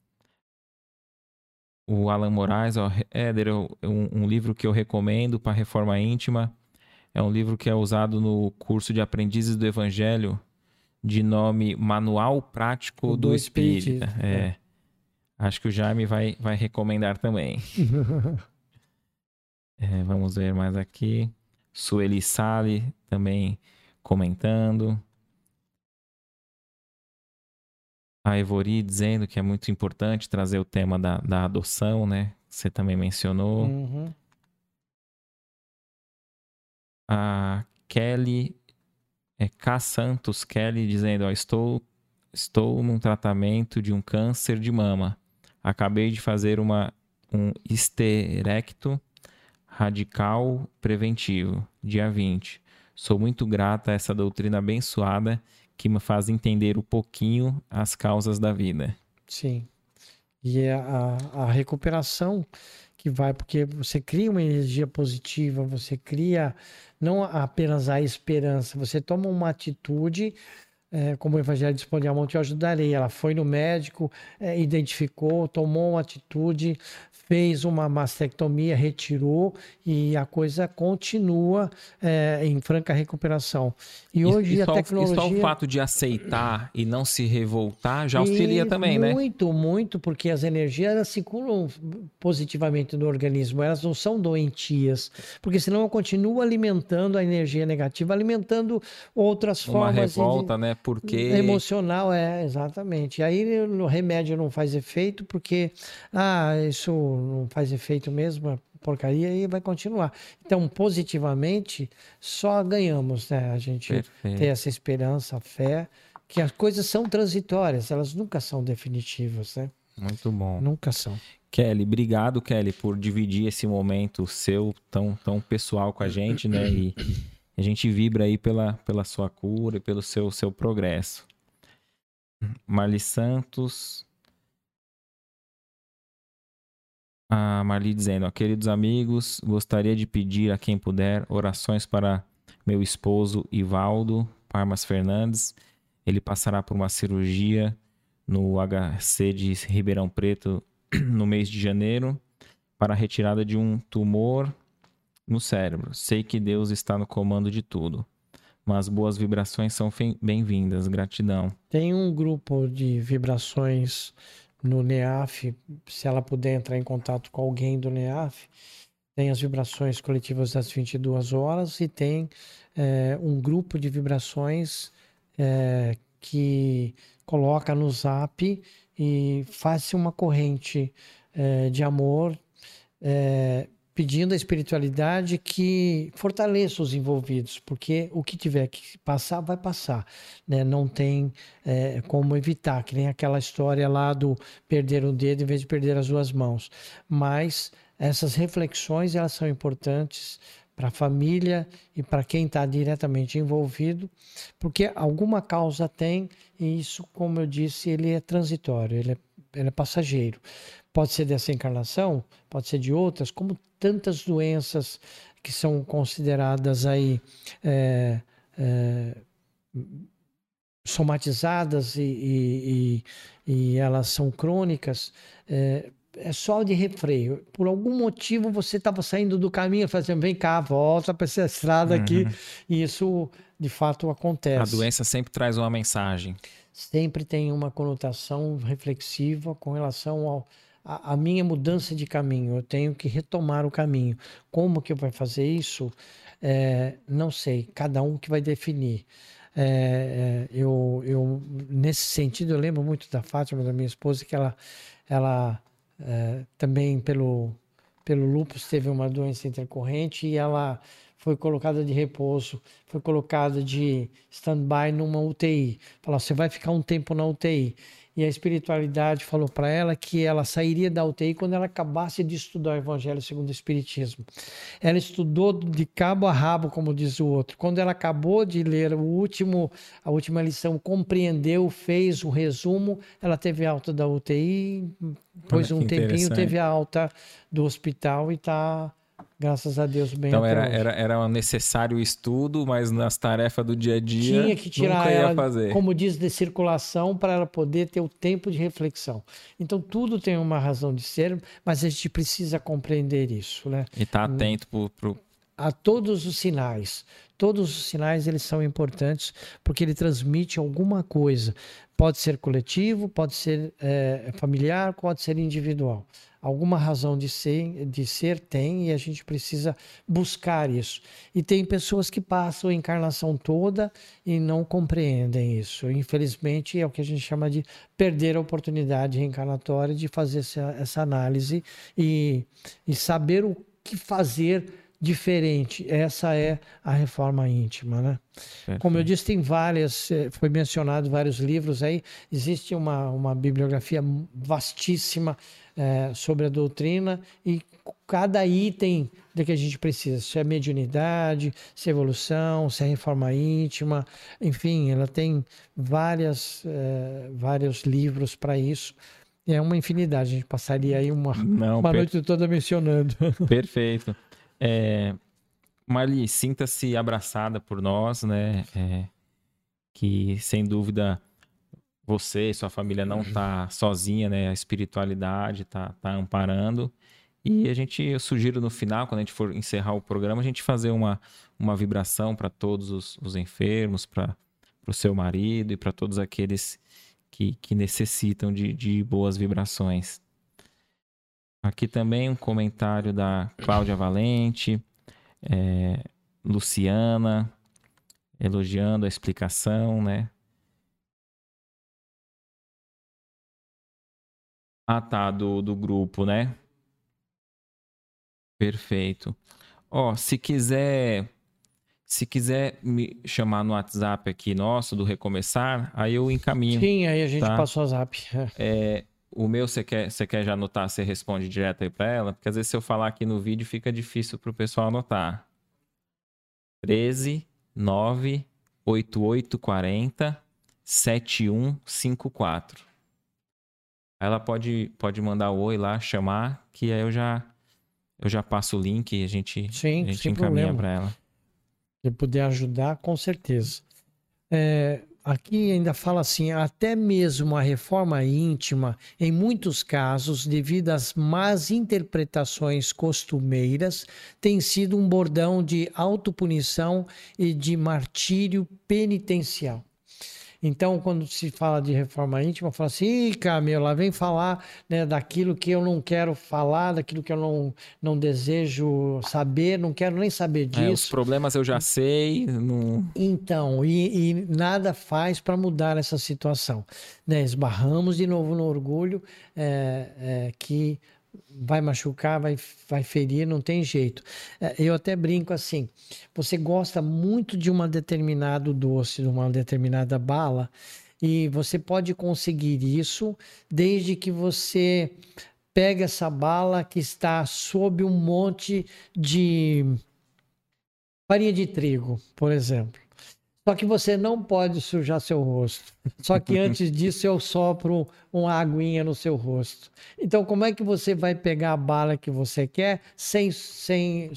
O Alan Moraes, ó, Éder, um livro que eu recomendo para reforma íntima. É um livro que é usado no curso de aprendizes do Evangelho, de nome Manual Prático do Espírita. Acho que o Jaime vai recomendar também. Vamos ver mais aqui. Sueli Sale também comentando. A Evori dizendo que é muito importante trazer o tema da adoção, né? Você também mencionou. Uhum. A Kelly, K. Santos Kelly dizendo, ó, estou num tratamento de um câncer de mama. Acabei de fazer um histerecto radical preventivo, dia 20. Sou muito grata a essa doutrina abençoada que me faz entender um pouquinho as causas da vida. Sim. E é a recuperação que vai, porque você cria uma energia positiva, você cria não apenas a esperança, você toma uma atitude, como o Evangelho diz, Pão de Amor, te ajudarei. Ela foi no médico, identificou, tomou uma atitude, fez uma mastectomia, retirou e a coisa continua em franca recuperação. E hoje a tecnologia... E só o fato de aceitar e não se revoltar já auxilia também, né? Muito, porque as energias elas circulam positivamente no organismo, elas não são doentias, porque senão eu continuo alimentando a energia negativa, alimentando outras formas... Uma revolta, né? Porque... Emocional, exatamente. E aí o remédio não faz efeito porque, isso não faz efeito mesmo, porcaria, e vai continuar. Então, positivamente, só ganhamos, né? A gente ter essa esperança, a fé, que as coisas são transitórias, elas nunca são definitivas, né? Muito bom. Nunca são. Kelly, obrigado, Kelly, por dividir esse momento seu tão pessoal com a gente, né? E a gente vibra aí pela sua cura e pelo seu progresso. Marli Santos. A Marli dizendo, ó, queridos amigos, gostaria de pedir a quem puder orações para meu esposo Ivaldo Parmas Fernandes. Ele passará por uma cirurgia no HC de Ribeirão Preto no mês de janeiro para a retirada de um tumor no cérebro. Sei que Deus está no comando de tudo, mas boas vibrações são bem-vindas. Gratidão. Tem um grupo de vibrações no NEAF, se ela puder entrar em contato com alguém do NEAF, tem as vibrações coletivas das 22 horas e tem um grupo de vibrações que coloca no Zap e faz uma corrente de amor, pedindo a espiritualidade que fortaleça os envolvidos, porque o que tiver que passar, vai passar, né? Não tem como evitar, que nem aquela história lá do perder um dedo em vez de perder as duas mãos. Mas essas reflexões elas são importantes para a família e para quem está diretamente envolvido, porque alguma causa tem, e isso, como eu disse, ele é transitório, ele é passageiro. Pode ser dessa encarnação, pode ser de outras, como tantas doenças que são consideradas aí somatizadas e elas são crônicas, é só de refreio. Por algum motivo você estava saindo do caminho, fazendo, vem cá, volta para essa estrada aqui, e isso de fato acontece. A doença sempre traz uma mensagem. Sempre tem uma conotação reflexiva com relação à minha mudança de caminho. Eu tenho que retomar o caminho. Como que eu vou fazer isso? Não sei, cada um que vai definir. Nesse sentido, eu lembro muito da Fátima, da minha esposa, que ela também pelo lúpus teve uma doença intercorrente e ela foi colocada de repouso, foi colocada de stand-by numa UTI. Falou, você vai ficar um tempo na UTI. E a espiritualidade falou para ela que ela sairia da UTI quando ela acabasse de estudar o Evangelho segundo o Espiritismo. Ela estudou de cabo a rabo, como diz o outro. Quando ela acabou de ler a última lição, compreendeu, fez o resumo, ela teve alta da UTI, depois de um tempinho teve a alta do hospital e está... Graças a Deus, bem então era necessário o estudo, mas nas tarefas do dia a dia tinha que tirar nunca ia ela, fazer. Como diz, de circulação para ela poder ter o tempo de reflexão. Então tudo tem uma razão de ser, mas a gente precisa compreender isso, né? E estar atento a todos os sinais. Todos os sinais eles são importantes porque ele transmite alguma coisa. Pode ser coletivo, pode ser familiar, pode ser individual. Alguma razão de ser tem e a gente precisa buscar isso. E tem pessoas que passam a encarnação toda e não compreendem isso. Infelizmente é o que a gente chama de perder a oportunidade reencarnatória de fazer essa análise e saber o que fazer diferente. Essa é a reforma íntima, né? Perfeito. Como eu disse, tem várias, foi mencionado vários livros aí, existe uma bibliografia vastíssima sobre a doutrina e cada item do que a gente precisa, se é mediunidade, se é evolução, se é reforma íntima, enfim, ela tem vários livros para isso. É uma infinidade, a gente passaria aí uma noite toda mencionando. Perfeito. Marli, sinta-se abraçada por nós, né? Que sem dúvida você e sua família não tá sozinha, né? A espiritualidade tá amparando. E eu sugiro no final, quando a gente for encerrar o programa, a gente fazer uma vibração para todos os enfermos, para o seu marido e para todos aqueles que necessitam de boas vibrações. Aqui também um comentário da Cláudia Valente, Luciana, elogiando a explicação, né? Ah, tá, do grupo, né? Perfeito. Se quiser me chamar no WhatsApp aqui nosso, do Recomeçar, aí eu encaminho. Sim, aí a gente passa o WhatsApp. O meu, você quer já anotar, você responde direto aí para ela? Porque às vezes se eu falar aqui no vídeo fica difícil para o pessoal anotar. 13 9 8840 7154. Aí ela pode mandar o oi lá, chamar, que aí eu já passo o link e a gente encaminha para ela. Se puder ajudar, com certeza. Aqui ainda fala assim, até mesmo a reforma íntima, em muitos casos, devido às más interpretações costumeiras, tem sido um bordão de autopunição e de martírio penitencial. Então, quando se fala de reforma íntima, fala assim, ih, Camila, lá vem falar, né, daquilo que eu não quero falar, daquilo que eu não desejo saber, não quero nem saber disso. Os problemas eu já sei. Não... Então, e nada faz para mudar essa situação. Né? Esbarramos de novo no orgulho que vai machucar, vai ferir, não tem jeito. Eu até brinco assim, você gosta muito de um determinado doce, de uma determinada bala, e você pode conseguir isso desde que você pega essa bala que está sob um monte de farinha de trigo, por exemplo. Só que você não pode sujar seu rosto. Só que antes disso eu sopro uma aguinha no seu rosto. Então, como é que você vai pegar a bala que você quer sem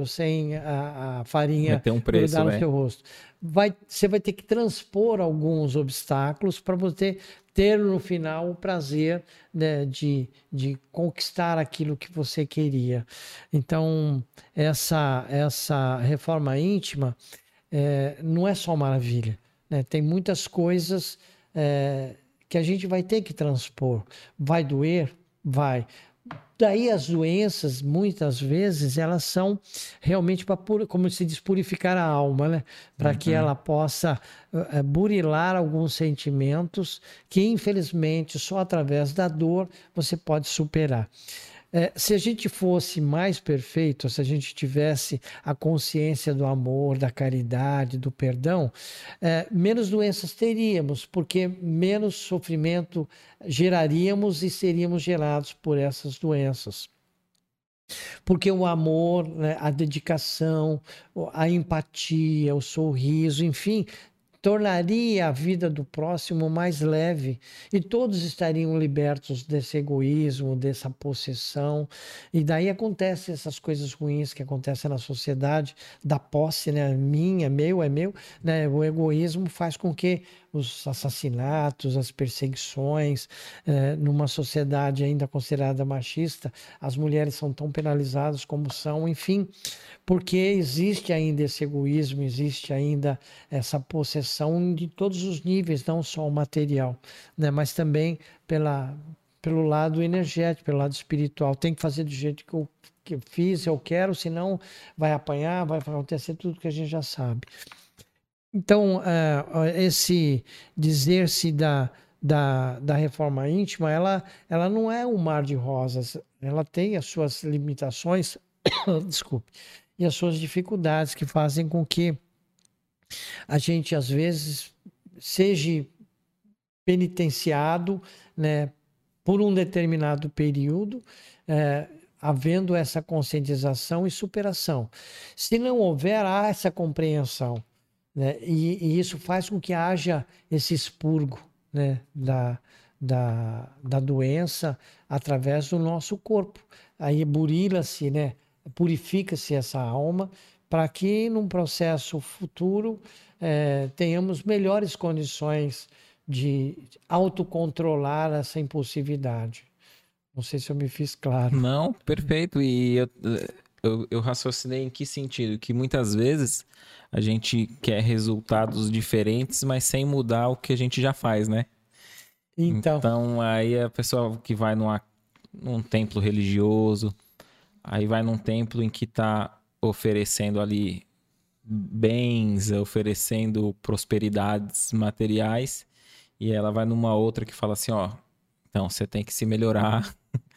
a farinha Vai ter um preço, grudar no né? seu rosto? Você vai ter que transpor alguns obstáculos para você ter no final o prazer, né, de conquistar aquilo que você queria. Então, essa reforma íntima não é só maravilha, né? Tem muitas coisas que a gente vai ter que transpor. Vai doer? Vai. Daí as doenças, muitas vezes, elas são realmente para, como se diz, purificar a alma, né? Para que ela possa burilar alguns sentimentos que, infelizmente, só através da dor você pode superar. Se a gente fosse mais perfeito, se a gente tivesse a consciência do amor, da caridade, do perdão, menos doenças teríamos, porque menos sofrimento geraríamos e seríamos gerados por essas doenças. Porque o amor, né, a dedicação, a empatia, o sorriso, enfim, tornaria a vida do próximo mais leve e todos estariam libertos desse egoísmo, dessa possessão. E daí acontecem essas coisas ruins que acontecem na sociedade, da posse, né? Minha, meu, é meu, né? O egoísmo faz com que os assassinatos, as perseguições, numa sociedade ainda considerada machista, as mulheres são tão penalizadas como são, enfim, porque existe ainda esse egoísmo, existe ainda essa possessão de todos os níveis, não só o material, né? Mas também pelo lado energético, pelo lado espiritual. Tem que fazer do jeito que eu fiz, eu quero, senão vai apanhar, vai acontecer tudo que a gente já sabe. Então, esse dizer-se da reforma íntima, ela não é um mar de rosas, ela tem as suas limitações, desculpe, e as suas dificuldades que fazem com que a gente, às vezes, seja penitenciado, né, por um determinado período, havendo essa conscientização e superação. Se não houver, há essa compreensão, né, e isso faz com que haja esse expurgo, né, da doença através do nosso corpo. Aí burila-se, né, purifica-se essa alma para que num processo futuro tenhamos melhores condições de autocontrolar essa impulsividade. Não sei se eu me fiz claro. Não, perfeito. E eu raciocinei em que sentido? Que muitas vezes a gente quer resultados diferentes, mas sem mudar o que a gente já faz, né? Então aí a pessoa que vai num templo religioso, aí vai num templo em que está oferecendo ali bens, oferecendo prosperidades materiais, e ela vai numa outra que fala assim, ó, então você tem que se melhorar.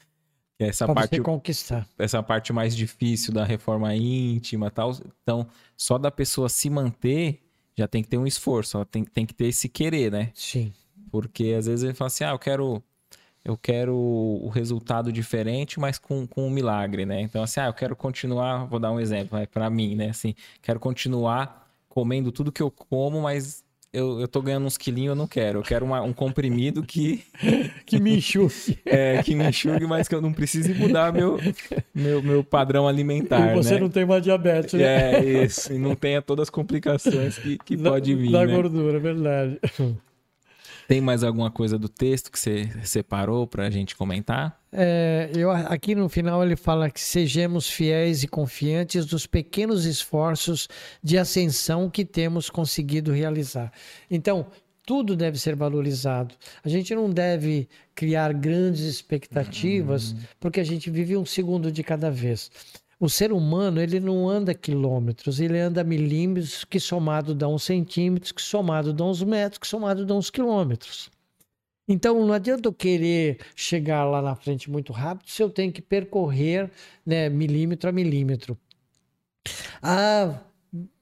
Você conquistar. Essa parte mais difícil da reforma íntima e tal. Então, só da pessoa se manter, já tem que ter um esforço, ela tem que ter esse querer, né? Sim. Porque às vezes ele fala assim, eu quero o resultado diferente, mas com um milagre, né? Então, assim, eu quero continuar, vou dar um exemplo, para mim, né? Assim, quero continuar comendo tudo que eu como, mas eu tô ganhando uns quilinhos, eu não quero. Eu quero um comprimido que me enxugue. Que me enxugue, mas que eu não precise mudar meu padrão alimentar, e você né? não tem mais diabetes, né? É, isso. E não tenha todas as complicações que pode vir, da né? gordura, é verdade. Tem mais alguma coisa do texto que você separou para a gente comentar? Aqui no final ele fala que sejamos fiéis e confiantes dos pequenos esforços de ascensão que temos conseguido realizar. Então, tudo deve ser valorizado. A gente não deve criar grandes expectativas, porque a gente vive um segundo de cada vez. O ser humano, ele não anda quilômetros, ele anda milímetros, que somado dá uns centímetros, que somado dá uns metros, que somado dá uns quilômetros. Então, não adianta eu querer chegar lá na frente muito rápido se eu tenho que percorrer, né, milímetro a milímetro.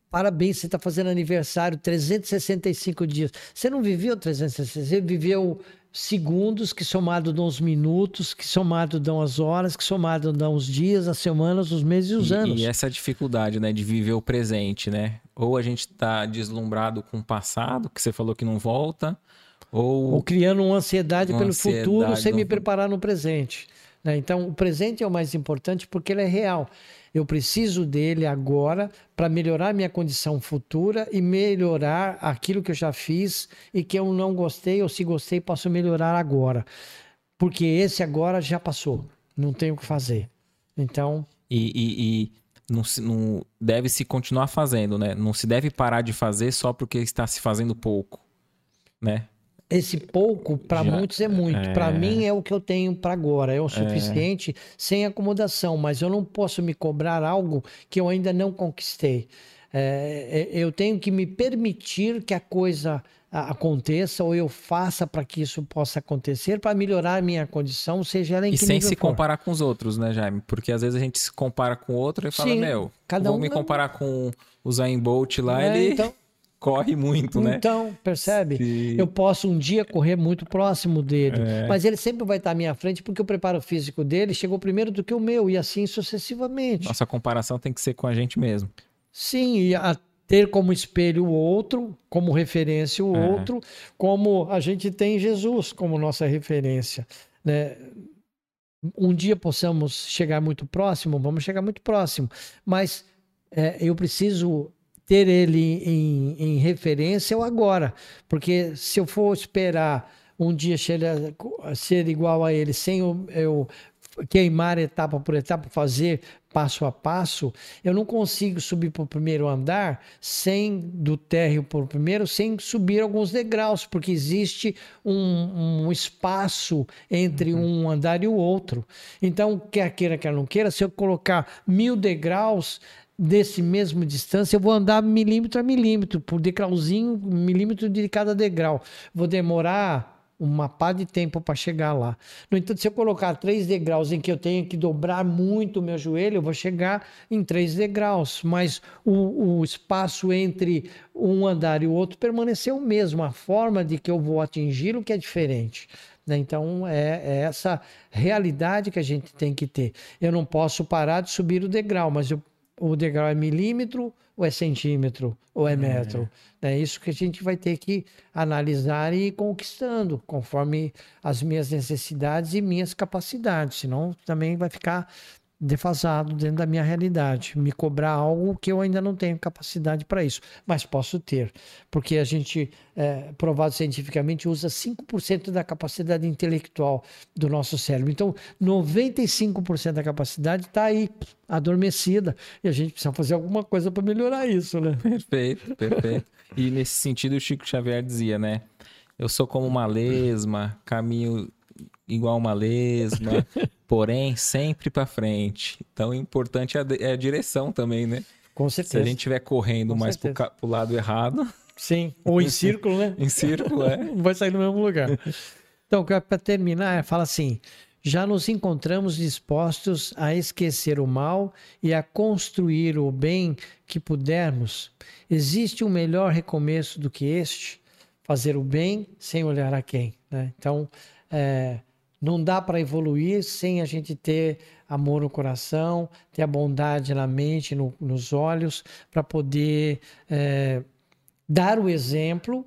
Parabéns, você está fazendo aniversário 365 dias. Você não viveu 365, você viveu segundos que somado dão os minutos, que somado dão as horas, que somado dão os dias, as semanas, os meses e os anos. E essa dificuldade, né, de viver o presente, né? Ou a gente está deslumbrado com o passado, que você falou que não volta, ou criando uma ansiedade pelo futuro sem me no... preparar no presente. Né? Então, o presente é o mais importante porque ele é real. Eu preciso dele agora para melhorar minha condição futura e melhorar aquilo que eu já fiz e que eu não gostei, ou se gostei, posso melhorar agora. Porque esse agora já passou. Não tenho o que fazer. Então... E não deve se continuar fazendo, né? Não se deve parar de fazer só porque está se fazendo pouco, né? Esse pouco, para muitos, é muito. Para mim, é o que eu tenho para agora. É o suficiente sem acomodação. Mas eu não posso me cobrar algo que eu ainda não conquistei. Eu tenho que me permitir que a coisa aconteça ou eu faça para que isso possa acontecer para melhorar a minha condição, seja ela em que nível for. E sem se comparar com os outros, né, Jaime? Porque às vezes a gente se compara com o outro e fala, vou me comparar com o Usain Bolt lá, ele... Então... corre muito, né? Então, percebe? Eu posso um dia correr muito próximo dele, mas ele sempre vai estar à minha frente porque o preparo físico dele chegou primeiro do que o meu e assim sucessivamente. Nossa comparação tem que ser com a gente mesmo. Sim, e ter como espelho o outro, como referência o outro, como a gente tem Jesus como nossa referência, né? Um dia possamos chegar muito próximo, vamos chegar muito próximo, mas eu preciso ter ele em referência ou agora. Porque se eu for esperar um dia ser igual a ele, sem eu queimar etapa por etapa, fazer passo a passo, eu não consigo subir para o primeiro andar do térreo para o primeiro, sem subir alguns degraus, porque existe um espaço entre um andar e o outro. Então, quer queira, quer não queira, se eu colocar 1000 degraus, desse mesmo distância, eu vou andar milímetro a milímetro, por degrauzinho, milímetro de cada degrau. Vou demorar uma pá de tempo para chegar lá. No entanto, se eu colocar 3 degraus em que eu tenho que dobrar muito o meu joelho, eu vou chegar em 3 degraus, mas o espaço entre um andar e o outro permaneceu o mesmo, a forma de que eu vou atingi-lo que é diferente. Então, é essa realidade que a gente tem que ter. Eu não posso parar de subir o degrau, mas o degrau é milímetro, ou é centímetro, ou é metro. É isso que a gente vai ter que analisar e ir conquistando, conforme as minhas necessidades e minhas capacidades. Senão também vai ficar defasado dentro da minha realidade. Me cobrar algo que eu ainda não tenho capacidade para isso. Mas posso ter. Porque a gente, provado cientificamente, usa 5% da capacidade intelectual do nosso cérebro. Então, 95% da capacidade está aí, adormecida. E a gente precisa fazer alguma coisa para melhorar isso, né? Perfeito, perfeito. E nesse sentido, o Chico Xavier dizia, né? Eu sou como uma lesma, caminho igual uma lesma, porém sempre para frente. Então, o importante é a direção também, né? Com certeza. Se a gente estiver correndo mais para o lado errado... Sim, ou em círculo, né? Em círculo, não vai sair no mesmo lugar. Então, para terminar, fala assim: já nos encontramos dispostos a esquecer o mal e a construir o bem que pudermos. Existe um melhor recomeço do que este? Fazer o bem sem olhar a quem, né? Então, não dá para evoluir sem a gente ter amor no coração, ter a bondade na mente, nos olhos, para poder dar o exemplo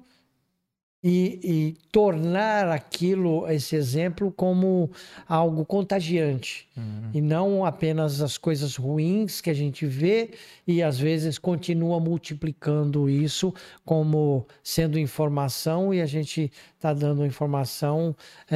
e tornar esse exemplo como algo contagiante. E não apenas as coisas ruins que a gente vê e às vezes continua multiplicando isso como sendo informação e a gente está dando informação...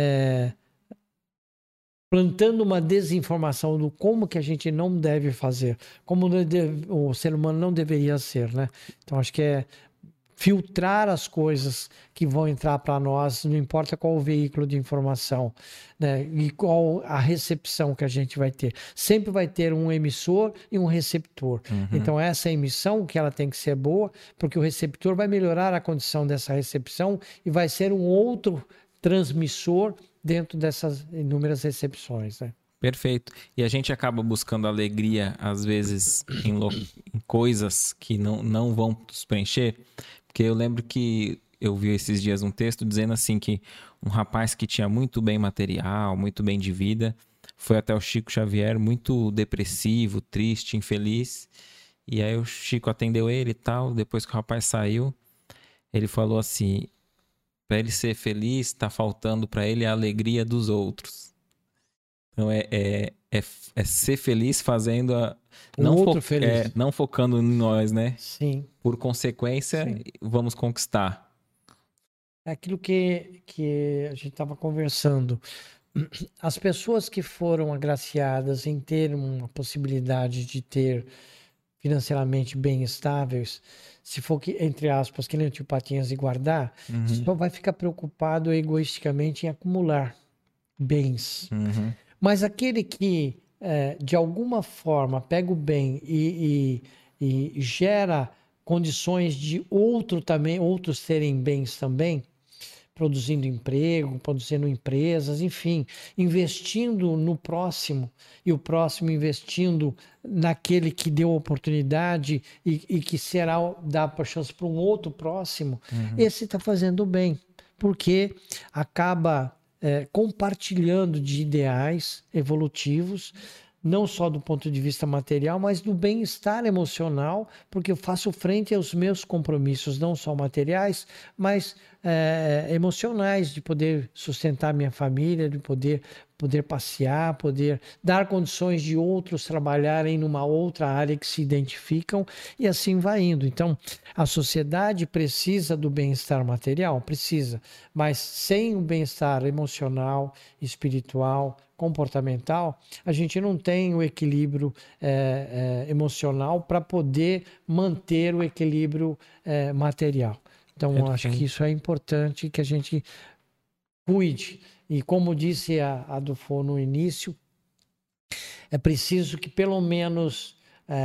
plantando uma desinformação do como que a gente não deve fazer, como o ser humano não deveria ser, né? Então, acho que é filtrar as coisas que vão entrar para nós, não importa qual o veículo de informação, né? E qual a recepção que a gente vai ter. Sempre vai ter um emissor e um receptor. Então, essa emissão, que ela tem que ser boa, porque o receptor vai melhorar a condição dessa recepção e vai ser um outro transmissor dentro dessas inúmeras recepções, né? Perfeito. E a gente acaba buscando alegria, às vezes, em coisas que não vão nos preencher. Porque eu lembro que eu vi esses dias um texto dizendo assim que um rapaz que tinha muito bem material, muito bem de vida, foi até o Chico Xavier muito depressivo, triste, infeliz. E aí o Chico atendeu ele e tal. Depois que o rapaz saiu, ele falou assim, para ele ser feliz, tá faltando para ele a alegria dos outros. Então é ser feliz fazendo O outro feliz. não focando em nós, né? Sim. Por consequência, Sim. vamos conquistar. É aquilo que a gente estava conversando. As pessoas que foram agraciadas em ter uma possibilidade de ter financeiramente bem estáveis, se for que, entre aspas, que nem o tio Patinhas e guardar, só vai ficar preocupado egoisticamente em acumular bens. Mas aquele que, de alguma forma, pega o bem e gera condições de outros terem bens também, produzindo emprego, produzindo empresas, enfim, investindo no próximo e o próximo investindo naquele que deu oportunidade e que será dar a chance para um outro próximo, esse está fazendo bem, porque acaba compartilhando de ideais evolutivos, não só do ponto de vista material, mas do bem-estar emocional, porque eu faço frente aos meus compromissos, não só materiais, mas emocionais, de poder sustentar minha família, de poder passear, poder dar condições de outros trabalharem numa outra área que se identificam, e assim vai indo. Então, a sociedade precisa do bem-estar material? Precisa, mas sem o bem-estar emocional, espiritual, comportamental, a gente não tem o equilíbrio emocional para poder manter o equilíbrio material. Então, acho que isso é importante que a gente cuide. E como disse a Dufo no início, é preciso que pelo menos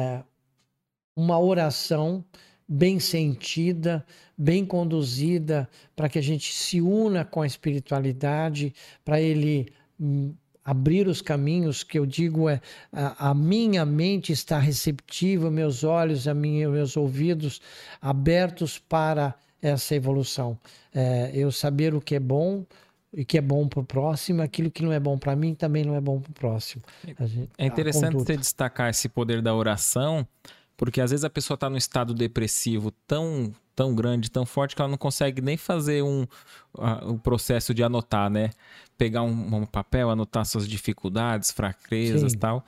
uma oração bem sentida, bem conduzida, para que a gente se una com a espiritualidade, para ele abrir os caminhos, que eu digo a minha mente está receptiva, meus olhos, meus ouvidos abertos para essa evolução. Eu saber o que é bom e que é bom para o próximo, aquilo que não é bom para mim também não é bom para o próximo. É interessante você destacar esse poder da oração, porque às vezes a pessoa está num estado depressivo tão grande, tão forte, que ela não consegue nem fazer o processo de anotar, né? Pegar um papel, anotar suas dificuldades, fraquezas e tal.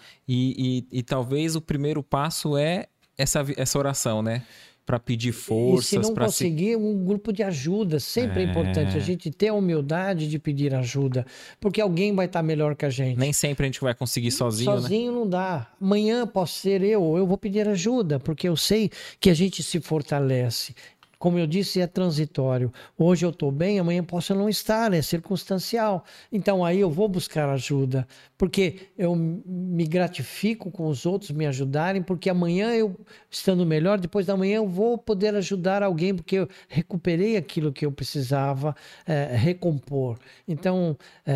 E talvez o primeiro passo é essa oração, né? Para pedir forças. E se não conseguir, um grupo de ajuda. Sempre é importante a gente ter a humildade de pedir ajuda, porque alguém vai estar melhor que a gente. Nem sempre a gente vai conseguir sozinho, Sozinho, né? Não dá. Amanhã posso ser eu vou pedir ajuda, porque eu sei que a gente se fortalece. Como eu disse, é transitório. Hoje eu estou bem, amanhã posso não estar, é circunstancial. Então aí eu vou buscar ajuda, porque eu me gratifico com os outros me ajudarem, porque amanhã eu, estando melhor, depois da manhã eu vou poder ajudar alguém, porque eu recuperei aquilo que eu precisava recompor. Então,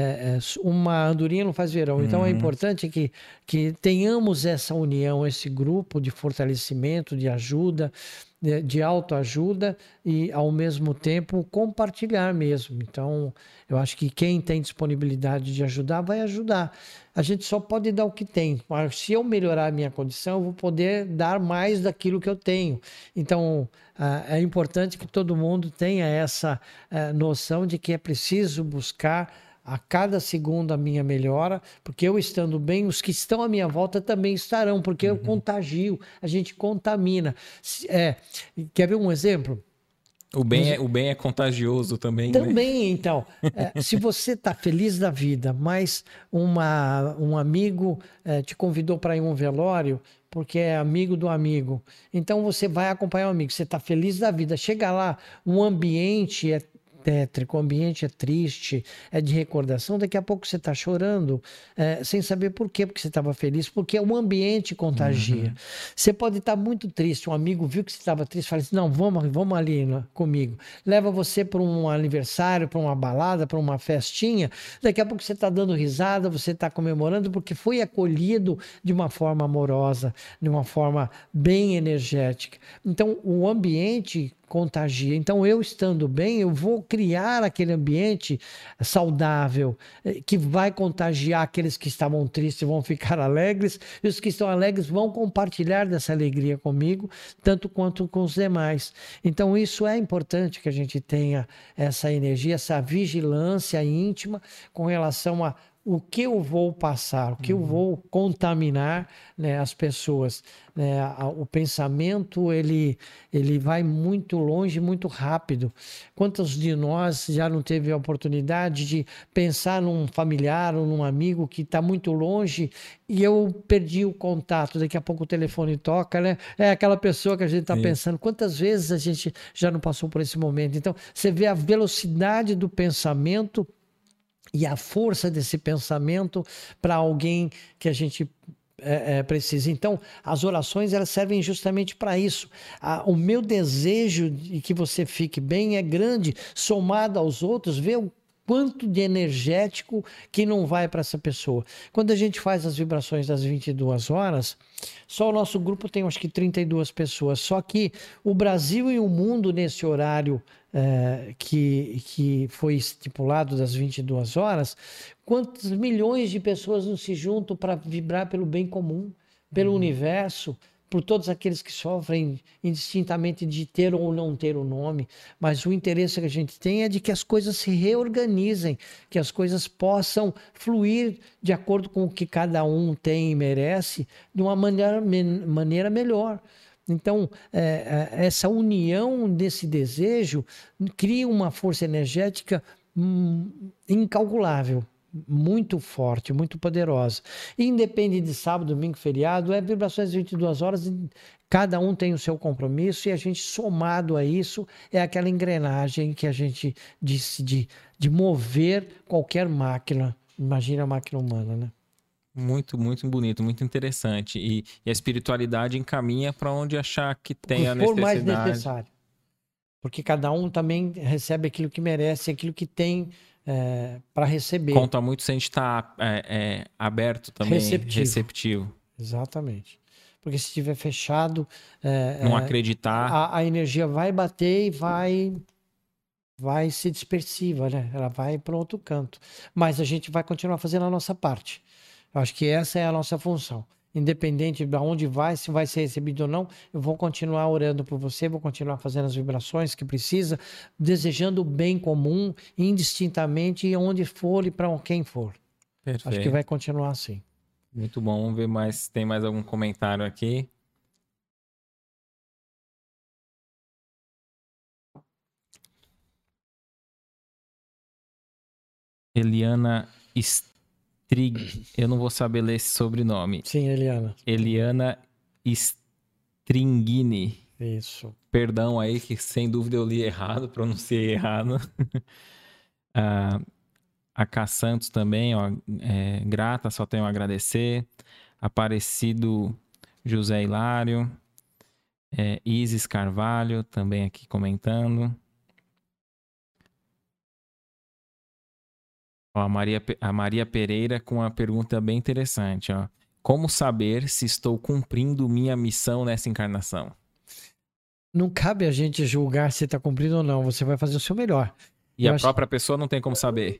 uma andorinha não faz verão. Então é importante que tenhamos essa união, esse grupo de fortalecimento, de ajuda, de autoajuda e, ao mesmo tempo, compartilhar mesmo. Então, eu acho que quem tem disponibilidade de ajudar, vai ajudar. A gente só pode dar o que tem. Mas se eu melhorar a minha condição, eu vou poder dar mais daquilo que eu tenho. Então, é importante que todo mundo tenha essa noção de que é preciso buscar a cada segundo a minha melhora, porque eu estando bem, os que estão à minha volta também estarão, porque eu contagio, a gente contamina. Quer ver um exemplo? O bem é contagioso também, também, né? Então, se você está feliz da vida, mas um amigo te convidou para ir a um velório, porque é amigo do amigo, então você vai acompanhar o amigo, você está feliz da vida, chega lá, o ambiente tétrico, o ambiente é triste, é de recordação, daqui a pouco você está chorando, sem saber por quê, porque você estava feliz, porque o ambiente contagia. Você pode estar muito triste, um amigo viu que você estava triste, fala assim, não, vamos ali comigo. Leva você para um aniversário, para uma balada, para uma festinha, daqui a pouco você está dando risada, você está comemorando, porque foi acolhido de uma forma amorosa, de uma forma bem energética. Então, o ambiente contagia. Então, eu estando bem, eu vou criar aquele ambiente saudável, que vai contagiar aqueles que estavam tristes, vão ficar alegres, e os que estão alegres vão compartilhar dessa alegria comigo, tanto quanto com os demais. Então, isso é importante que a gente tenha essa energia, essa vigilância íntima com relação a o que eu vou passar, o que eu vou contaminar, né, as pessoas. Né? O pensamento, ele vai muito longe, muito rápido. Quantos de nós já não teve a oportunidade de pensar num familiar ou num amigo que está muito longe e eu perdi o contato, daqui a pouco o telefone toca, né? É aquela pessoa que a gente está pensando. Quantas vezes a gente já não passou por esse momento? Então, você vê a velocidade do pensamento e a força desse pensamento para alguém que a gente precisa. Então, as orações elas servem justamente para isso. O meu desejo de que você fique bem é grande, somado aos outros, vê o quanto de energético que não vai para essa pessoa. Quando a gente faz as vibrações das 22 horas, só o nosso grupo tem acho que 32 pessoas, só que o Brasil e o mundo nesse horário que foi estipulado das 22 horas, quantos milhões de pessoas não se juntam para vibrar pelo bem comum, pelo universo, por todos aqueles que sofrem indistintamente de ter ou não ter o nome, mas o interesse que a gente tem é de que as coisas se reorganizem, que as coisas possam fluir de acordo com o que cada um tem e merece, de uma maneira melhor. Então, essa união desse desejo cria uma força energética incalculável, muito forte, muito poderosa. Independe de sábado, domingo, feriado, é vibrações de 22 horas, cada um tem o seu compromisso e a gente, somado a isso, é aquela engrenagem que a gente disse de mover qualquer máquina. Imagina a máquina humana, né? Muito, muito bonito, muito interessante. E a espiritualidade encaminha para onde achar que tem a necessidade. Por mais necessário. Porque cada um também recebe aquilo que merece, aquilo que tem para receber. Conta muito se a gente está aberto também, receptivo. Exatamente. Porque se estiver fechado... não acreditar... A energia vai bater e vai se dispersiva, né? Ela vai para outro canto. Mas a gente vai continuar fazendo a nossa parte. Eu acho que essa é a nossa função. Independente de onde vai, se vai ser recebido ou não, eu vou continuar orando por você, vou continuar fazendo as vibrações que precisa, desejando o bem comum, indistintamente, e onde for e para quem for. Perfeito. Acho que vai continuar assim. Muito bom. Vamos ver se tem mais algum comentário aqui. Eliana eu não vou saber ler esse sobrenome. Sim, Eliana. Eliana Stringini. Isso. Perdão aí, que sem dúvida eu li errado, pronunciei errado. A K Santos também, ó, grata, só tenho a agradecer. Aparecido José Hilário. Isis Carvalho também aqui comentando. Ó, a Maria Pereira com uma pergunta bem interessante. Ó. Como saber se estou cumprindo minha missão nessa encarnação? Não cabe a gente julgar se está cumprindo ou não. Você vai fazer o seu melhor. E a própria pessoa não tem como saber?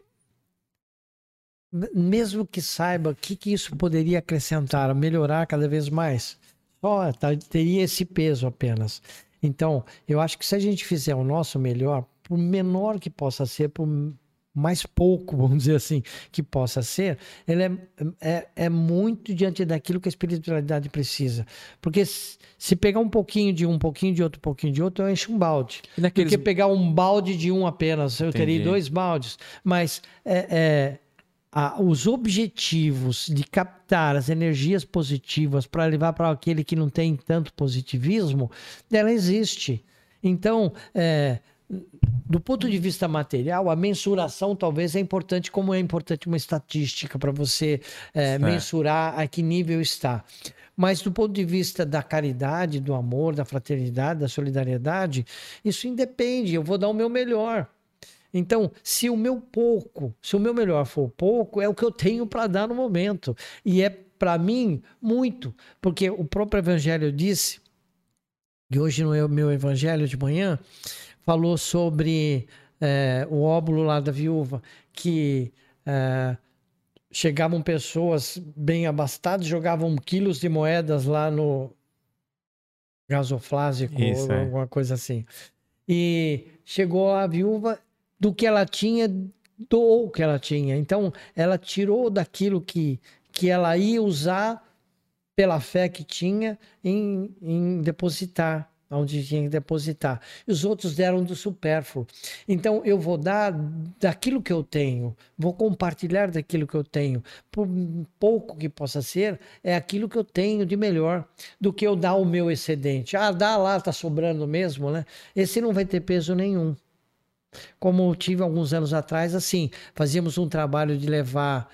Mesmo que saiba o que isso poderia acrescentar, melhorar cada vez mais, só teria esse peso apenas. Então, eu acho que se a gente fizer o nosso melhor, por menor que possa ser, por mais pouco, vamos dizer assim, que possa ser, ele é muito diante daquilo que a espiritualidade precisa. Porque se pegar um pouquinho de um pouquinho de outro, eu encho um balde. Porque pegar um balde de um apenas, eu teria 2 baldes. Mas os objetivos de captar as energias positivas para levar para aquele que não tem tanto positivismo, ela existe. Então, Do ponto de vista material, a mensuração talvez é importante, como é importante uma estatística para você mensurar a que nível está. Mas do ponto de vista da caridade, do amor, da fraternidade, da solidariedade, isso independe, eu vou dar o meu melhor. Então, se o meu melhor for pouco, é o que eu tenho para dar no momento. E é, para mim, muito. Porque o próprio Evangelho disse, e hoje no meu Evangelho de manhã, falou sobre o óbolo lá da viúva, que chegavam pessoas bem abastadas, jogavam quilos de moedas lá no gasoflásico, ou alguma coisa assim. E chegou a viúva, do que ela tinha, doou o que ela tinha. Então, ela tirou daquilo que ela ia usar pela fé que tinha em depositar, onde tinha que depositar. E os outros deram do supérfluo. Então, eu vou dar daquilo que eu tenho, vou compartilhar daquilo que eu tenho. Por pouco que possa ser, é aquilo que eu tenho de melhor do que eu dar o meu excedente. Ah, dá lá, tá sobrando mesmo, né? Esse não vai ter peso nenhum. Como eu tive alguns anos atrás, assim, fazíamos um trabalho de levar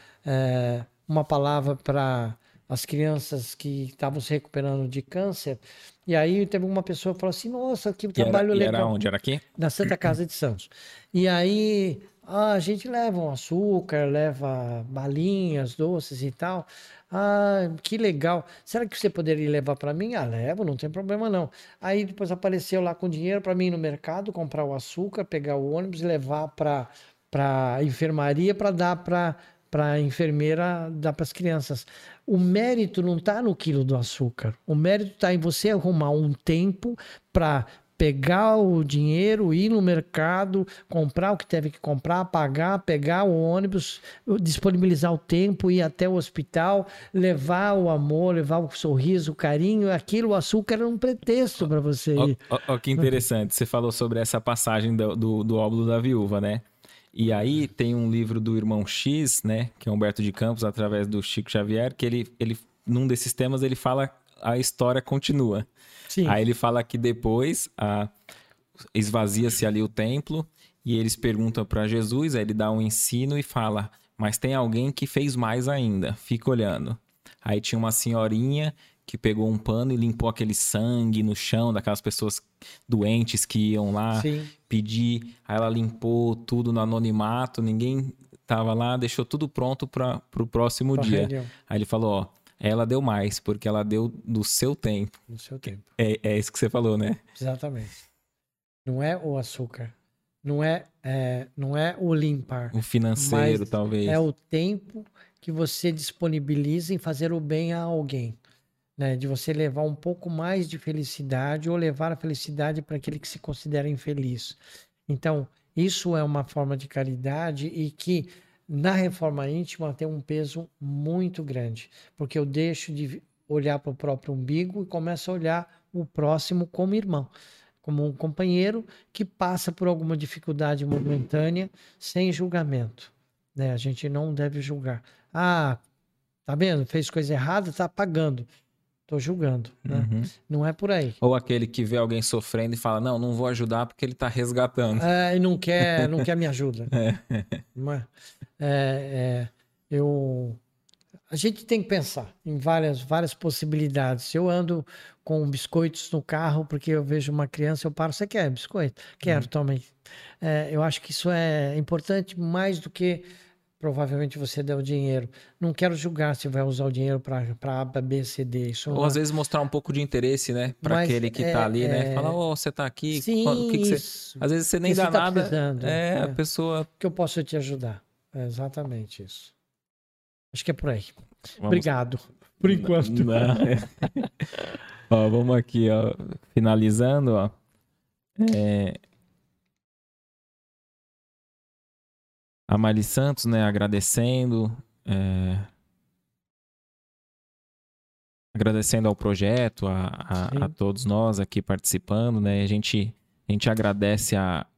uma palavra para as crianças que estavam se recuperando de câncer. E aí teve uma pessoa que falou assim, nossa, que trabalho legal. Era onde? Era aqui? Na Santa Casa de Santos. E aí a gente leva um açúcar, leva balinhas, doces e tal. Ah, que legal. Será que você poderia levar para mim? Ah, levo, não tem problema não. Aí depois apareceu lá com dinheiro para mim ir no mercado, comprar o açúcar, pegar o ônibus e levar para a enfermaria para dar para a enfermeira dar para as crianças. O mérito não está no quilo do açúcar. O mérito está em você arrumar um tempo para pegar o dinheiro, ir no mercado, comprar o que teve que comprar, pagar, pegar o ônibus, disponibilizar o tempo, ir até o hospital, levar o amor, levar o sorriso, o carinho. Aquilo, o açúcar era um pretexto para você ir. Que interessante. Você falou sobre essa passagem do óbolo da viúva, né? E aí tem um livro do Irmão X, né? Que é Humberto de Campos, através do Chico Xavier, que ele num desses temas, ele fala a história continua. Sim. Aí ele fala que depois esvazia-se ali o templo e eles perguntam para Jesus, aí ele dá um ensino e fala, mas tem alguém que fez mais ainda, fica olhando. Aí tinha uma senhorinha que pegou um pano e limpou aquele sangue no chão daquelas pessoas doentes que iam lá pedir. Aí ela limpou tudo no anonimato, ninguém tava lá, deixou tudo pronto para o próximo dia. Aí ele falou, ó, ela deu mais, porque ela deu do seu tempo. Do seu tempo. É isso que você falou, né? Exatamente. Não é o açúcar. Não é o limpar. O financeiro, talvez. É o tempo que você disponibiliza em fazer o bem a alguém. Né? De você levar um pouco mais de felicidade ou levar a felicidade para aquele que se considera infeliz. Então, isso é uma forma de caridade e que na reforma íntima tem um peso muito grande, porque eu deixo de olhar para o próprio umbigo e começo a olhar o próximo como irmão, como um companheiro que passa por alguma dificuldade momentânea sem julgamento. Né? A gente não deve julgar. Ah, tá vendo? Fez coisa errada, tá pagando. Tô julgando, né? Uhum. Não é por aí. Ou aquele que vê alguém sofrendo e fala, não vou ajudar porque ele tá resgatando. E não quer me ajuda. A gente tem que pensar em várias possibilidades. Eu ando com biscoitos no carro porque eu vejo uma criança, eu paro, você quer biscoito? Quero, toma aí. Eu acho que isso é importante mais do que provavelmente você deu o dinheiro. Não quero julgar se vai usar o dinheiro para A, B, C, D. Isso ou às vezes mostrar um pouco de interesse, né? Para aquele que tá ali, né? Fala, você tá aqui. Sim, o que você... Às vezes você nem dá nada. A pessoa... Que eu posso te ajudar. É exatamente isso. Acho que é por aí. Obrigado. Por enquanto. Ó, vamos aqui, ó. Finalizando, ó. A Mari Santos, né, agradecendo ao projeto, a todos nós aqui participando, né, a gente agradece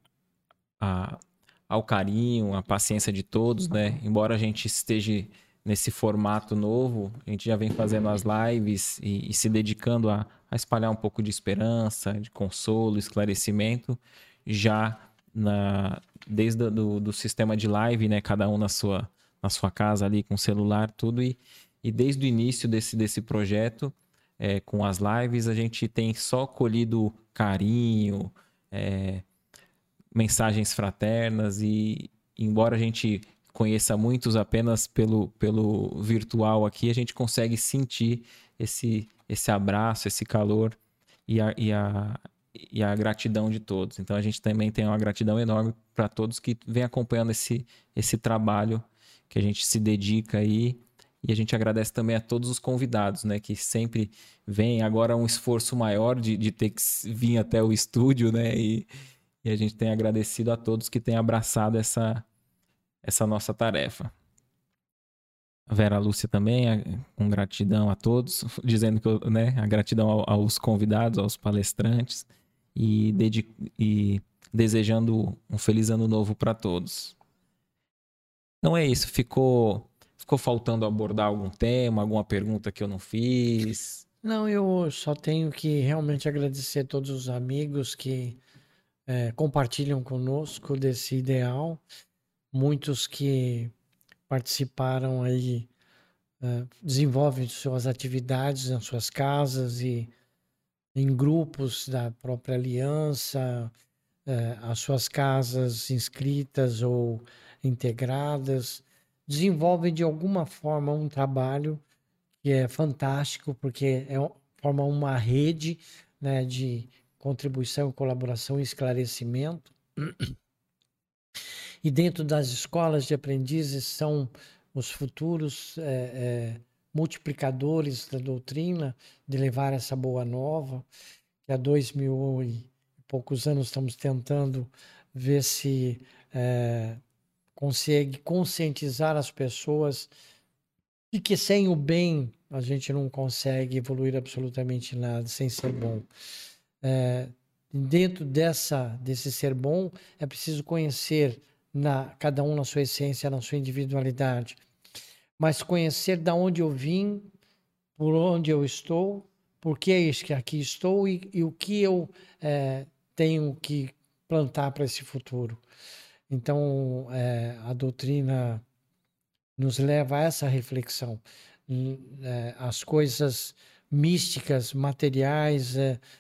ao carinho, à paciência de todos, né, embora a gente esteja nesse formato novo, a gente já vem fazendo as lives e se dedicando a espalhar um pouco de esperança, de consolo, esclarecimento, já desde do sistema de live, né? Cada um na sua casa ali com o celular, tudo. E desde o início desse projeto, com as lives, a gente tem só colhido carinho, mensagens fraternas e embora a gente conheça muitos apenas pelo virtual aqui, a gente consegue sentir esse abraço, esse calor e a gratidão de todos. Então a gente também tem uma gratidão enorme para todos que vêm acompanhando esse trabalho que a gente se dedica aí. E a gente agradece também a todos os convidados, né? Que sempre vêm. Agora um esforço maior de ter que vir até o estúdio, né? E a gente tem agradecido a todos que têm abraçado essa nossa tarefa. A Vera Lúcia também, com gratidão a todos, dizendo que a gratidão aos convidados, aos palestrantes e desejando um feliz ano novo para todos. Então é isso, ficou faltando abordar algum tema, alguma pergunta que eu não fiz? Não, eu só tenho que realmente agradecer a todos os amigos que compartilham conosco desse ideal. Muitos que participaram aí, desenvolvem suas atividades nas suas casas e em grupos da própria aliança, as suas casas inscritas ou integradas, desenvolvem de alguma forma um trabalho que é fantástico, porque forma uma rede, né, de contribuição, colaboração e esclarecimento. E dentro das escolas de aprendizes são os futuros multiplicadores da doutrina, de levar essa boa nova, que há 2000 e poucos anos estamos tentando ver se consegue conscientizar as pessoas de que sem o bem a gente não consegue evoluir absolutamente nada, sem ser bom. Dentro desse ser bom, é preciso conhecer cada um na sua essência, na sua individualidade. Mas conhecer de onde eu vim, por onde eu estou, por que aqui estou e o que eu tenho que plantar para esse futuro. Então, a doutrina nos leva a essa reflexão. As coisas místicas, materiais,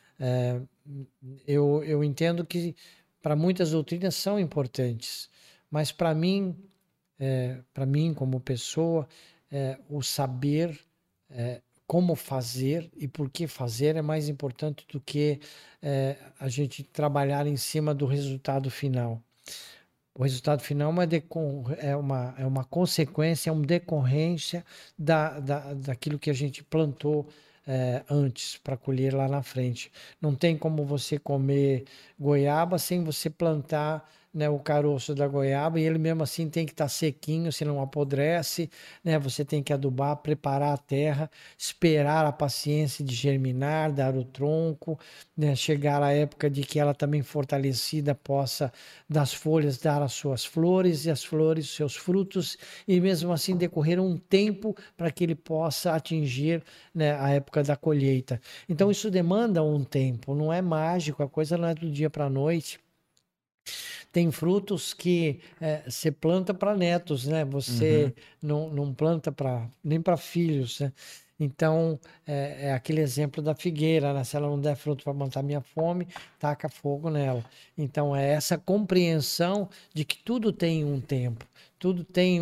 eu entendo que para muitas doutrinas são importantes, mas para mim como pessoa, o saber como fazer e por que fazer é mais importante do que a gente trabalhar em cima do resultado final. O resultado final é uma consequência, é uma decorrência daquilo que a gente plantou antes para colher lá na frente. Não tem como você comer goiaba sem você plantar, né, o caroço da goiaba, e ele mesmo assim tem que estar sequinho, senão apodrece, né? Você tem que adubar, preparar a terra, esperar a paciência de germinar, dar o tronco, né? Chegar à época de que ela também fortalecida possa das folhas dar as suas flores e as flores os seus frutos, e mesmo assim decorrer um tempo para que ele possa atingir, né, a época da colheita. Então isso demanda um tempo, não é mágico, a coisa não é do dia para a noite. Tem frutos que você planta para netos, né? Você não planta nem para filhos, né? Então, é aquele exemplo da figueira, né? Se ela não der fruto para matar minha fome, taca fogo nela. Então, é essa compreensão de que tudo tem um tempo, tudo tem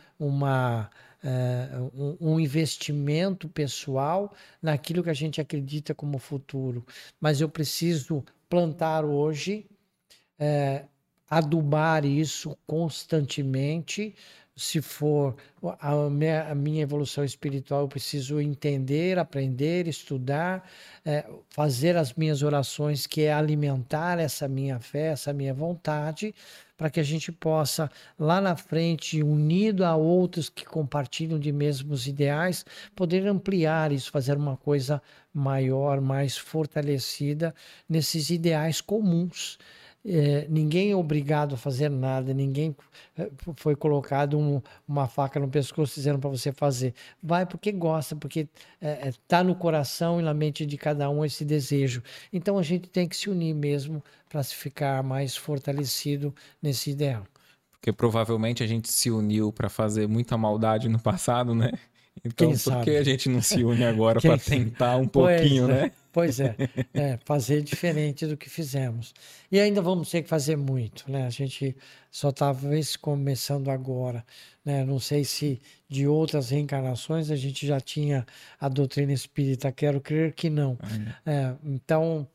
um investimento pessoal naquilo que a gente acredita como futuro. Mas eu preciso plantar hoje, adubar isso constantemente. Se for a minha evolução espiritual, eu preciso entender, aprender, estudar, fazer as minhas orações, que é alimentar essa minha fé, essa minha vontade, para que a gente possa, lá na frente, unido a outros que compartilham de mesmos ideais, poder ampliar isso, fazer uma coisa maior, mais fortalecida nesses ideais comuns. ninguém é obrigado a fazer nada, ninguém foi colocado uma faca no pescoço dizendo para você fazer. Vai porque gosta, porque está no coração e na mente de cada um esse desejo. Então a gente tem que se unir mesmo para se ficar mais fortalecido nesse ideal. Porque provavelmente a gente se uniu para fazer muita maldade no passado, né? Então, Quem por que sabe? a gente não se une agora para tentar um Pois pouquinho, né? Pois é, fazer diferente do que fizemos. E ainda vamos ter que fazer muito, né? A gente só talvez começando agora, né? Não sei se de outras reencarnações a gente já tinha a doutrina espírita, quero crer que não. Então,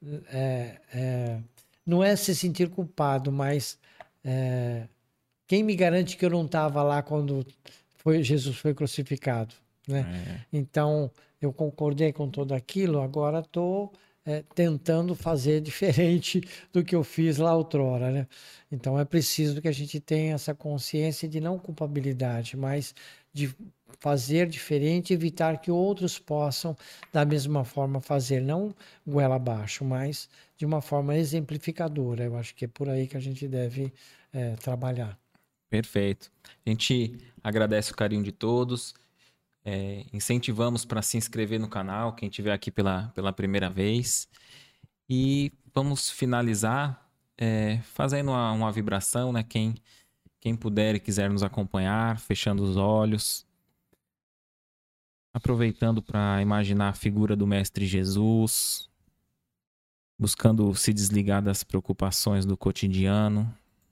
não é se sentir culpado, mas quem me garante que eu não estava lá quando Jesus foi crucificado, né? Então, eu concordei com tudo aquilo, agora estou tentando fazer diferente do que eu fiz lá outrora, né? Então, é preciso que a gente tenha essa consciência de não culpabilidade, mas de fazer diferente, evitar que outros possam da mesma forma fazer, não goela abaixo, mas de uma forma exemplificadora. Eu acho que é por aí que a gente deve trabalhar. Perfeito. A gente agradece o carinho de todos. Incentivamos para se inscrever no canal, quem estiver aqui pela primeira vez. E vamos finalizar fazendo uma vibração, né? Quem puder e quiser nos acompanhar, fechando os olhos, aproveitando para imaginar a figura do Mestre Jesus, buscando se desligar das preocupações do cotidiano,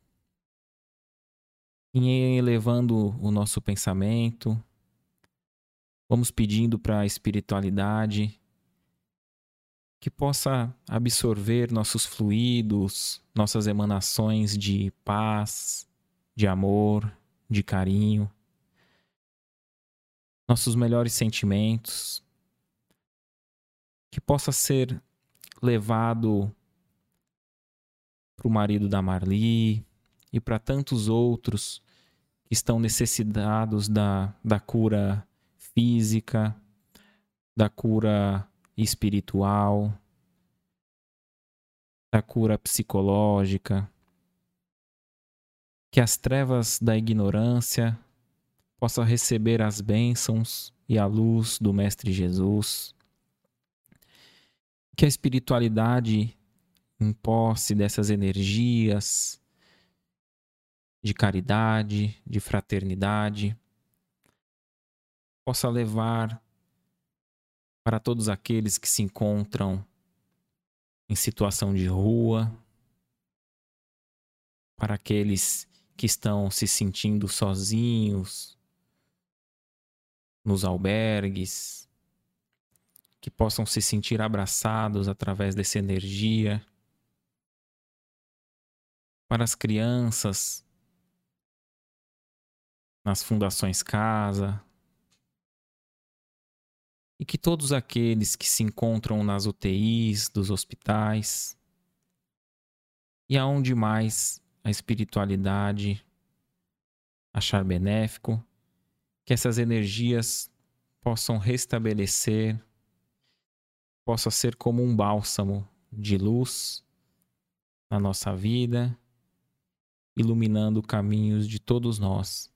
e elevando o nosso pensamento. Vamos pedindo para a espiritualidade que possa absorver nossos fluidos, nossas emanações de paz, de amor, de carinho, nossos melhores sentimentos, que possa ser levado para o marido da Marli e para tantos outros que estão necessitados da cura física, da cura espiritual, da cura psicológica, que as trevas da ignorância possam receber as bênçãos e a luz do Mestre Jesus, que a espiritualidade, em posse dessas energias de caridade, de fraternidade, possa levar para todos aqueles que se encontram em situação de rua, para aqueles que estão se sentindo sozinhos nos albergues, que possam se sentir abraçados através dessa energia, para as crianças nas fundações casa, e que todos aqueles que se encontram nas UTIs dos hospitais e aonde mais a espiritualidade achar benéfico, que essas energias possam restabelecer, possa ser como um bálsamo de luz na nossa vida, iluminando caminhos de todos nós,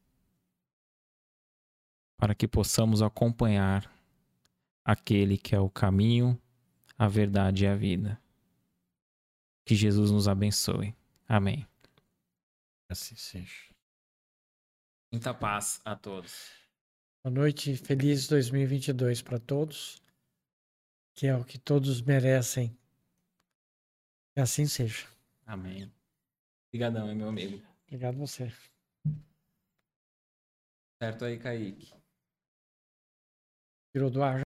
para que possamos acompanhar aquele que é o caminho, a verdade e a vida. Que Jesus nos abençoe. Amém. Assim seja. Muita paz a todos. Boa noite, feliz 2022 para todos, que é o que todos merecem. Que assim seja. Amém. Obrigadão, meu amigo. Obrigado a você. Certo aí, Kaique. Tirou do ar.